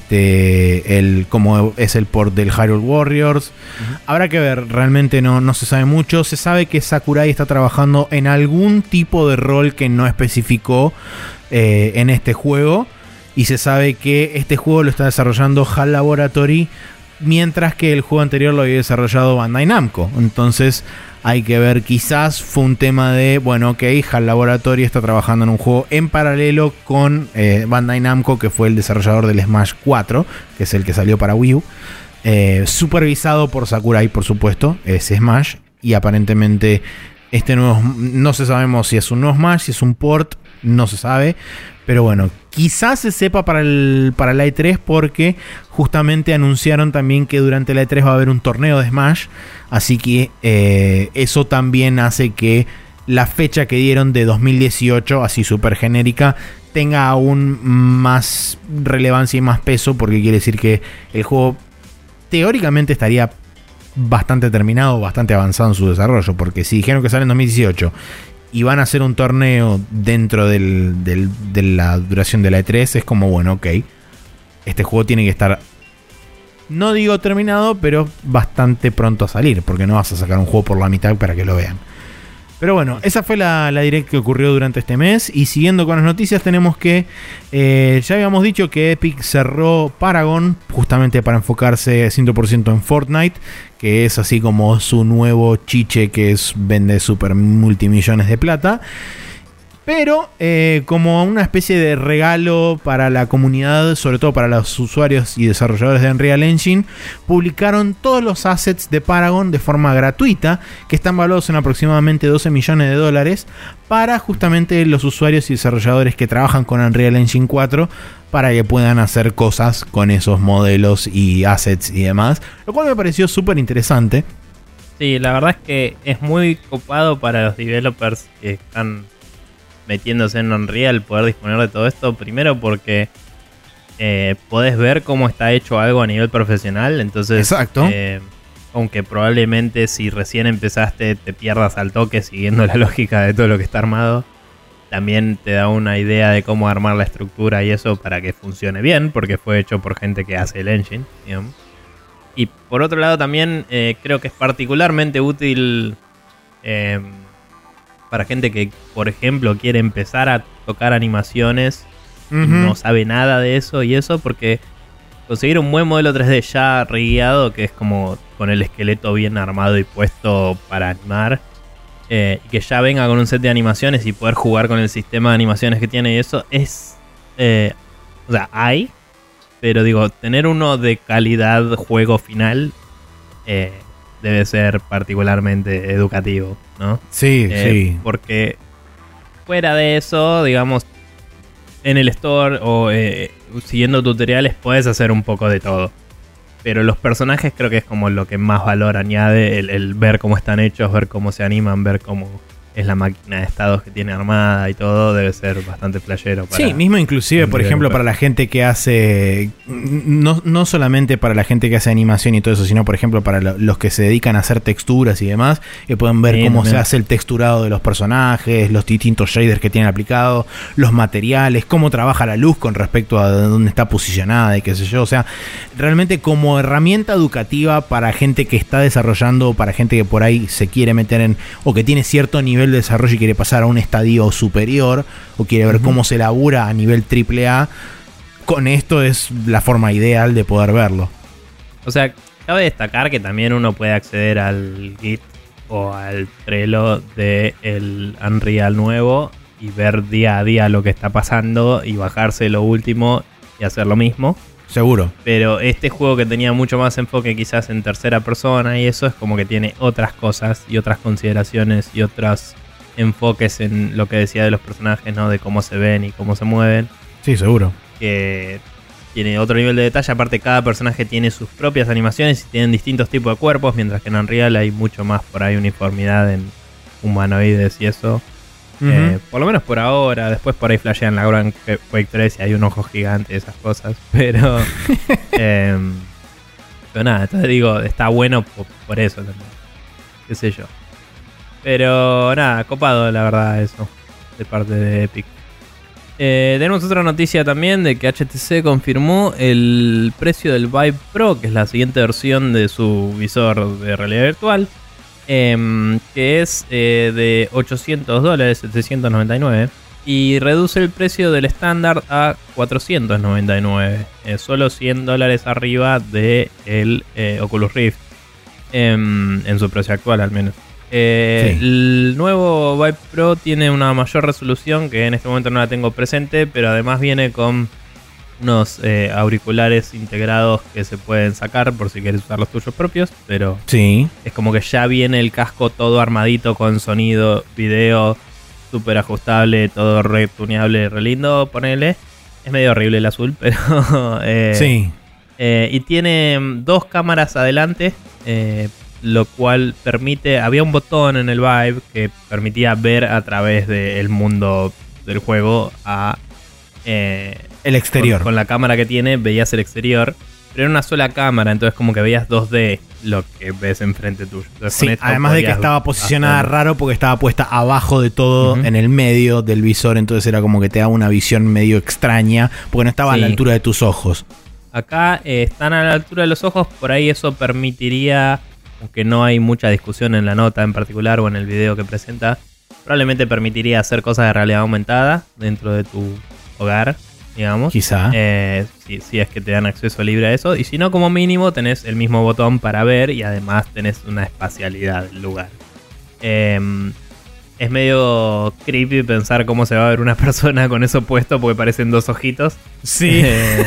S1: como es el port del Hyrule Warriors. Habrá que ver, realmente no se sabe mucho. Se sabe que Sakurai está trabajando en algún tipo de rol que no especificó en este juego. y se sabe que este juego lo está desarrollando HAL Laboratory, mientras que el juego anterior lo había desarrollado Bandai Namco. Entonces hay que ver, quizás fue un tema de, bueno, ok, HAL Laboratory está trabajando en un juego en paralelo con Bandai Namco, que fue el desarrollador del Smash 4, que es el que salió para Wii U, supervisado por Sakurai, por supuesto, ese Smash, y aparentemente este nuevo, no se sabemos si es un nuevo Smash, si es un port, no se sabe. Pero bueno, quizás se sepa para la E3, porque justamente anunciaron también que durante la E3 va a haber un torneo de Smash. Así que eso también hace que la fecha que dieron de 2018, así súper genérica, tenga aún más relevancia y más peso, porque quiere decir que el juego teóricamente estaría bastante terminado, bastante avanzado en su desarrollo. Porque si dijeron que sale en 2018... y van a hacer un torneo dentro de la duración de la E3, es como, bueno, ok, este juego tiene que estar, no digo terminado, pero bastante pronto a salir, porque no vas a sacar un juego por la mitad para que lo vean. Pero bueno, esa fue la Direct que ocurrió durante este mes. Y siguiendo con las noticias, tenemos que ya habíamos dicho que Epic cerró Paragon justamente para enfocarse 100% en Fortnite, que es así como su nuevo chiche, que vende super multimillones de plata. Pero como una especie de regalo para la comunidad, sobre todo para los usuarios y desarrolladores de Unreal Engine, publicaron todos los assets de Paragon de forma gratuita, que están valuados en aproximadamente 12 millones de dólares, para justamente los usuarios y desarrolladores que trabajan con Unreal Engine 4, para que puedan hacer cosas con esos modelos y assets y demás, lo cual me pareció súper interesante.
S2: Sí, la verdad es que es muy copado para los developers que están metiéndose en Unreal poder disponer de todo esto. Primero porque podés ver cómo está hecho algo a nivel profesional. Entonces,
S1: exacto.
S2: Aunque probablemente si recién empezaste te pierdas al toque siguiendo la lógica de todo lo que está armado, también te da una idea de cómo armar la estructura y eso para que funcione bien, porque fue hecho por gente que hace el engine, digamos. Y por otro lado también creo que es particularmente útil para gente que, por ejemplo, quiere empezar a tocar animaciones y no sabe nada de eso y eso, porque conseguir un buen modelo 3D ya reguiado, que es como con el esqueleto bien armado y puesto para animar, y que ya venga con un set de animaciones y poder jugar con el sistema de animaciones que tiene y eso es... o sea, hay, pero digo, tener uno de calidad juego final debe ser particularmente educativo, ¿no?
S1: Sí, sí.
S2: Porque fuera de eso, digamos, en el store o siguiendo tutoriales puedes hacer un poco de todo. Pero los personajes creo que es como lo que más valor añade, el ver cómo están hechos, ver cómo se animan, ver cómo es la máquina de estados que tiene armada y todo, debe ser bastante flashero.
S1: Sí, mismo inclusive, por ejemplo, para la gente que hace, no solamente para la gente que hace animación y todo eso, sino por ejemplo para los que se dedican a hacer texturas y demás, que pueden ver cómo se hace el texturado de los personajes, los distintos shaders que tienen aplicados, los materiales, cómo trabaja la luz con respecto a dónde está posicionada y qué sé yo. O sea, realmente como herramienta educativa para gente que está desarrollando, para gente que por ahí se quiere meter en, o que tiene cierto nivel de desarrollo y quiere pasar a un estadio superior, o quiere ver cómo se labura a nivel AAA, con esto es la forma ideal de poder verlo.
S2: O sea, cabe destacar que también uno puede acceder al Git o al Trello del Unreal nuevo y ver día a día lo que está pasando y bajarse lo último y hacer lo mismo.
S1: Seguro.
S2: Pero este juego, que tenía mucho más enfoque quizás en tercera persona y eso, es como que tiene otras cosas y otras consideraciones y otros enfoques en lo que decía de los personajes, ¿no? De cómo se ven y cómo se mueven.
S1: Sí, seguro.
S2: Que tiene otro nivel de detalle. Aparte, cada personaje tiene sus propias animaciones y tienen distintos tipos de cuerpos, mientras que en Unreal hay mucho más por ahí uniformidad en humanoides y eso. Por lo menos por ahora. Después por ahí flashean la gran Quake 3 y hay un ojo gigante y esas cosas. Pero pero nada, entonces digo, está bueno por eso también. Qué sé yo. Pero nada, copado la verdad eso, de parte de Epic. Tenemos otra noticia también de que HTC confirmó el precio del Vive Pro, que es la siguiente versión de su visor de realidad virtual. Que es de $800, $799. Y reduce el precio del estándar a $499. Solo $100 arriba del Oculus Rift. En su precio actual al menos.
S1: Sí.
S2: El nuevo Vive Pro tiene una mayor resolución, que en este momento no la tengo presente, pero además viene con unos auriculares integrados que se pueden sacar por si quieres usar los tuyos propios, pero
S1: sí,
S2: es como que ya viene el casco todo armadito con sonido, video, súper ajustable, todo re tuneable, re lindo, ponele. Es medio horrible el azul, pero
S1: sí.
S2: Y tiene 2 cámaras adelante, lo cual permite... Había un botón en el Vive que permitía ver a través del mundo del juego a...
S1: el exterior.
S2: Con la cámara que tiene veías el exterior, pero era una sola cámara, entonces como que veías 2D lo que ves enfrente tuyo. Entonces,
S1: sí, además de que estaba posicionada raro porque estaba puesta abajo de todo, en el medio del visor, entonces era como que te daba una visión medio extraña porque no estaba a la altura de tus ojos.
S2: Acá están a la altura de los ojos, por ahí eso permitiría, aunque no hay mucha discusión en la nota en particular o en el video que presenta, probablemente permitiría hacer cosas de realidad aumentada dentro de tu hogar, digamos.
S1: Quizá.
S2: Si es que te dan acceso libre a eso. Y si no, como mínimo tenés el mismo botón para ver y además tenés una espacialidad del lugar. Es medio creepy pensar cómo se va a ver una persona con eso puesto porque parecen 2 ojitos.
S1: Sí.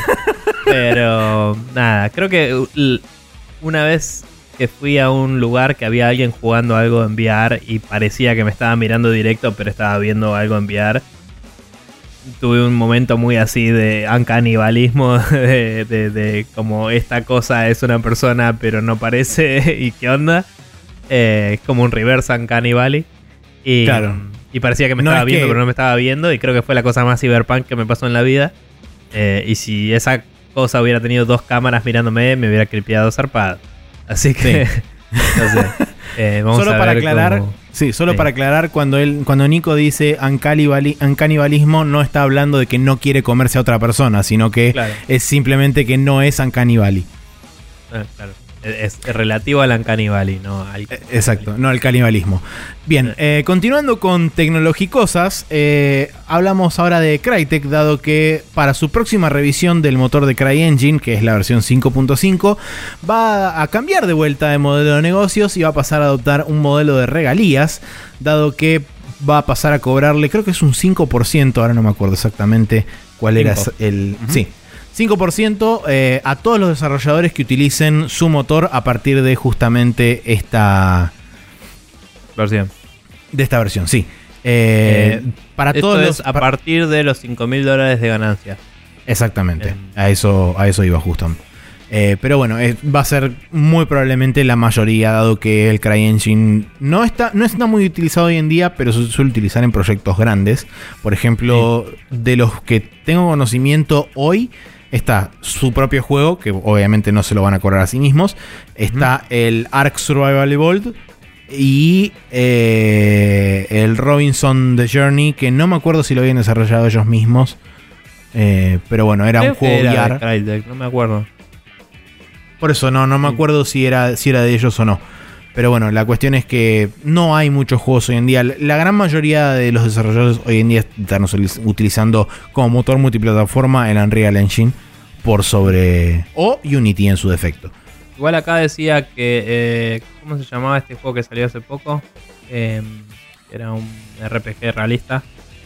S2: Pero nada, creo que una vez que fui a un lugar que había alguien jugando algo en VR y parecía que me estaba mirando directo, pero estaba viendo algo en VR, tuve un momento muy así de uncanibalismo, de como esta cosa es una persona pero no parece y qué onda. Es como un reverse uncanny valley. Y,
S1: claro.
S2: Y parecía que me estaba viendo, pero no me estaba viendo. Y creo que fue la cosa más cyberpunk que me pasó en la vida. Y si esa cosa hubiera tenido 2 cámaras mirándome, me hubiera cripeado zarpado. Así que,
S1: sí.
S2: No sé. Vamos
S1: solo
S2: a
S1: para
S2: ver
S1: aclarar,
S2: cómo...
S1: para aclarar, cuando Nico dice uncanibalismo, no está hablando de que no quiere comerse a otra persona, sino que es simplemente que no es uncanny valley.
S2: Claro. Es relativo al Uncanny Valley, no al...
S1: Exacto, no al canibalismo. Bien, continuando con tecnologicosas, hablamos ahora de Crytek, dado que para su próxima revisión del motor de CryEngine, que es la versión 5.5, va a cambiar de vuelta de modelo de negocios y va a pasar a adoptar un modelo de regalías, dado que va a pasar a cobrarle, creo que es un 5%, ahora no me acuerdo exactamente cuál era el... Sí. 5% a todos los desarrolladores que utilicen su motor a partir de justamente esta
S2: versión.
S1: De esta versión, sí. Para
S2: esto
S1: todos
S2: es a partir de los $5.000 de ganancia.
S1: Exactamente. A eso iba justo. Pero bueno, va a ser muy probablemente la mayoría, dado que el CryEngine no está muy utilizado hoy en día, pero se suele utilizar en proyectos grandes. Por ejemplo, de los que tengo conocimiento hoy, está su propio juego, que obviamente no se lo van a cobrar a sí mismos. Está el Ark Survival Evolved y el Robinson The Journey, que no me acuerdo si lo habían desarrollado ellos mismos. Pero bueno, era un juego VR.
S2: Crytek, no me acuerdo.
S1: Por eso no me acuerdo si era de ellos o no. Pero bueno, la cuestión es que no hay muchos juegos hoy en día. La gran mayoría de los desarrolladores hoy en día están utilizando como motor multiplataforma el Unreal Engine por sobre... o Unity en su defecto.
S2: Igual acá decía que... ¿cómo se llamaba este juego que salió hace poco? Era un RPG realista.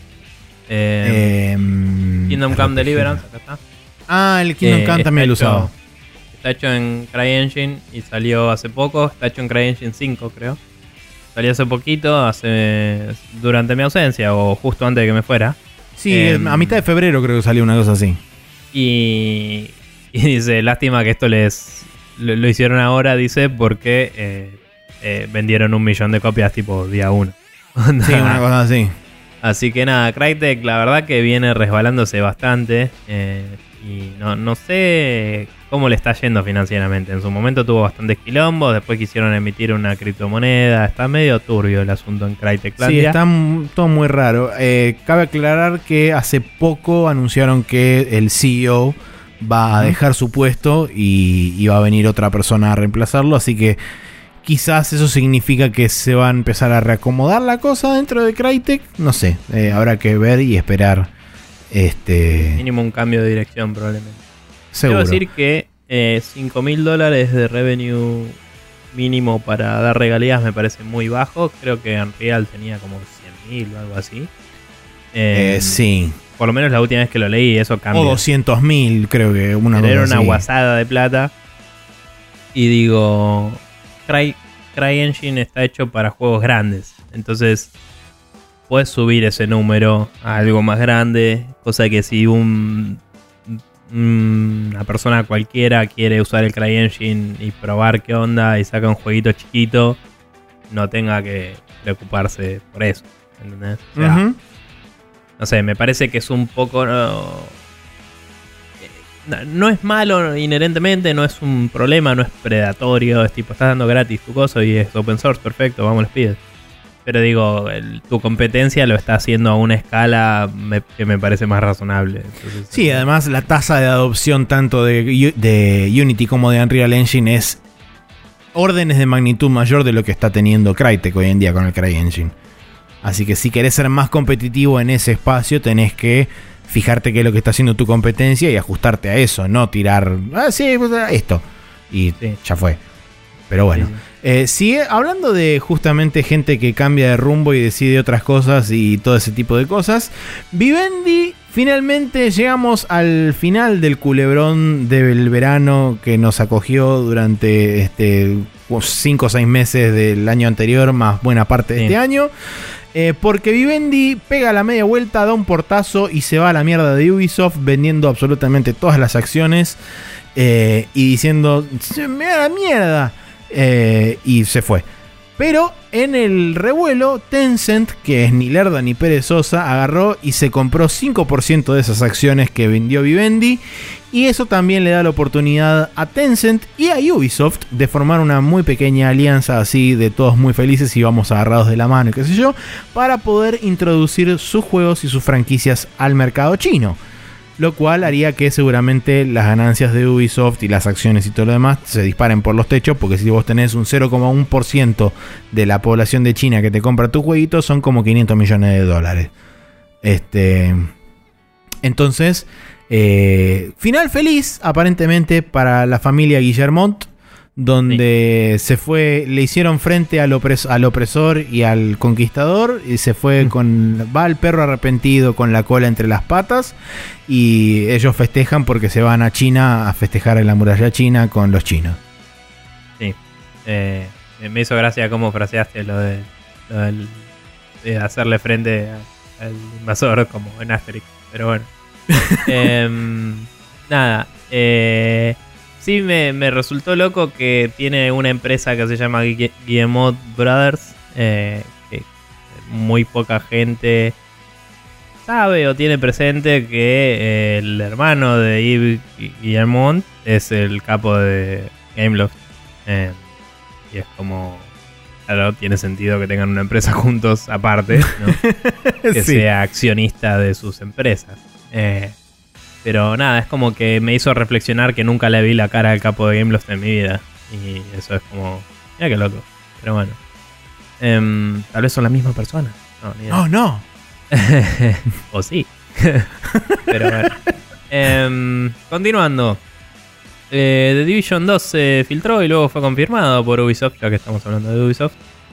S2: Kingdom Come Deliverance, acá está.
S1: Ah, el Kingdom Come también lo usaba.
S2: Está hecho en CryEngine y salió hace poco. Está hecho en CryEngine 5, creo. Salió hace poquito, durante mi ausencia o justo antes de que me fuera.
S1: Sí, a mitad de febrero creo que salió una cosa así.
S2: Y dice, lástima que esto lo hicieron ahora, dice, porque vendieron 1 millón de copias tipo día 1.
S1: Sí, una cosa así.
S2: Así que nada, Crytek la verdad que viene resbalándose bastante. Y no sé cómo le está yendo financieramente. En su momento tuvo bastantes quilombos. Después quisieron emitir una criptomoneda. Está medio turbio el asunto en Cryteklandia.
S1: Sí, está todo muy raro. Cabe aclarar que hace poco anunciaron que el CEO va a dejar su puesto y va a venir otra persona a reemplazarlo. Así que quizás eso significa que se va a empezar a reacomodar la cosa dentro de Crytek. No sé, habrá que ver y esperar.
S2: Mínimo un cambio de dirección probablemente.
S1: Seguro.
S2: Quiero decir que $5.000 de revenue mínimo para dar regalías me parece muy bajo. Creo que Unreal tenía como 100.000 o algo así.
S1: Sí.
S2: Por lo menos la última vez que lo leí, eso cambió.
S1: O 200.000, creo que
S2: Era una guasada de plata. Y digo, CryEngine está hecho para juegos grandes. Entonces, puedes subir ese número a algo más grande. Cosa que si una persona cualquiera quiere usar el CryEngine y probar qué onda y saca un jueguito chiquito, no tenga que preocuparse por eso. ¿Entendés? O sea, no sé, me parece que es un poco... No es malo inherentemente, no es un problema, no es predatorio. Es tipo, estás dando gratis tu cosa y es open source, perfecto, vamos, les pides. Pero digo, tu competencia lo está haciendo a una escala que me parece más razonable. Entonces,
S1: sí, además la tasa de adopción tanto de Unity como de Unreal Engine es órdenes de magnitud mayor de lo que está teniendo Crytek hoy en día con el CryEngine. Así que si querés ser más competitivo en ese espacio, tenés que fijarte qué es lo que está haciendo tu competencia y ajustarte a eso, no tirar, esto. Y sí, ya fue. Pero bueno. Sí. Hablando de justamente gente que cambia de rumbo y decide otras cosas y todo ese tipo de cosas, Vivendi, finalmente llegamos al final del culebrón del verano que nos acogió durante 5 o 6 meses del año anterior, más buena parte de este año. Porque Vivendi pega la media vuelta, da un portazo y se va a la mierda de Ubisoft, vendiendo absolutamente todas las acciones y diciendo, me da la mierda. Y se fue. Pero en el revuelo, Tencent, que es ni lerda ni perezosa, agarró y se compró 5% de esas acciones que vendió Vivendi. Y eso también le da la oportunidad a Tencent y a Ubisoft de formar una muy pequeña alianza así de todos muy felices y vamos agarrados de la mano y qué sé yo, para poder introducir sus juegos y sus franquicias al mercado chino. Lo cual haría que seguramente las ganancias de Ubisoft y las acciones y todo lo demás se disparen por los techos, porque si vos tenés un 0,1% de la población de China que te compra tu jueguito, son como $500 millones. Entonces, final feliz aparentemente para la familia Guillermont, donde se fue, le hicieron frente al opresor y al conquistador, y se fue va el perro arrepentido con la cola entre las patas, y ellos festejan porque se van a China a festejar en la muralla china con los chinos.
S2: Sí, me hizo gracia cómo fraseaste lo de hacerle frente al invasor como en Asterix, pero bueno. Nada, sí, me resultó loco que tiene una empresa que se llama Guillemot Brothers, que muy poca gente sabe o tiene presente que el hermano de Yves Guillemot es el capo de Gameloft. Y es como, claro, tiene sentido que tengan una empresa juntos aparte, ¿no? Que sí, sea accionista de sus empresas. Pero nada, es como que me hizo reflexionar que nunca le vi la cara al capo de Gameloft en mi vida. Y eso es como, mira qué loco. Pero bueno, tal vez son la misma persona.
S1: No.
S2: O sí. Pero bueno. Continuando. The Division 2 se filtró y luego fue confirmado por Ubisoft, ya que estamos hablando de Ubisoft.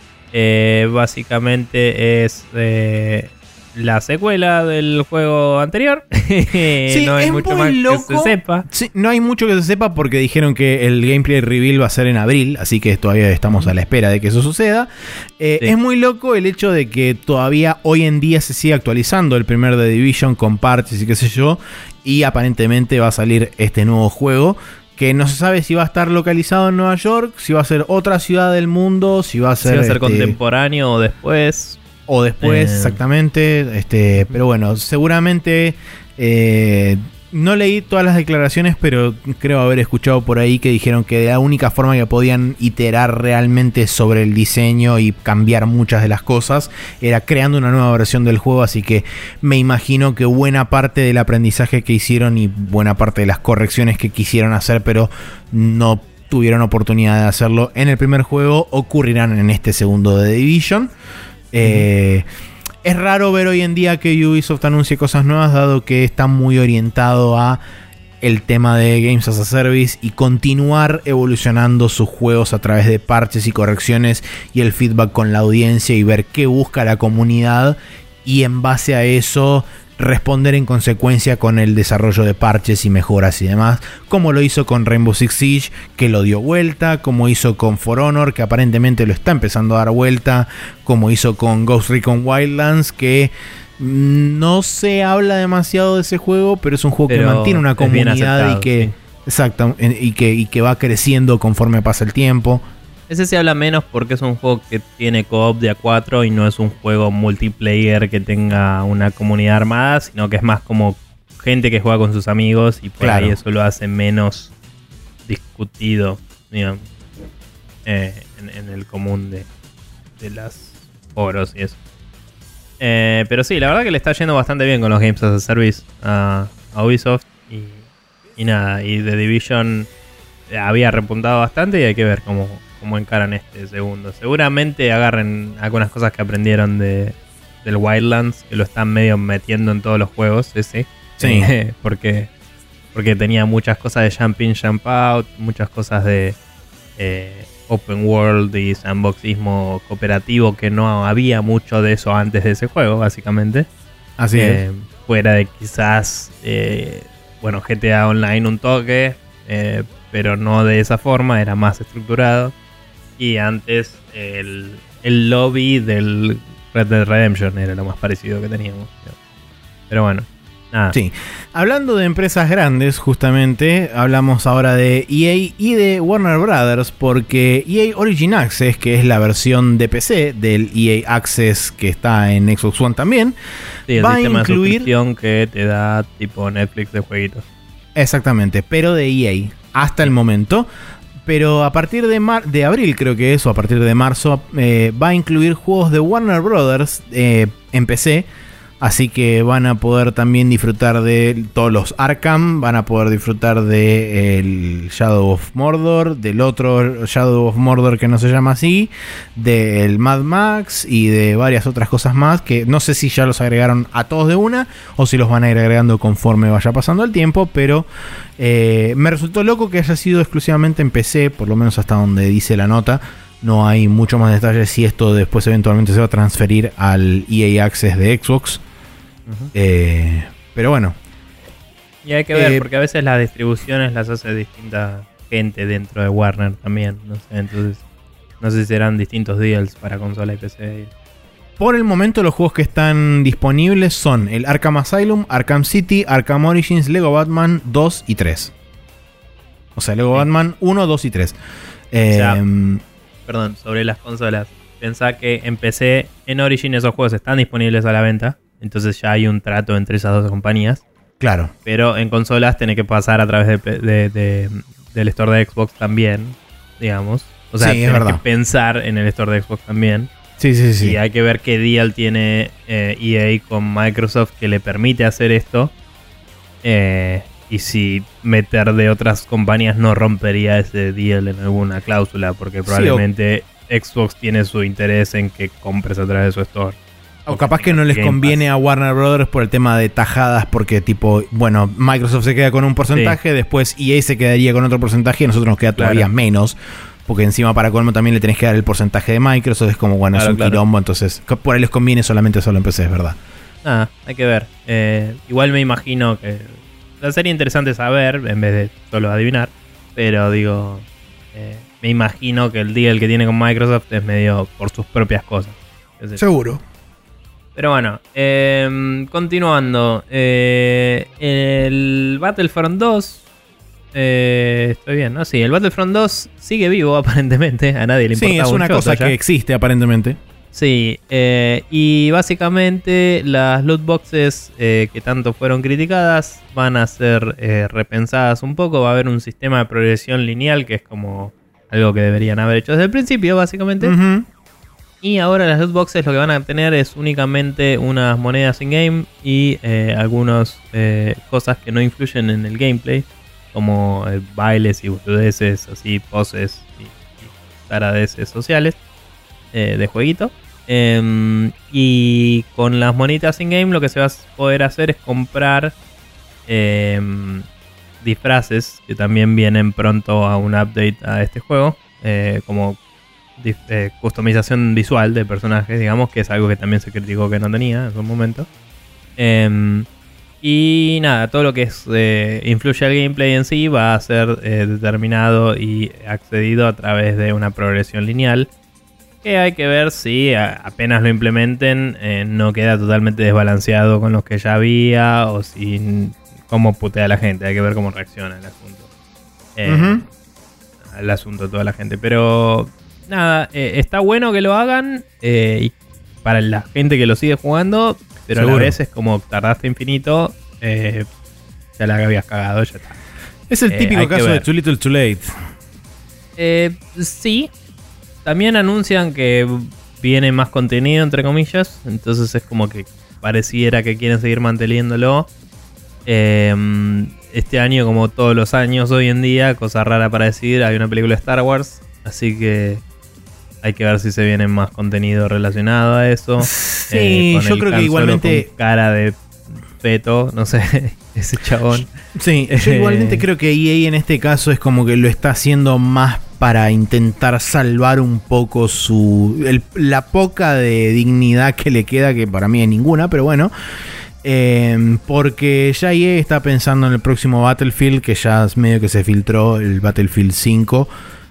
S2: Básicamente es la secuela del juego anterior.
S1: Sí,
S2: no hay mucho más loco que se sepa.
S1: Sí, no hay mucho que se sepa porque dijeron que el gameplay reveal va a ser en abril, así que todavía estamos a la espera de que eso suceda. Sí. Es muy loco el hecho de que todavía hoy en día se sigue actualizando el primer The Division con parches y qué sé yo, y aparentemente va a salir este nuevo juego que no se sabe si va a estar localizado en Nueva York, si va a ser otra ciudad del mundo, si va a ser
S2: contemporáneo o después.
S1: Exactamente. Pero bueno, seguramente no leí todas las declaraciones, pero creo haber escuchado por ahí que dijeron que la única forma que podían iterar realmente sobre el diseño y cambiar muchas de las cosas era creando una nueva versión del juego, así que me imagino que buena parte del aprendizaje que hicieron y buena parte de las correcciones que quisieron hacer, pero no tuvieron oportunidad de hacerlo en el primer juego, ocurrirán en este segundo de The Division. Es raro ver hoy en día que Ubisoft anuncie cosas nuevas, dado que está muy orientado a el tema de Games as a Service y continuar evolucionando sus juegos a través de parches y correcciones y el feedback con la audiencia y ver qué busca la comunidad y en base a eso responder en consecuencia con el desarrollo de parches y mejoras y demás, como lo hizo con Rainbow Six Siege, que lo dio vuelta, como hizo con For Honor, que aparentemente lo está empezando a dar vuelta, como hizo con Ghost Recon Wildlands, que no se habla demasiado de ese juego, pero es un juego que mantiene una comunidad y que, sí. Exacto, y que va creciendo conforme pasa el tiempo.
S2: Ese se habla menos porque es un juego que tiene co-op de a 4 y no es un juego multiplayer que tenga una comunidad armada, sino que es más como gente que juega con sus amigos y por ahí eso lo hace menos discutido, digamos, en el común de las foros y eso. Pero sí, la verdad que le está yendo bastante bien con los Games as a Service a Ubisoft y nada, y The Division había repuntado bastante y hay que ver cómo encaran este segundo. Seguramente agarren algunas cosas que aprendieron del Wildlands, que lo están medio metiendo en todos los juegos, ese. Sí. Porque tenía muchas cosas de Jump In, Jump Out, muchas cosas de Open World y sandboxismo cooperativo, que no había mucho de eso antes de ese juego, básicamente.
S1: Así es.
S2: Fuera de quizás, GTA Online un toque, pero no de esa forma, era más estructurado. Y antes el lobby del Red Dead Redemption era lo más parecido que teníamos. Pero bueno, nada.
S1: Sí. Hablando de empresas grandes, justamente, hablamos ahora de EA y de Warner Brothers, porque EA Origin Access, que es la versión de PC del EA Access que está en Xbox One también,
S2: sí, el va sistema a incluir de suscripción que te da tipo Netflix de jueguitos.
S1: Exactamente, pero de EA hasta el momento. Pero a partir de abril, creo que es, o a partir de marzo, va a incluir juegos de Warner Brothers en PC. Así que van a poder también disfrutar de todos los Arkham, van a poder disfrutar de el Shadow of Mordor, del otro Shadow of Mordor que no se llama así, del Mad Max y de varias otras cosas más que no sé si ya los agregaron a todos de una o si los van a ir agregando conforme vaya pasando el tiempo, pero me resultó loco que haya sido exclusivamente en PC, por lo menos hasta donde dice la nota. No hay mucho más detalles si esto después eventualmente se va a transferir al EA Access de Xbox. Pero bueno.
S2: Y hay que ver, porque a veces las distribuciones las hace distinta gente dentro de Warner también. No sé, entonces no sé si serán distintos deals para consola y PC.
S1: Por el momento los juegos que están disponibles son el Arkham Asylum, Arkham City, Arkham Origins, Lego Batman 2 y 3. O sea, Lego Batman 1, 2 y 3.
S2: Perdón, sobre las consolas. Pensá que en PC, en Origin esos juegos están disponibles a la venta. Entonces ya hay un trato entre esas dos compañías.
S1: Claro.
S2: Pero en consolas tenés que pasar a través del store de Xbox también, digamos. O sea, sí, tenés que pensar en el store de Xbox también.
S1: Sí.
S2: Y hay que ver qué deal tiene EA con Microsoft que le permite hacer esto. Y si meter de otras compañías no rompería ese deal en alguna cláusula. Porque probablemente Xbox tiene su interés en que compres a través de su store.
S1: O capaz que no les conviene a Warner Brothers por el tema de tajadas, porque tipo, bueno, Microsoft se queda con un porcentaje, después EA se quedaría con otro porcentaje y a nosotros nos queda todavía menos, porque encima para colmo también le tenés que dar el porcentaje de Microsoft, es como, bueno, es un quilombo, entonces por ahí les conviene solamente solo en PC, es verdad.
S2: Hay que ver. Igual me imagino que sería interesante saber, en vez de solo adivinar, pero digo, me imagino que el deal que tiene con Microsoft es medio por sus propias cosas.
S1: Seguro.
S2: Pero bueno, continuando. El Battlefront 2. Estoy bien, ¿no? Sí, el Battlefront 2 sigue vivo aparentemente. A nadie le importa.
S1: Sí, es una cosa que existe aparentemente.
S2: Sí, y básicamente las loot boxes que tanto fueron criticadas van a ser repensadas un poco. Va a haber un sistema de progresión lineal que es como algo que deberían haber hecho desde el principio, básicamente. Y ahora las loot boxes lo que van a tener es únicamente unas monedas in-game y algunas cosas que no influyen en el gameplay. como bailes y boludeces, así, poses y taradeces sociales de jueguito. Y con las monitas in-game lo que se va a poder hacer es comprar disfraces que también vienen pronto a un update a este juego, como customización visual de personajes, digamos, que es algo que también se criticó que no tenía en su momento. Y nada, todo lo que influye al gameplay en sí va a ser determinado y accedido a través de una progresión lineal, que hay que ver si apenas lo implementen no queda totalmente desbalanceado con los que ya había, o si cómo putea la gente. Hay que ver cómo reacciona el asunto. Al asunto toda la gente. Pero nada, está bueno que lo hagan y para la gente que lo sigue jugando, pero seguro. A la vez es como tardaste infinito, ya la habías cagado, ya está.
S1: Es el típico caso de Too Little Too Late.
S2: Sí. También anuncian que viene más contenido, entre comillas. Entonces es como que pareciera que quieren seguir manteniéndolo. Este año, como todos los años hoy en día, cosa rara para decir, hay una película de Star Wars. Así que hay que ver si se viene más contenido relacionado a eso.
S1: Sí, yo creo que igualmente...
S2: Con cara de feto, no sé, ese chabón.
S1: Sí, yo igualmente creo que EA en este caso es como que lo está haciendo más para intentar salvar un poco la poca de dignidad que le queda, que para mí es ninguna, pero bueno. Porque ya EA está pensando en el próximo Battlefield, que ya es medio que se filtró, el Battlefield 5.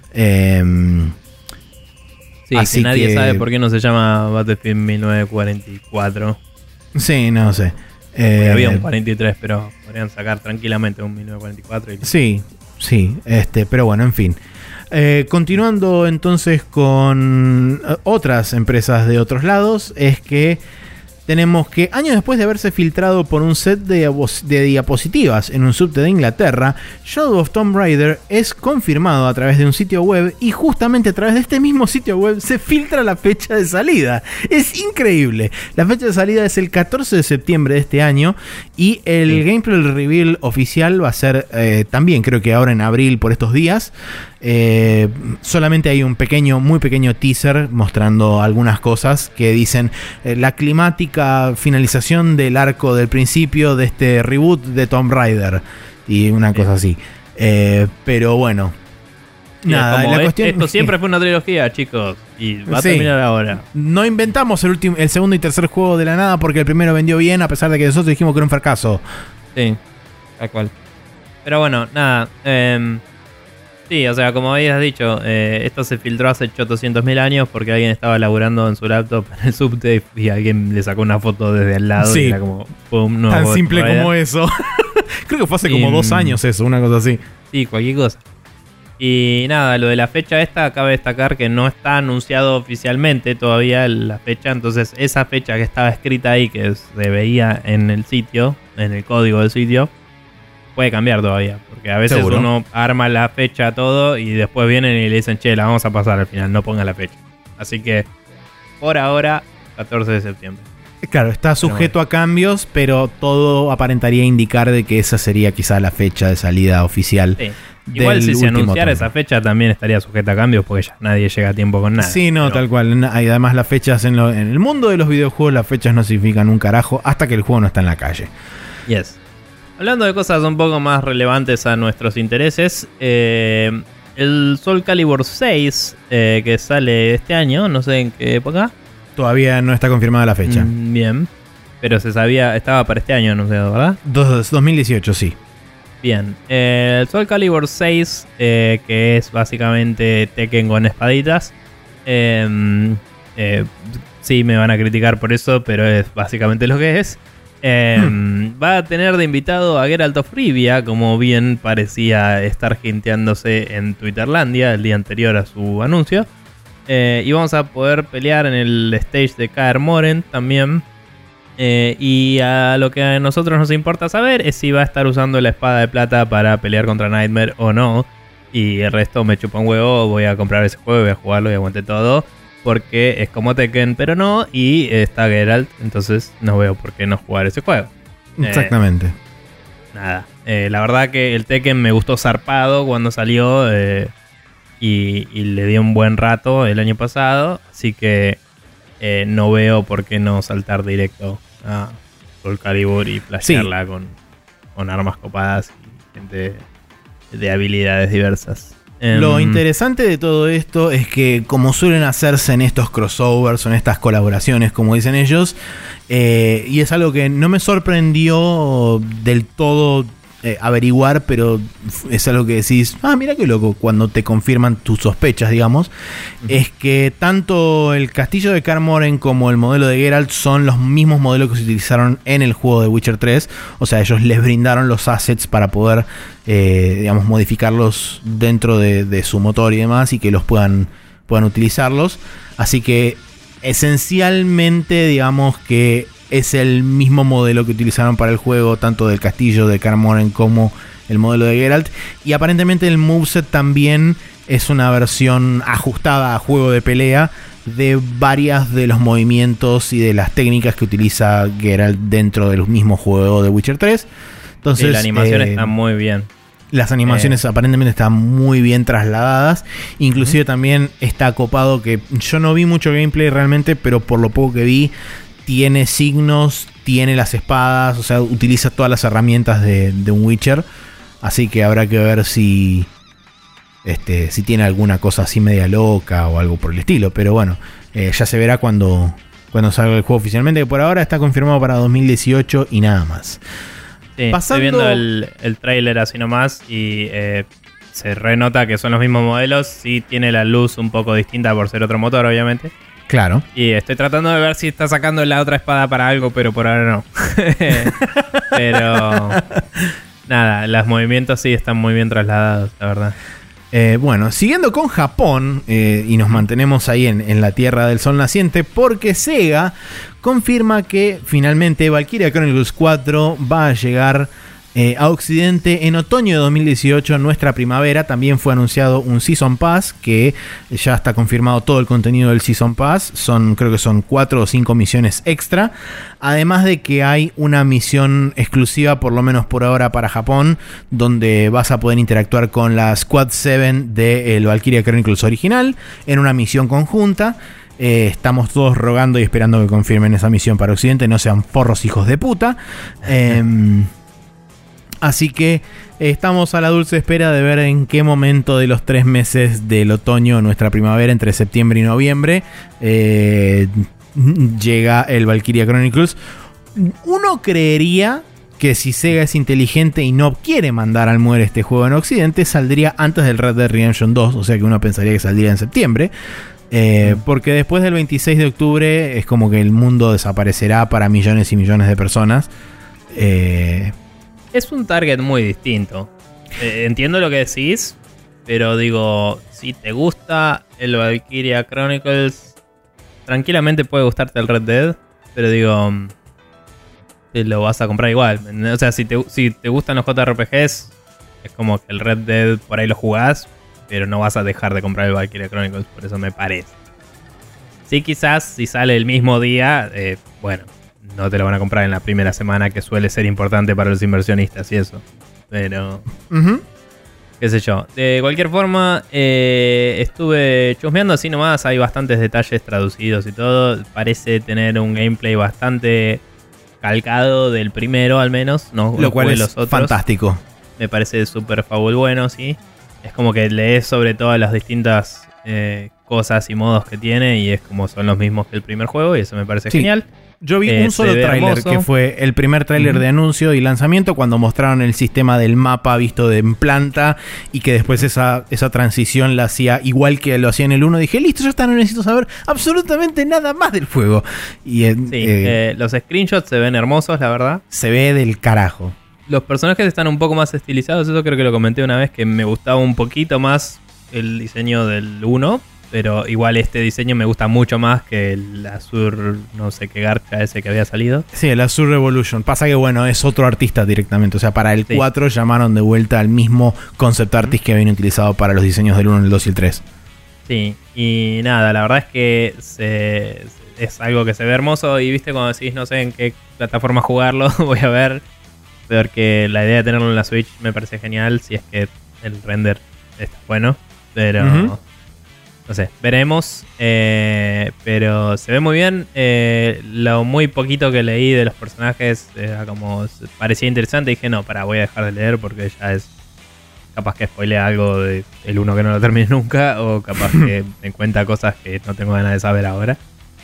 S2: Sí, así que nadie sabe por qué no se llama Battlefield 1944.
S1: Sí, no sé.
S2: Había un 43, pero podrían sacar tranquilamente un 1944.
S1: Sí, pero bueno, en fin. Continuando entonces con otras empresas de otros lados, es que tenemos que años después de haberse filtrado por un set de diapositivas en un subte de Inglaterra, Shadow of Tomb Raider es confirmado a través de un sitio web, y justamente a través de este mismo sitio web se filtra la fecha de salida. Es increíble. La fecha de salida es el 14 de septiembre de este año, y el gameplay reveal oficial va a ser también, creo que ahora en abril, por estos días. Solamente hay un muy pequeño teaser mostrando algunas cosas que dicen la climática finalización del arco del principio de este reboot de Tomb Raider y una cosa así. Pero bueno, nada, la cuestión,
S2: esto siempre fue una trilogía, chicos, y va a terminar ahora.
S1: No inventamos el segundo y tercer juego de la nada porque el primero vendió bien, a pesar de que nosotros dijimos que era un fracaso.
S2: Sí, tal cual. Pero bueno, nada. Sí, o sea, como habías dicho, esto se filtró hace 800.000 años porque alguien estaba laburando en su laptop en el subte y alguien le sacó una foto desde al lado.
S1: Sí,
S2: y era como, ¡pum! No,
S1: tan simple como eso. Creo que fue hace como 2 años eso, una cosa así.
S2: Sí, cualquier cosa. Y nada, lo de la fecha esta, cabe destacar que no está anunciado oficialmente todavía la fecha. Entonces esa fecha que estaba escrita ahí, que se veía en el sitio, en el código del sitio, puede cambiar todavía, porque a veces ¿seguro? Uno arma la fecha todo y después vienen y le dicen, che, la vamos a pasar al final, no ponga la fecha. Así que, por ahora, 14 de septiembre.
S1: Claro, está sujeto a cambios, pero todo aparentaría indicar de que esa sería quizá la fecha de salida oficial. Sí.
S2: Igual si se anunciara esa fecha también estaría sujeta a cambios, porque ya nadie llega a tiempo con nada.
S1: Sí, no, pero... tal cual. Además las fechas en el mundo de los videojuegos, las fechas no significan un carajo hasta que el juego no está en la calle.
S2: Yes. Hablando de cosas un poco más relevantes a nuestros intereses, el Soul Calibur 6, que sale este año, no sé en qué época.
S1: Todavía no está confirmada la fecha.
S2: Bien, pero se sabía, estaba para este año anunciado, ¿verdad?
S1: 2018, sí.
S2: Bien, el Soul Calibur 6, que es básicamente Tekken con espaditas. Sí, me van a criticar por eso, pero es básicamente lo que es. Va a tener de invitado a Geralt of Rivia, como bien parecía estar hinteándose en Twitterlandia el día anterior a su anuncio. Y vamos a poder pelear en el stage de Kaer Morhen también. Y a lo que a nosotros nos importa saber es si va a estar usando la espada de plata para pelear contra Nightmare o no. Y el resto me chupa un huevo, voy a comprar ese juego, voy a jugarlo y aguante todo. Porque es como Tekken, pero no. Y está Geralt, entonces no veo por qué no jugar ese juego.
S1: Exactamente.
S2: nada. La verdad que el Tekken me gustó zarpado cuando salió y le di un buen rato el año pasado. Así que no veo por qué no saltar directo a Soul Calibur y flashearla con armas copadas y gente de habilidades diversas.
S1: Lo interesante de todo esto es que, como suelen hacerse en estos crossovers o en estas colaboraciones, como dicen ellos, y es algo que no me sorprendió del todo averiguar, pero es algo que decís, mira qué loco, cuando te confirman tus sospechas, digamos, es que tanto el castillo de Kaer Morhen como el modelo de Geralt son los mismos modelos que se utilizaron en el juego de Witcher 3, o sea, ellos les brindaron los assets para poder, digamos, modificarlos dentro de su motor y demás, y que los puedan utilizarlos, así que esencialmente, digamos que es el mismo modelo que utilizaron para el juego, tanto del castillo de Kaer Morhen como el modelo de Geralt. Y aparentemente el moveset también es una versión ajustada a juego de pelea de varias de los movimientos y de las técnicas que utiliza Geralt dentro del mismo juego de Witcher 3. Entonces,
S2: la animación está muy bien.
S1: Las animaciones aparentemente están muy bien trasladadas. Inclusive también está copado que yo no vi mucho gameplay realmente, pero por lo poco que vi, tiene signos, tiene las espadas, o sea, utiliza todas las herramientas de un Witcher. Así que habrá que ver si tiene alguna cosa así media loca o algo por el estilo. Pero bueno, ya se verá cuando salga el juego oficialmente, que por ahora está confirmado para 2018 y nada más.
S2: Sí, estoy viendo el tráiler así nomás y se renota que son los mismos modelos. Sí tiene la luz un poco distinta por ser otro motor, obviamente.
S1: Claro.
S2: Y estoy tratando de ver si está sacando la otra espada para algo, pero por ahora no. Pero nada, los movimientos sí están muy bien trasladados, la verdad.
S1: Bueno, siguiendo con Japón, y nos mantenemos ahí en la Tierra del Sol Naciente, porque Sega confirma que finalmente Valkyria Chronicles 4 va a llegar a Occidente en otoño de 2018, nuestra primavera. También fue anunciado un Season Pass, que ya está confirmado todo el contenido del Season Pass. Creo que son 4 o 5 misiones extra. Además de que hay una misión exclusiva, por lo menos por ahora, para Japón, donde vas a poder interactuar con la Squad 7 del Valkyria Chronicles original en una misión conjunta. Estamos todos rogando y esperando que confirmen esa misión para Occidente. No sean forros hijos de puta. Así que estamos a la dulce espera de ver en qué momento de los 3 meses del otoño, nuestra primavera, entre septiembre y noviembre, llega el Valkyria Chronicles. Uno creería que si Sega es inteligente y no quiere mandar al muere este juego en Occidente, saldría antes del Red Dead Redemption 2, o sea que uno pensaría que saldría en septiembre. Porque después del 26 de octubre es como que el mundo desaparecerá para millones y millones de personas.
S2: Es un target muy distinto. Entiendo lo que decís, pero digo, si te gusta el Valkyria Chronicles, tranquilamente puede gustarte el Red Dead, pero digo, te lo vas a comprar igual. O sea, si te gustan los JRPGs, es como que el Red Dead por ahí lo jugás, pero no vas a dejar de comprar el Valkyria Chronicles, por eso me parece. Sí, quizás si sale el mismo día, bueno, no te lo van a comprar en la primera semana, que suele ser importante para los inversionistas y eso. Pero qué sé yo. De cualquier forma, estuve chusmeando así nomás. Hay bastantes detalles traducidos y todo. Parece tener un gameplay bastante calcado del primero, al menos. No,
S1: lo cual es
S2: los otros.
S1: Fantástico.
S2: Me parece súper fabul bueno, sí. Es como que lees sobre todas las distintas cosas y modos que tiene, y es como son los mismos que el primer juego, y eso me parece genial.
S1: Yo vi un solo tráiler, que fue el primer tráiler de anuncio y lanzamiento, cuando mostraron el sistema del mapa visto de en planta, y que después esa transición la hacía igual que lo hacía en el 1. Dije, listo, ya está, no necesito saber absolutamente nada más del juego. Y
S2: los screenshots se ven hermosos, la verdad.
S1: Se ve del carajo.
S2: Los personajes están un poco más estilizados, eso creo que lo comenté una vez, que me gustaba un poquito más el diseño del 1. Pero igual este diseño me gusta mucho más que el Azur, no sé qué garcha ese que había salido.
S1: Sí, el Azur Revolution. Pasa que, bueno, es otro artista directamente. O sea, para el 4 llamaron de vuelta al mismo concept artist que habían utilizado para los diseños del 1, el 2 y el 3.
S2: Sí, y nada, la verdad es que es algo que se ve hermoso. Y viste, cuando decís, no sé en qué plataforma jugarlo, voy a ver. porque la idea de tenerlo en la Switch me parece genial si es que el render está bueno, pero no sé, veremos, pero se ve muy bien. Lo muy poquito que leí de los personajes como parecía interesante, dije no, voy a dejar de leer porque ya es capaz que spoilea algo del 1 que no lo termine nunca, o capaz que me cuenta cosas que no tengo ganas de saber ahora.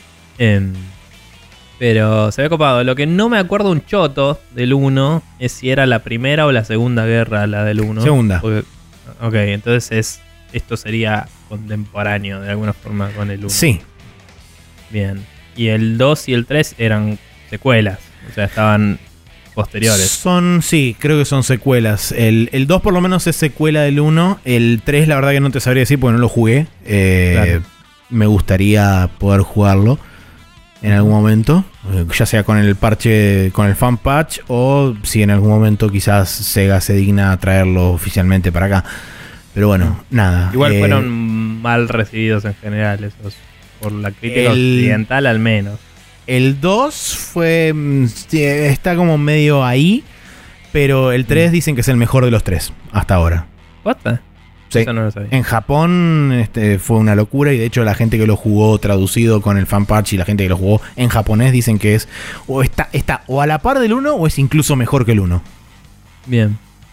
S2: Pero se ve copado. Lo que no me acuerdo un choto del 1 es si era la primera o la segunda guerra la del 1.
S1: Segunda.
S2: Ok, entonces esto sería contemporáneo de alguna forma con el 1.
S1: Sí.
S2: Bien. Y el 2 y el 3 eran secuelas, o sea, estaban posteriores.
S1: Sí, creo que son secuelas. El 2 por lo menos es secuela del 1. El 3 la verdad que no te sabría decir porque no lo jugué. Claro. Me gustaría poder jugarlo en algún momento, ya sea con el parche, con el fan patch, o si en algún momento quizás Sega se digna a traerlo oficialmente para acá. Pero bueno, nada.
S2: Igual fueron mal recibidos en general esos, por la crítica occidental al menos. El 2 fue está como medio ahí, pero el 3 dicen que es el mejor de los 3 hasta ahora. ¿What? Sí. Eso no lo sabía. En Japón fue una locura, y de hecho la gente que lo jugó traducido con el fan patch y la gente que lo jugó en japonés dicen que es o está o a la par del 1 o es incluso mejor que el 1. Bien.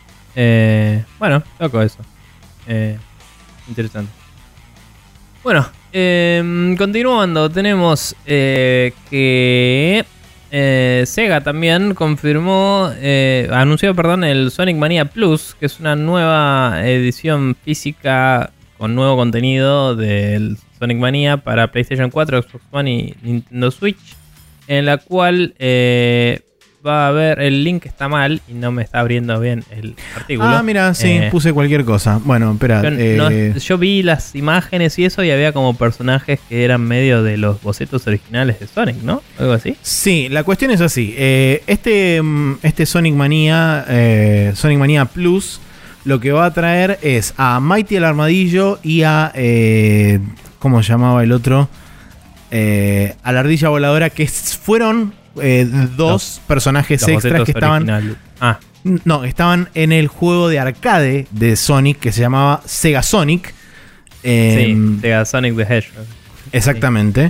S2: Bueno, loco eso. Interesante. Bueno, continuando, tenemos que Sega también anunció el Sonic Mania Plus, que es una nueva edición física con nuevo contenido del Sonic Mania para PlayStation 4, Xbox One y Nintendo Switch, en la cual va a haber, el link está mal y no me está abriendo bien el artículo. Ah, mira, sí, puse cualquier cosa. Bueno, espera. Yo vi las imágenes y eso, y había como personajes que eran medio de los bocetos originales de Sonic, ¿no? Algo así. Sí, la cuestión es así. Este Sonic Mania Plus, lo que va a traer es a Mighty el Armadillo y a ¿cómo se llamaba el otro? A la Ardilla Voladora, que fueron dos personajes extras que estaban estaban en el juego de arcade de Sonic que se llamaba Sega Sonic. Sega Sonic the Hedgehog. Exactamente.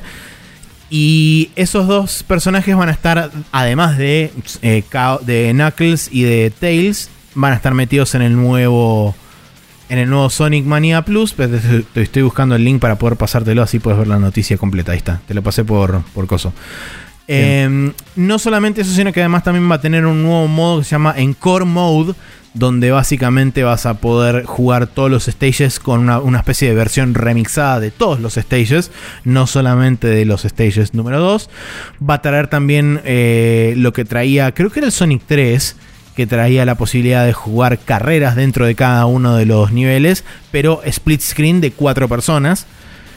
S2: Y esos dos personajes van a estar, además de Knuckles y de Tails, van a estar metidos en el nuevo Sonic Mania Plus. Pero te estoy buscando el link para poder pasártelo, así puedes ver la noticia completa. Ahí está, te lo pasé por coso. No solamente eso, sino que además también va a tener un nuevo modo que se llama Encore Mode, donde básicamente vas a poder jugar todos los stages con una especie de versión remixada de todos los stages, no solamente de los stages número 2. Va a traer también lo que traía, creo que era el Sonic 3, que traía la posibilidad de jugar carreras dentro de cada uno de los niveles, pero split screen de 4 personas.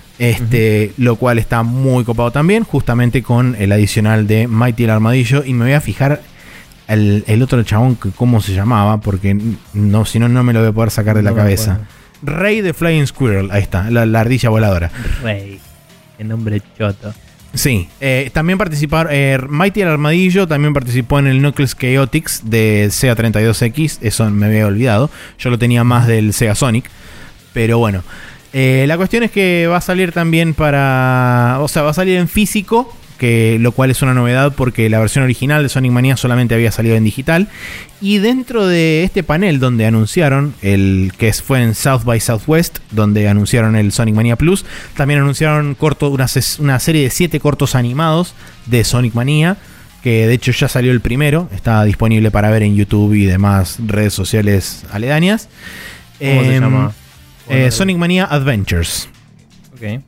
S2: Lo cual está muy copado también, justamente con el adicional de Mighty el Armadillo. Y me voy a fijar el otro chabón, cómo se llamaba, porque si no me lo voy a poder sacar de la cabeza. Rey de Flying Squirrel, ahí está, la ardilla voladora. Rey, qué nombre choto. Sí, también participaron Mighty el Armadillo, también participó en el Knuckles Chaotix de Sega 32X, eso me había olvidado. Yo lo tenía más del Sega Sonic, pero bueno. La cuestión es que va a salir también va a salir en físico, lo cual es una novedad porque la versión original de Sonic Mania solamente había salido en digital. Y dentro de este panel donde anunciaron, fue en South by Southwest, donde anunciaron el Sonic Mania Plus, también anunciaron una serie de 7 cortos animados de Sonic Mania, que de hecho ya salió el primero, está disponible para ver en YouTube y demás redes sociales aledañas. ¿Cómo se llama? Sonic Mania Adventures. Ok.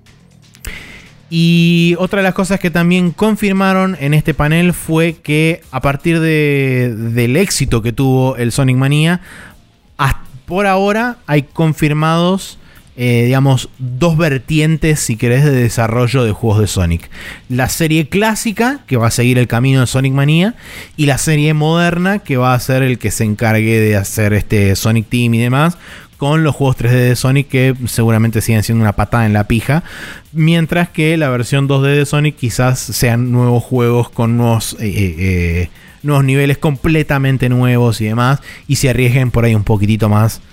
S2: Y otra de las cosas que también confirmaron en este panel fue que a partir del éxito que tuvo el Sonic Mania, por ahora hay confirmados, dos vertientes, si querés, de desarrollo de juegos de Sonic. La serie clásica, que va a seguir el camino de Sonic Mania, y la serie moderna, que va a ser el que se encargue de hacer Sonic Team y demás, con los juegos 3D de Sonic, que seguramente siguen siendo una patada en la pija, mientras que la versión 2D de Sonic quizás sean nuevos juegos con
S1: nuevos niveles completamente nuevos y demás, y se arriesguen por ahí un poquitito más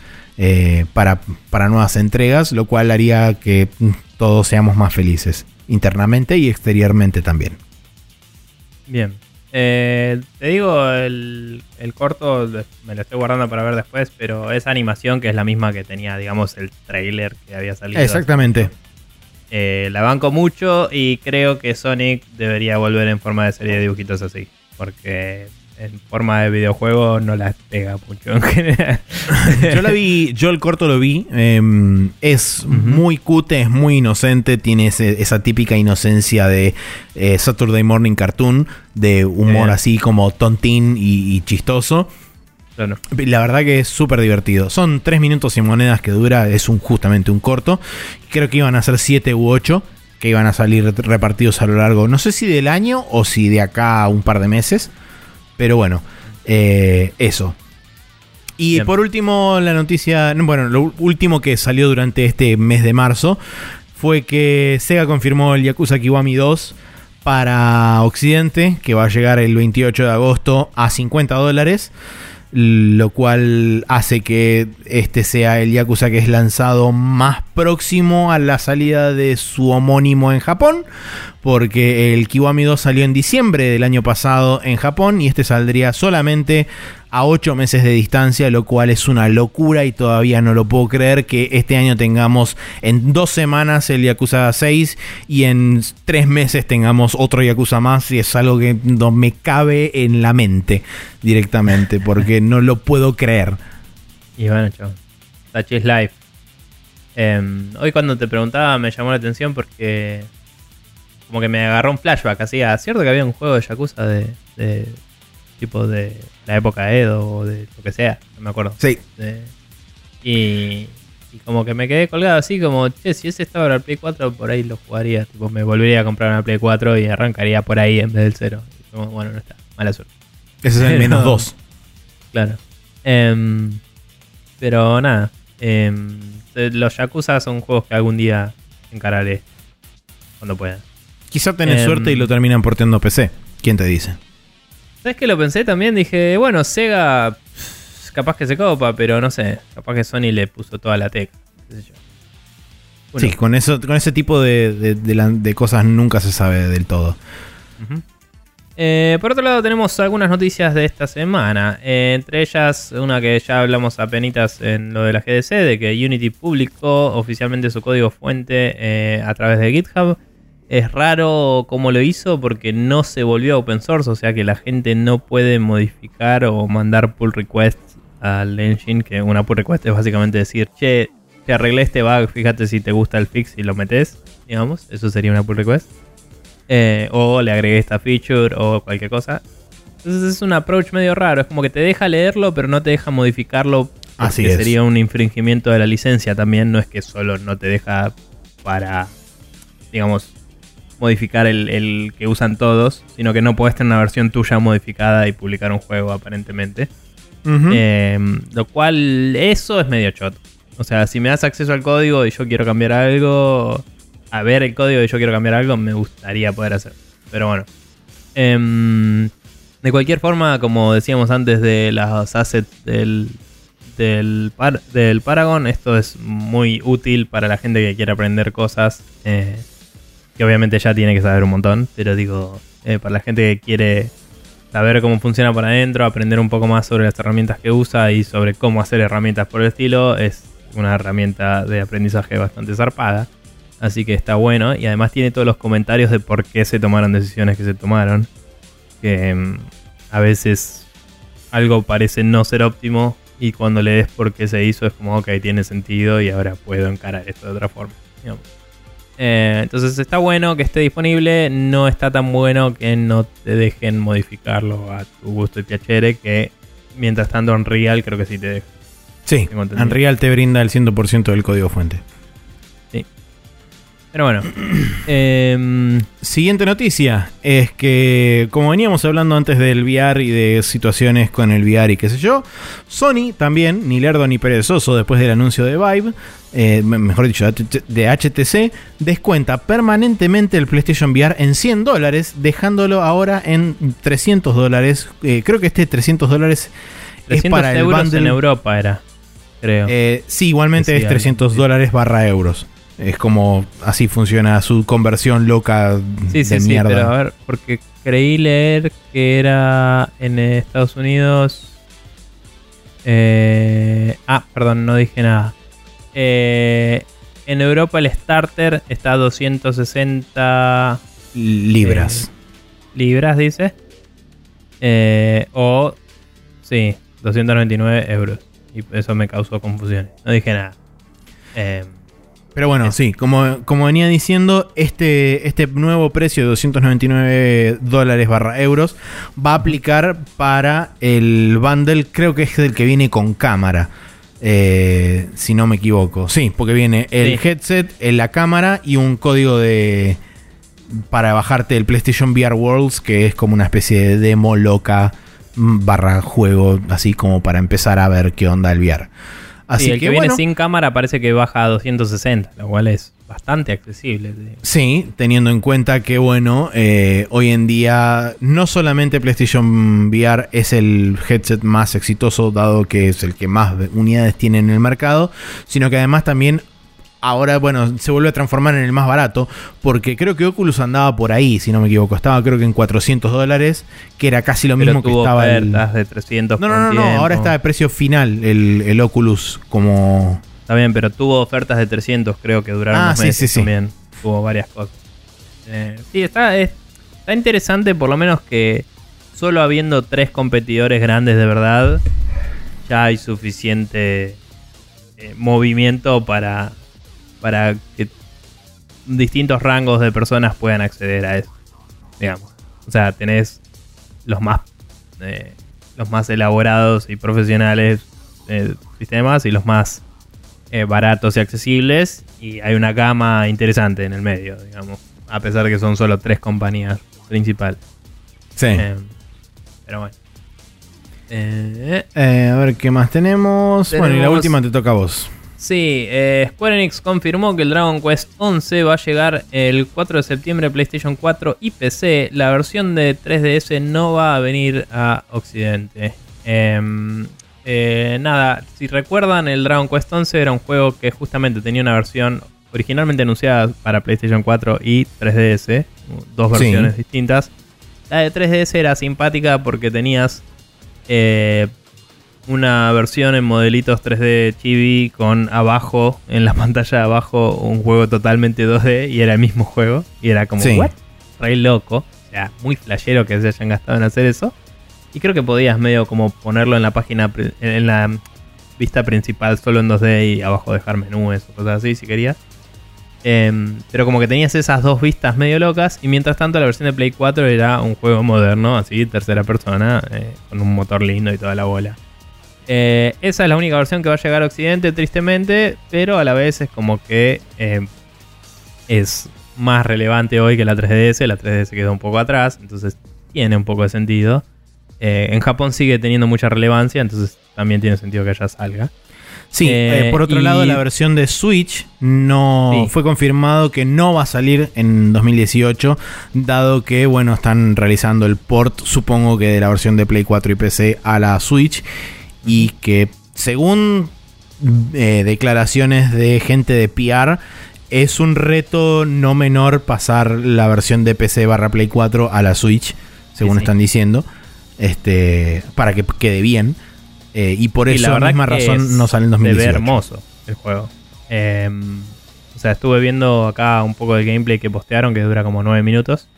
S1: para nuevas entregas, lo cual haría que todos seamos más felices, internamente y exteriormente también.
S2: Bien. Te digo, el corto me lo estoy guardando para ver después, pero esa animación que es la misma que tenía, digamos, el trailer que había salido.
S1: Exactamente.
S2: La banco mucho y creo que Sonic debería volver en forma de serie de dibujitos así, porque en forma de videojuego no la pega mucho en general.
S1: Yo el corto lo vi, es muy cute, es muy inocente, tiene esa típica inocencia de Saturday Morning Cartoon, de humor así como tontín y chistoso.
S2: Claro.
S1: La verdad que es súper divertido. Son 3 minutos y monedas que dura, es justamente un corto. Creo que iban a ser 7 u 8 que iban a salir repartidos a lo largo, no sé si del año o si de acá a un par de meses. Pero bueno, eso. Y bien. Por último, la noticia, bueno, lo último que salió durante este mes de marzo fue que Sega confirmó el Yakuza Kiwami 2 para Occidente, que va a llegar el 28 de agosto a $50, lo cual hace que este sea el Yakuza que es lanzado más próximo a la salida de su homónimo en Japón, porque el Kiwami 2 salió en diciembre del año pasado en Japón y este saldría solamente a 8 meses de distancia, lo cual es una locura y todavía no lo puedo creer que este año tengamos en 2 semanas el Yakuza 6 y en 3 meses tengamos otro Yakuza más, y es algo que no me cabe en la mente directamente porque no lo puedo creer.
S2: Y bueno, chao. Touch is life. Hoy cuando te preguntaba me llamó la atención porque como que me agarró un flashback así. ¿Cierto que había un juego de Yakuza de tipo de la época Edo o de lo que sea? No me acuerdo.
S1: Sí.
S2: Y como que me quedé colgado así como, che, si ese estaba en el Play 4 por ahí lo jugaría. Tipo, me volvería a comprar una Play 4 y arrancaría por ahí en vez del 0. Y como, bueno, no está. Mala suerte.
S1: Ese es el menos 2.
S2: Claro. Pero nada. Los Yakuza son juegos que algún día encararé cuando pueda.
S1: Quizá tenés suerte y lo terminan porteando a PC. ¿Quién te dice?
S2: ¿Sabes qué? Lo pensé también. Dije, bueno, Sega capaz que se copa, pero no sé. Capaz que Sony le puso toda la teca. Qué sé yo. Bueno.
S1: Sí, con ese tipo de cosas nunca se sabe del todo.
S2: Uh-huh. Por otro lado tenemos algunas noticias de esta semana, entre ellas una que ya hablamos apenitas en lo de la GDC, de que Unity publicó oficialmente su código fuente a través de GitHub. Es raro cómo lo hizo porque no se volvió open source, o sea que la gente no puede modificar o mandar pull requests al engine, que una pull request es básicamente decir, che, te arreglé este bug, fíjate si te gusta el fix y lo metes, digamos, eso sería una pull request. O le agregué esta feature o cualquier cosa. Entonces es un approach medio raro. Es como que te deja leerlo, pero no te deja modificarlo.
S1: Así es.
S2: Sería un infringimiento de la licencia también. No es que solo no te deja para, digamos, modificar el que usan todos, sino que no puedes tener una versión tuya modificada y publicar un juego aparentemente. Uh-huh. Lo cual, eso es medio choto. O sea, si me das acceso al código y yo quiero cambiar algo, a ver el código y yo quiero cambiar algo, me gustaría poder hacer. Pero bueno. De cualquier forma, como decíamos antes de las assets del Paragon, esto es muy útil para la gente que quiere aprender cosas. Que obviamente ya tiene que saber un montón. Pero digo, para la gente que quiere saber cómo funciona por adentro, aprender un poco más sobre las herramientas que usa y sobre cómo hacer herramientas por el estilo, es una herramienta de aprendizaje bastante zarpada. Así que está bueno. Y además tiene todos los comentarios de por qué se tomaron decisiones que se tomaron. Que a veces algo parece no ser óptimo y cuando lees por qué se hizo es como, ok, tiene sentido y ahora puedo encarar esto de otra forma, digamos. Entonces está bueno que esté disponible. No está tan bueno que no te dejen modificarlo a tu gusto y piacere, que mientras tanto Unreal creo que sí te deja.
S1: Sí, Unreal te brinda el 100% del código fuente.
S2: Sí. Pero bueno.
S1: Siguiente noticia es que, como veníamos hablando antes del VR y de situaciones con el VR y qué sé yo, Sony también, ni lerdo ni perezoso después del anuncio de Vive, mejor dicho, de HTC, descuenta permanentemente el PlayStation VR en $100, dejándolo ahora en $300. Creo que este $300 es para el bundle.
S2: En Europa era, creo.
S1: Sí, igualmente es $300 barra euros. Es como así funciona su conversión loca de mierda. Sí,
S2: pero a ver, porque creí leer que era en Estados Unidos. Perdón, no dije nada. En Europa el starter está a 260
S1: libras.
S2: Libras, dice. Sí, 299 euros. Y eso me causó confusión. No dije nada.
S1: Pero bueno, sí, como venía diciendo, este nuevo precio de $299 barra euros va a aplicar para el bundle, creo que es el que viene con cámara, si no me equivoco. Sí, porque viene el headset, la cámara y un código para bajarte el PlayStation VR Worlds, que es como una especie de demo loca barra juego, así como para empezar a ver qué onda el VR. Así
S2: el que viene sin cámara parece que baja a 260, lo cual es bastante accesible.
S1: Sí, teniendo en cuenta que, hoy en día no solamente PlayStation VR es el headset más exitoso, dado que es el que más unidades tiene en el mercado, sino que además también ahora, se vuelve a transformar en el más barato, porque creo que Oculus andaba por ahí, si no me equivoco. Estaba creo que en $400, que era casi lo mismo que estaba
S2: ofertas de 300.
S1: No, ahora está de precio final el Oculus como...
S2: Está bien, pero tuvo ofertas de 300, creo que duraron unos meses también. Tuvo varias cosas. Sí, está interesante, por lo menos que solo habiendo 3 competidores grandes de verdad, ya hay suficiente movimiento para que distintos rangos de personas puedan acceder a eso, digamos. O sea, tenés los más elaborados y profesionales sistemas y los más baratos y accesibles, y hay una gama interesante en el medio, digamos, a pesar de que son solo 3 compañías principales.
S1: Sí.
S2: Pero bueno.
S1: A ver qué más tenemos. Bueno, y la última te toca a vos.
S2: Sí, Square Enix confirmó que el Dragon Quest 11 va a llegar el 4 de septiembre a PlayStation 4 y PC. La versión de 3DS no va a venir a Occidente. Nada, si recuerdan, el Dragon Quest 11 era un juego que justamente tenía una versión originalmente anunciada para PlayStation 4 y 3DS. Dos versiones distintas. La de 3DS era simpática porque tenías... una versión en modelitos 3D chibi con abajo, en la pantalla de abajo, un juego totalmente 2D y era el mismo juego. Y era como, ¿what? Re loco. O sea, muy flashero que se hayan gastado en hacer eso. Y creo que podías medio como ponerlo en la página, en la vista principal solo en 2D y abajo dejar menús o cosas así si querías. Pero como que tenías esas dos vistas medio locas. Y mientras tanto la versión de Play 4 era un juego moderno, así, tercera persona, con un motor lindo y toda la bola. Esa es la única versión que va a llegar a Occidente, tristemente, pero a la vez es como que es más relevante hoy que la 3DS. La 3DS quedó un poco atrás, entonces tiene un poco de sentido. En Japón sigue teniendo mucha relevancia, entonces también tiene sentido que ella salga.
S1: Sí, por otro lado, la versión de Switch fue confirmado que no va a salir en 2018, dado que, están realizando el port, supongo que de la versión de Play 4 y PC a la Switch. Y que según declaraciones de gente de PR, es un reto no menor pasar la versión de PC barra Play 4 a la Switch, según están diciendo, para que quede bien. Y por eso, la misma razón, no sale en 2018. Se ve
S2: hermoso el juego. O sea, estuve viendo acá un poco del gameplay que postearon, que dura como 9 minutos.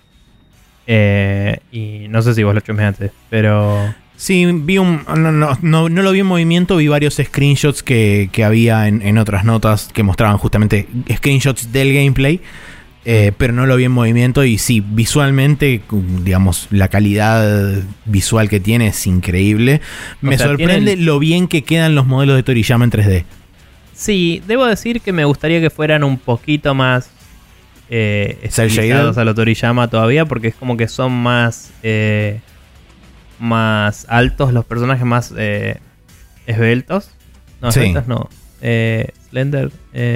S2: Y no sé si vos lo chusmeaste, pero...
S1: Sí, vi no lo vi en movimiento, vi varios screenshots que había en otras notas que mostraban justamente screenshots del gameplay, pero no lo vi en movimiento. Y sí, visualmente, digamos, la calidad visual que tiene es increíble. Me sorprende lo bien que quedan los modelos de Toriyama en 3D.
S2: Sí, debo decir que me gustaría que fueran un poquito más estilizados a lo Toriyama todavía, porque es como que son más altos los personajes, más esbeltos. No, esbeltos no. Slender.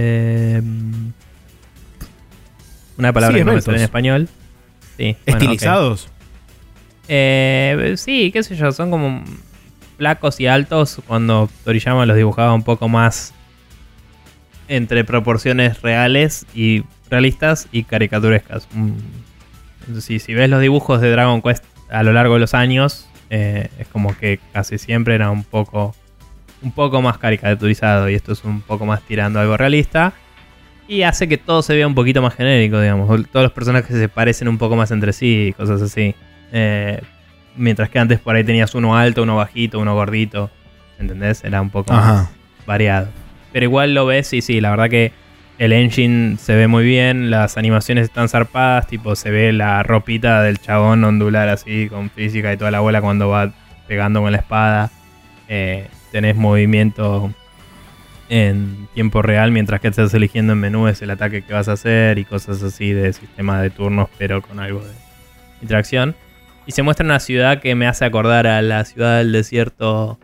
S2: Una palabra que no me sale en español. Sí,
S1: ¿estilizados?
S2: Okay. Sí, qué sé yo, son como flacos y altos cuando Toriyama los dibujaba un poco más entre proporciones reales y realistas y caricaturescas. Entonces, si ves los dibujos de Dragon Quest a lo largo de los años, es como que casi siempre era un poco más caricaturizado, y esto es un poco más tirando a algo realista. Y hace que todo se vea un poquito más genérico, digamos. Todos los personajes se parecen un poco más entre sí y cosas así. Mientras que antes por ahí tenías uno alto, uno bajito, uno gordito. ¿Entendés? Era un poco más variado. Pero igual lo ves y sí, la verdad que el engine se ve muy bien. Las animaciones están zarpadas. Tipo, se ve la ropita del chabón ondular así, con física y toda la bola cuando va pegando con la espada. Tenés movimiento en tiempo real mientras que estás eligiendo en menús el ataque que vas a hacer y cosas así de sistema de turnos, pero con algo de interacción. Y se muestra una ciudad que me hace acordar a la ciudad del desierto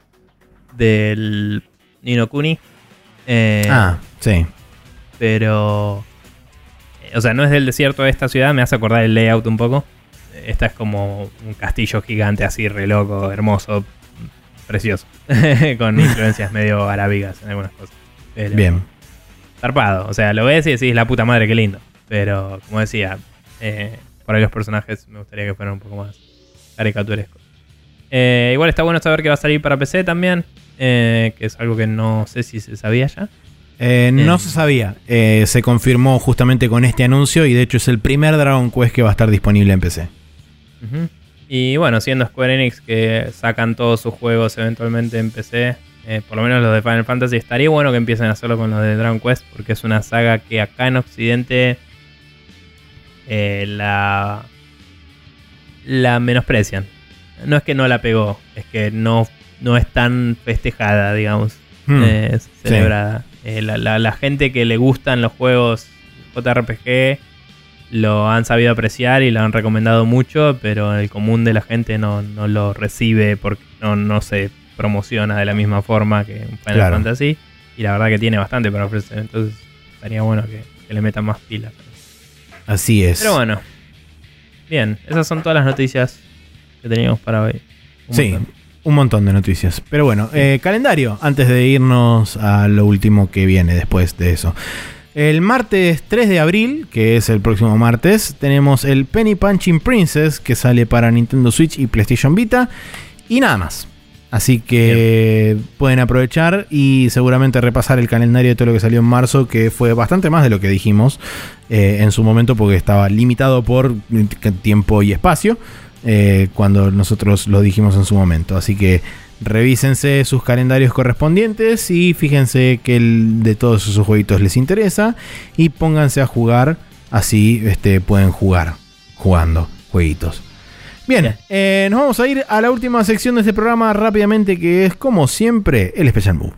S2: del Ni no Kuni.
S1: Sí.
S2: Pero o sea, no es del desierto de esta ciudad, me hace acordar el layout un poco. Esta es como un castillo gigante así, re loco, hermoso, precioso. Con influencias medio arábigas en algunas cosas. Pero
S1: bien.
S2: Zarpado. O sea, lo ves y decís, la puta madre, qué lindo. Pero, como decía, por ahí los personajes me gustaría que fueran un poco más caricaturescos. Igual está bueno saber que va a salir para PC también. Que es algo que no sé si se sabía ya.
S1: No se sabía. Se confirmó justamente con este anuncio. Y de hecho es el primer Dragon Quest que va a estar disponible en PC.
S2: Uh-huh. Y bueno, siendo Square Enix que sacan todos sus juegos eventualmente en PC, por lo menos los de Final Fantasy, estaría bueno que empiecen a hacerlo con los de Dragon Quest, porque es una saga que acá en Occidente la menosprecian. No es que no la pegó, es que no es tan festejada, digamos, celebrada. Sí. La gente que le gustan los juegos JRPG lo han sabido apreciar y lo han recomendado mucho, pero el común de la gente no lo recibe porque no se promociona de la misma forma que en Final Fantasy. Y la verdad que tiene bastante para ofrecer, entonces estaría bueno que le metan más pilas.
S1: Así es.
S2: Pero bueno, bien, esas son todas las noticias que teníamos para hoy.
S1: Un montón de noticias. Pero bueno, calendario, antes de irnos a lo último que viene después de eso. El martes 3 de abril, que es el próximo martes, tenemos el Penny Punching Princess, que sale para Nintendo Switch y PlayStation Vita. Y nada más. Así que pueden aprovechar y seguramente repasar el calendario de todo lo que salió en marzo, que fue bastante más de lo que dijimos en su momento, porque estaba limitado por tiempo y espacio cuando nosotros lo dijimos en su momento. Así que revísense sus calendarios correspondientes y fíjense que de todos esos jueguitos les interesa y pónganse a jugar, así pueden jugar jugando jueguitos. Bien, nos vamos a ir a la última sección de este programa rápidamente, que es, como siempre, el Special Move.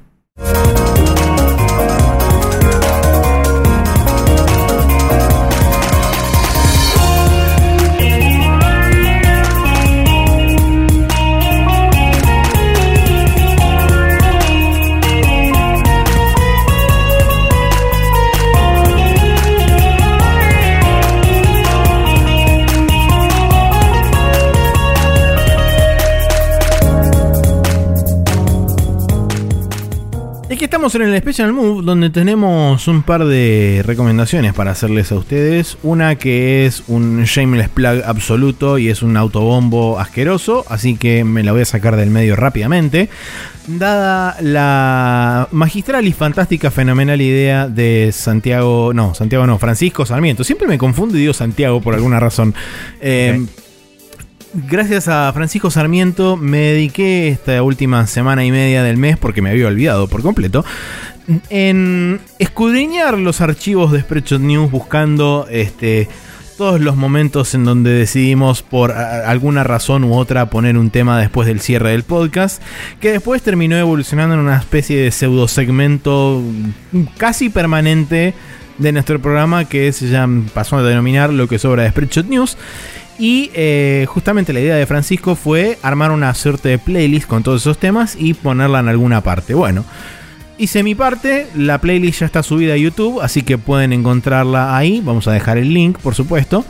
S1: Estamos en el Special Move, donde tenemos un par de recomendaciones para hacerles a ustedes. Una que es un shameless plug absoluto y es un autobombo asqueroso, así que me la voy a sacar del medio rápidamente. Dada la magistral y fantástica, fenomenal idea de Francisco Sarmiento. Siempre me confundo y digo Santiago por alguna razón. Gracias a Francisco Sarmiento me dediqué esta última semana y media del mes, porque me había olvidado por completo, en escudriñar los archivos de Spreadshot News, buscando todos los momentos en donde decidimos por alguna razón u otra poner un tema después del cierre del podcast, que después terminó evolucionando en una especie de pseudo segmento casi permanente de nuestro programa, que ya pasó a denominar Lo que sobra de Spreadshot News. Y justamente la idea de Francisco fue armar una suerte de playlist con todos esos temas y ponerla en alguna parte. Bueno, hice mi parte, la playlist ya está subida a YouTube, así que pueden encontrarla ahí. Vamos a dejar el link, por supuesto.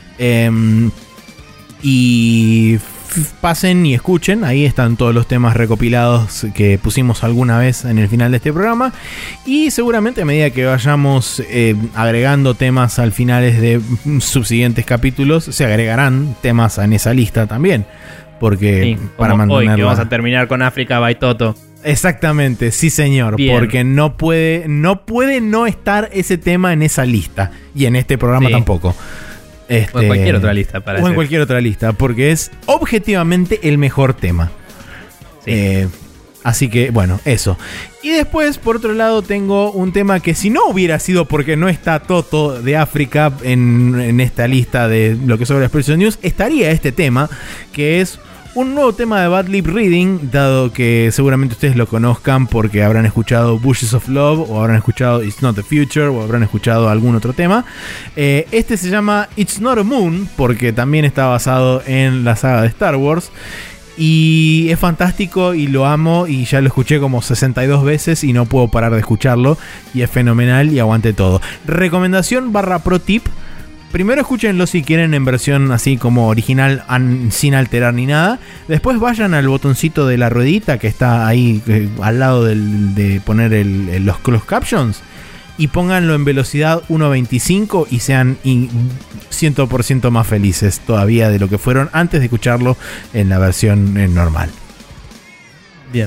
S1: Y pasen y escuchen, ahí están todos los temas recopilados que pusimos alguna vez en el final de este programa. Y seguramente a medida que vayamos agregando temas al final de subsiguientes capítulos, se agregarán temas en esa lista también. Porque
S2: sí,
S1: para mantenerla...
S2: Hoy que vamos a terminar con África by Toto.
S1: Exactamente, sí señor. Bien. Porque no puede no estar ese tema en esa lista. Y en este programa tampoco.
S2: O en cualquier otra lista.
S1: O en cualquier otra lista, porque es objetivamente el mejor tema. Sí. Así que, bueno, eso. Y después, por otro lado, tengo un tema que si no hubiera sido porque no está Toto de África en esta lista de Lo que sobra Spreadshot News, estaría este tema, que es un nuevo tema de Bad Lip Reading, dado que seguramente ustedes lo conozcan porque habrán escuchado Bushes of Love, o habrán escuchado It's Not the Future, o habrán escuchado algún otro tema. Este se llama It's Not a Moon, porque también está basado en la saga de Star Wars. Y es fantástico y lo amo, y ya lo escuché como 62 veces y no puedo parar de escucharlo. Y es fenomenal y aguante todo. Recomendación / pro tip. Primero escúchenlo si quieren en versión así como original, sin alterar ni nada. Después vayan al botoncito de la ruedita que está ahí al lado de poner los closed captions, y pónganlo en velocidad 1.25 y sean 100% más felices todavía de lo que fueron antes de escucharlo en la versión normal.
S2: Bien.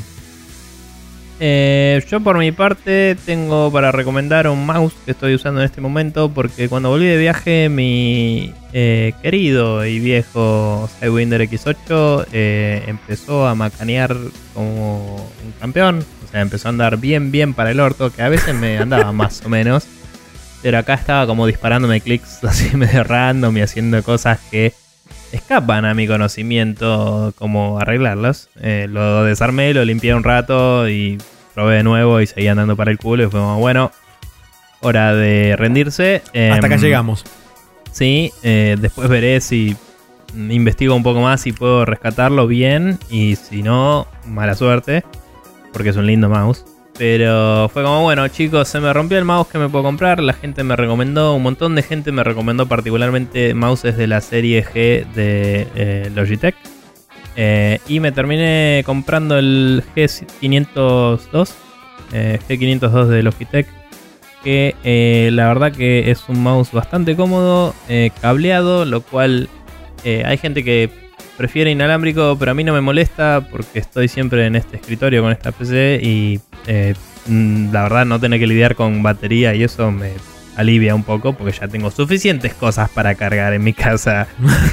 S2: Yo por mi parte tengo para recomendar un mouse que estoy usando en este momento, porque cuando volví de viaje mi querido y viejo Sidewinder X8 empezó a macanear como un campeón. O sea, empezó a andar bien para el orto, que a veces me andaba más o menos, pero acá estaba como disparándome clics así medio random y haciendo cosas que escapan a mi conocimiento cómo arreglarlos. Lo desarmé, lo limpié un rato y probé de nuevo y seguía andando para el culo. Y fue como, bueno, hora de rendirse.
S1: Hasta acá llegamos.
S2: Sí, después veré si investigo un poco más y puedo rescatarlo bien. Y si no, mala suerte, porque es un lindo mouse. Pero fue como, bueno, chicos, se me rompió el mouse que me puedo comprar. La gente me recomendó, un montón de gente me recomendó particularmente mouses de la serie G de Logitech. Y me terminé comprando el G502. G502 de Logitech. Que la verdad que es un mouse bastante cómodo, cableado, lo cual hay gente que prefiere inalámbrico, pero a mí no me molesta porque estoy siempre en este escritorio con esta PC y la verdad no tener que lidiar con batería y eso me alivia un poco porque ya tengo suficientes cosas para cargar en mi casa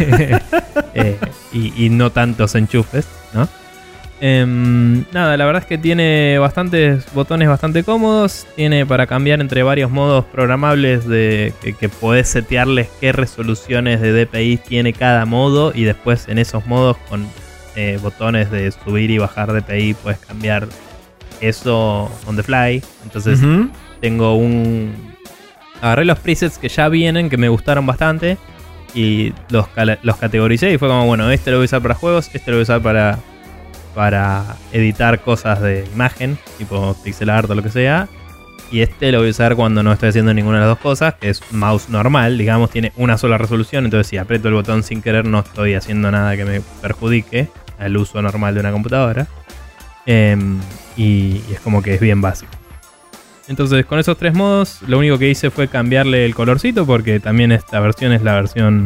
S2: y no tantos enchufes, ¿no? Nada, la verdad es que tiene bastantes botones bastante cómodos. Tiene para cambiar entre varios modos programables que podés setearles qué resoluciones de DPI tiene cada modo. Y después en esos modos con botones de subir y bajar DPI puedes cambiar eso on the fly. Entonces tengo agarré los presets que ya vienen, que me gustaron bastante, y los categoricé y fue como, bueno, este lo voy a usar para juegos, este lo voy a usar para editar cosas de imagen, tipo pixel art o lo que sea. Y este lo voy a usar cuando no estoy haciendo ninguna de las dos cosas, que es mouse normal, digamos, tiene una sola resolución. Entonces si aprieto el botón sin querer no estoy haciendo nada que me perjudique al uso normal de una computadora. Y es como que es bien básico. Entonces con esos tres modos lo único que hice fue cambiarle el colorcito, porque también esta versión es la versión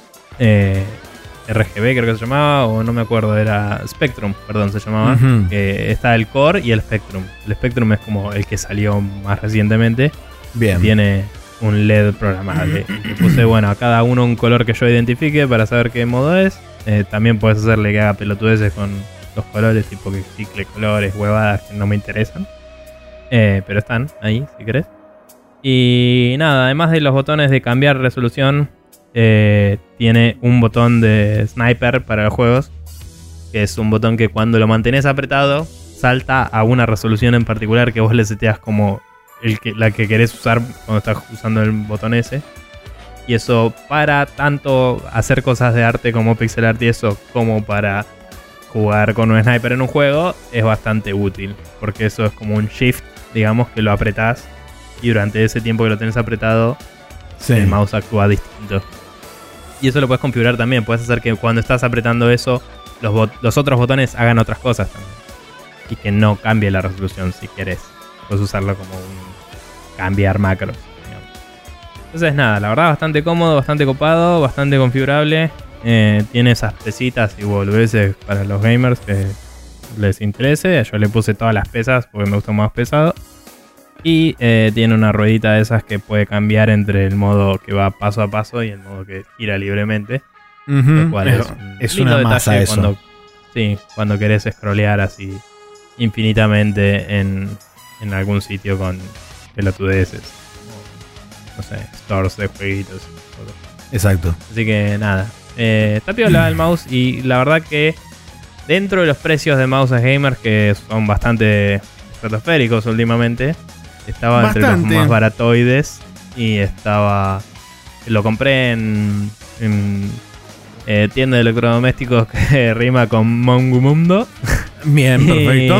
S2: RGB creo que se llamaba, o no me acuerdo, era Spectrum, perdón, se llamaba. Está el Core y el Spectrum. El Spectrum es como el que salió más recientemente.
S1: Bien.
S2: Tiene un LED programable. Le puse, bueno, a cada uno un color que yo identifique para saber qué modo es. También puedes hacerle que haga pelotudeces con los colores, tipo que cicle colores, huevadas que no me interesan. Pero están ahí, si querés. Y nada, además de los botones de cambiar resolución, tiene un botón de sniper para los juegos, que es un botón que cuando lo mantenés apretado salta a una resolución en particular que vos le seteás como la que querés usar cuando estás usando el botón S. Y eso para tanto hacer cosas de arte como pixel art y eso, como para jugar con un sniper en un juego, es bastante útil. Porque eso es como un shift, digamos, que lo apretás y durante ese tiempo que lo tenés apretado, el mouse actúa distinto. Y eso lo puedes configurar también. Puedes hacer que cuando estás apretando eso, los otros botones hagan otras cosas también. Y que no cambie la resolución si querés. Puedes usarlo como un cambiar macros. Entonces nada, la verdad bastante cómodo, bastante copado, bastante configurable. Tiene esas pesitas y boludeces para los gamers que les interese. Yo le puse todas las pesas porque me gusta más pesado. Y tiene una ruedita de esas que puede cambiar entre el modo que va paso a paso y el modo que gira libremente. Lo cual
S1: es una masa eso.
S2: Cuando querés scrollear así infinitamente en algún sitio con pelotudeces. No sé, stores de jueguitos.
S1: Exacto.
S2: Así que nada. Está piola el mouse y la verdad que dentro de los precios de mouses gamers, que son bastante estratosféricos últimamente, estaba entre los más baratoides y estaba... Lo compré en tienda de electrodomésticos que rima con Mongumundo.
S1: Bien, perfecto.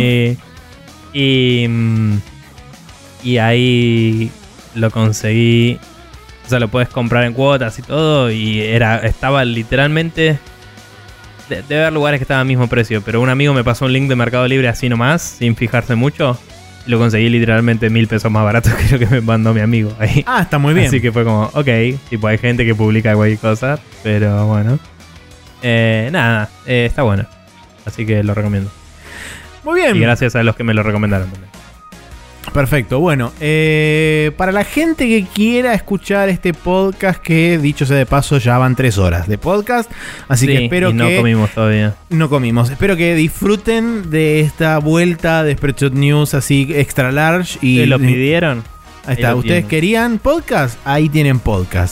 S2: Y ahí lo conseguí. O sea, lo puedes comprar en cuotas y todo. Y estaba literalmente... Debe haber lugares que estaban al mismo precio. Pero un amigo me pasó un link de Mercado Libre así nomás, sin fijarse mucho. Y lo conseguí literalmente 1000 pesos más barato que lo que me mandó mi amigo ahí.
S1: Ah, está muy bien.
S2: Así que fue como, ok. Tipo, hay gente que publica cualquier cosa. Pero bueno. Nada, está bueno. Así que lo recomiendo.
S1: Muy bien.
S2: Y gracias a los que me lo recomendaron también.
S1: Perfecto, bueno, para la gente que quiera escuchar este podcast, que dicho sea de paso ya van 3 horas de podcast, así que espero
S2: no comimos todavía.
S1: No comimos, espero que disfruten de esta vuelta de Spreadshot News así extra large. Y
S2: ¿lo pidieron?
S1: Ahí está, ustedes querían podcast, ahí tienen podcast.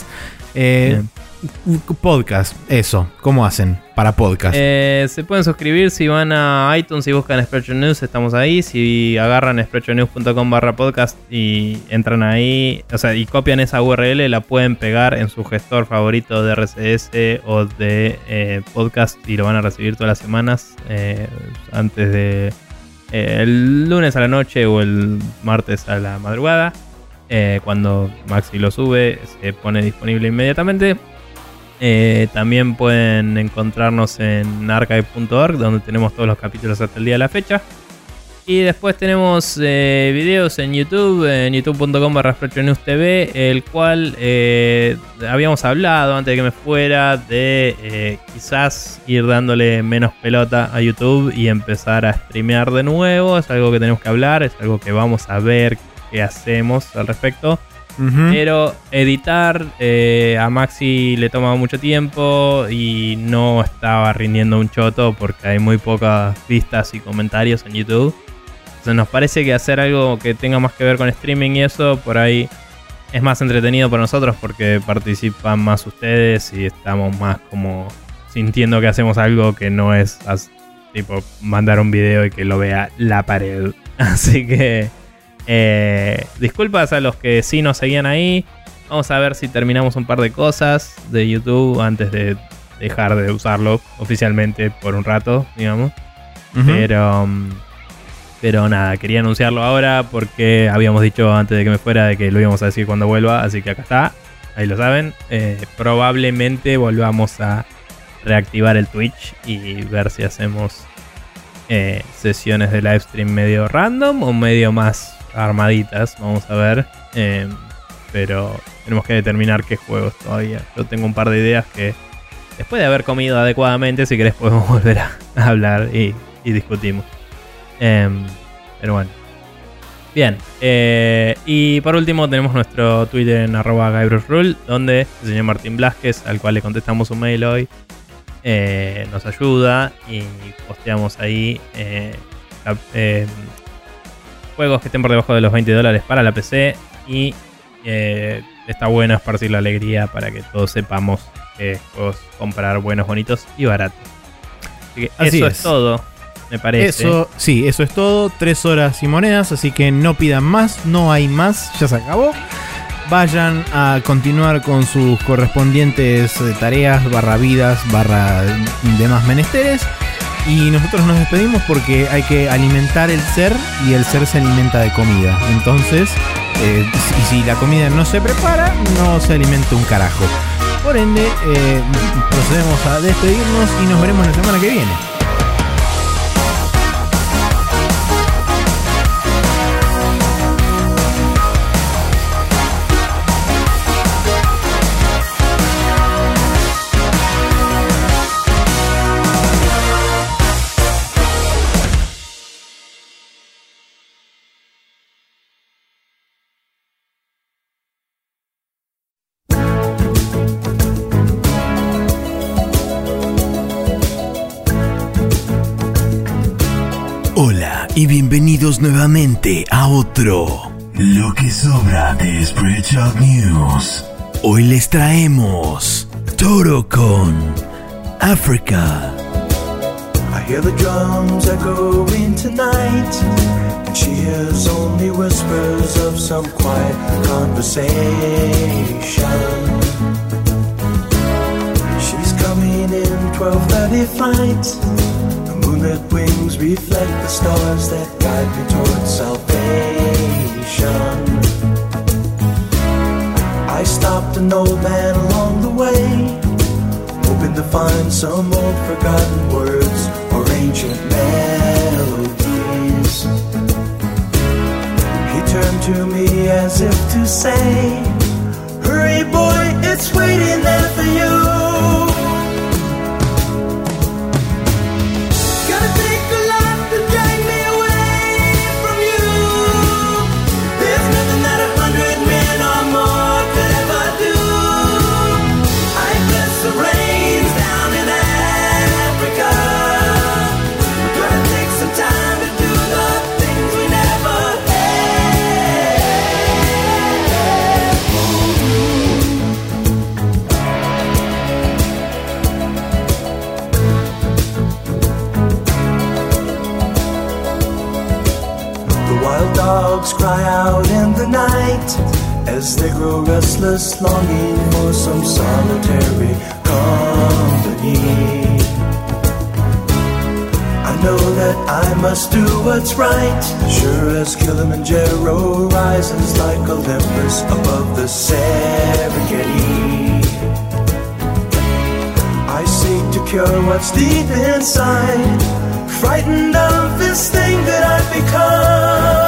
S1: Podcast, eso, ¿cómo hacen para podcast?
S2: Se pueden suscribir si van a iTunes y buscan Spreadshot News, estamos ahí. Si agarran spreadshotnews.com/podcast y entran ahí, o sea, y copian esa URL, la pueden pegar en su gestor favorito de RSS o de podcast y lo van a recibir todas las semanas antes de el lunes a la noche o el martes a la madrugada. Cuando Maxi lo sube, se pone disponible inmediatamente. También pueden encontrarnos en archive.org, donde tenemos todos los capítulos hasta el día de la fecha. Y después tenemos videos en YouTube, en youtube.com/SpreadshotNewsTV, el cual habíamos hablado antes de que me fuera de quizás ir dándole menos pelota a YouTube y empezar a streamear de nuevo. Es algo que tenemos que hablar, es algo que vamos a ver qué hacemos al respecto. Pero editar a Maxi le toma mucho tiempo y no estaba rindiendo un choto porque hay muy pocas vistas y comentarios en YouTube. Entonces nos parece que hacer algo que tenga más que ver con streaming y eso por ahí es más entretenido para nosotros porque participan más ustedes y estamos más como sintiendo que hacemos algo que no es tipo mandar un video y que lo vea la pared. Así que disculpas a los que sí nos seguían ahí. Vamos a ver si terminamos un par de cosas de YouTube antes de dejar de usarlo oficialmente por un rato, digamos. Pero nada, quería anunciarlo ahora porque habíamos dicho antes de que me fuera de que lo íbamos a decir cuando vuelva. Así que acá está, ahí lo saben. Probablemente volvamos a reactivar el Twitch y ver si hacemos sesiones de live stream medio random o medio más armaditas, vamos a ver. Pero tenemos que determinar qué juegos todavía. Yo tengo un par de ideas que después de haber comido adecuadamente, si querés podemos volver a hablar y discutimos. Pero bueno. Bien. Y por último tenemos nuestro Twitter en @GuybrushRule, donde el señor Martín Blasquez, al cual le contestamos un mail hoy, nos ayuda y posteamos ahí juegos que estén por debajo de los $20 para la PC. Y está bueno esparcir la alegría para que todos sepamos qué juegos comprar buenos, bonitos y baratos. Así que eso es todo me parece.
S1: Eso es todo. 3 horas y monedas, así que no pidan más, no hay más, ya se acabó. Vayan a continuar con sus correspondientes tareas, vidas, demás menesteres. Y nosotros nos despedimos porque hay que alimentar el ser y el ser se alimenta de comida. Entonces, si la comida no se prepara, no se alimenta un carajo. Por ende, procedemos a despedirnos y nos veremos la semana que viene.
S3: Hola y bienvenidos nuevamente a otro Lo que sobra de Spreadshot News. Hoy les traemos Toto con Africa.
S4: I hear the drums echoing tonight, and she hears only whispers of some quiet conversation. She's coming in 12:30 flight. Moonlit wings reflect the stars that guide me towards salvation. I stopped an old man along the way, hoping to find some old forgotten words or ancient melodies. He turned to me as if to say, hurry boy, it's waiting there for you. Dogs cry out in the night as they grow restless, longing for some solitary company. I know that I must do what's right, sure as Kilimanjaro rises like Olympus above the Serengeti. I seek to cure what's deep inside, frightened of this thing that I've become.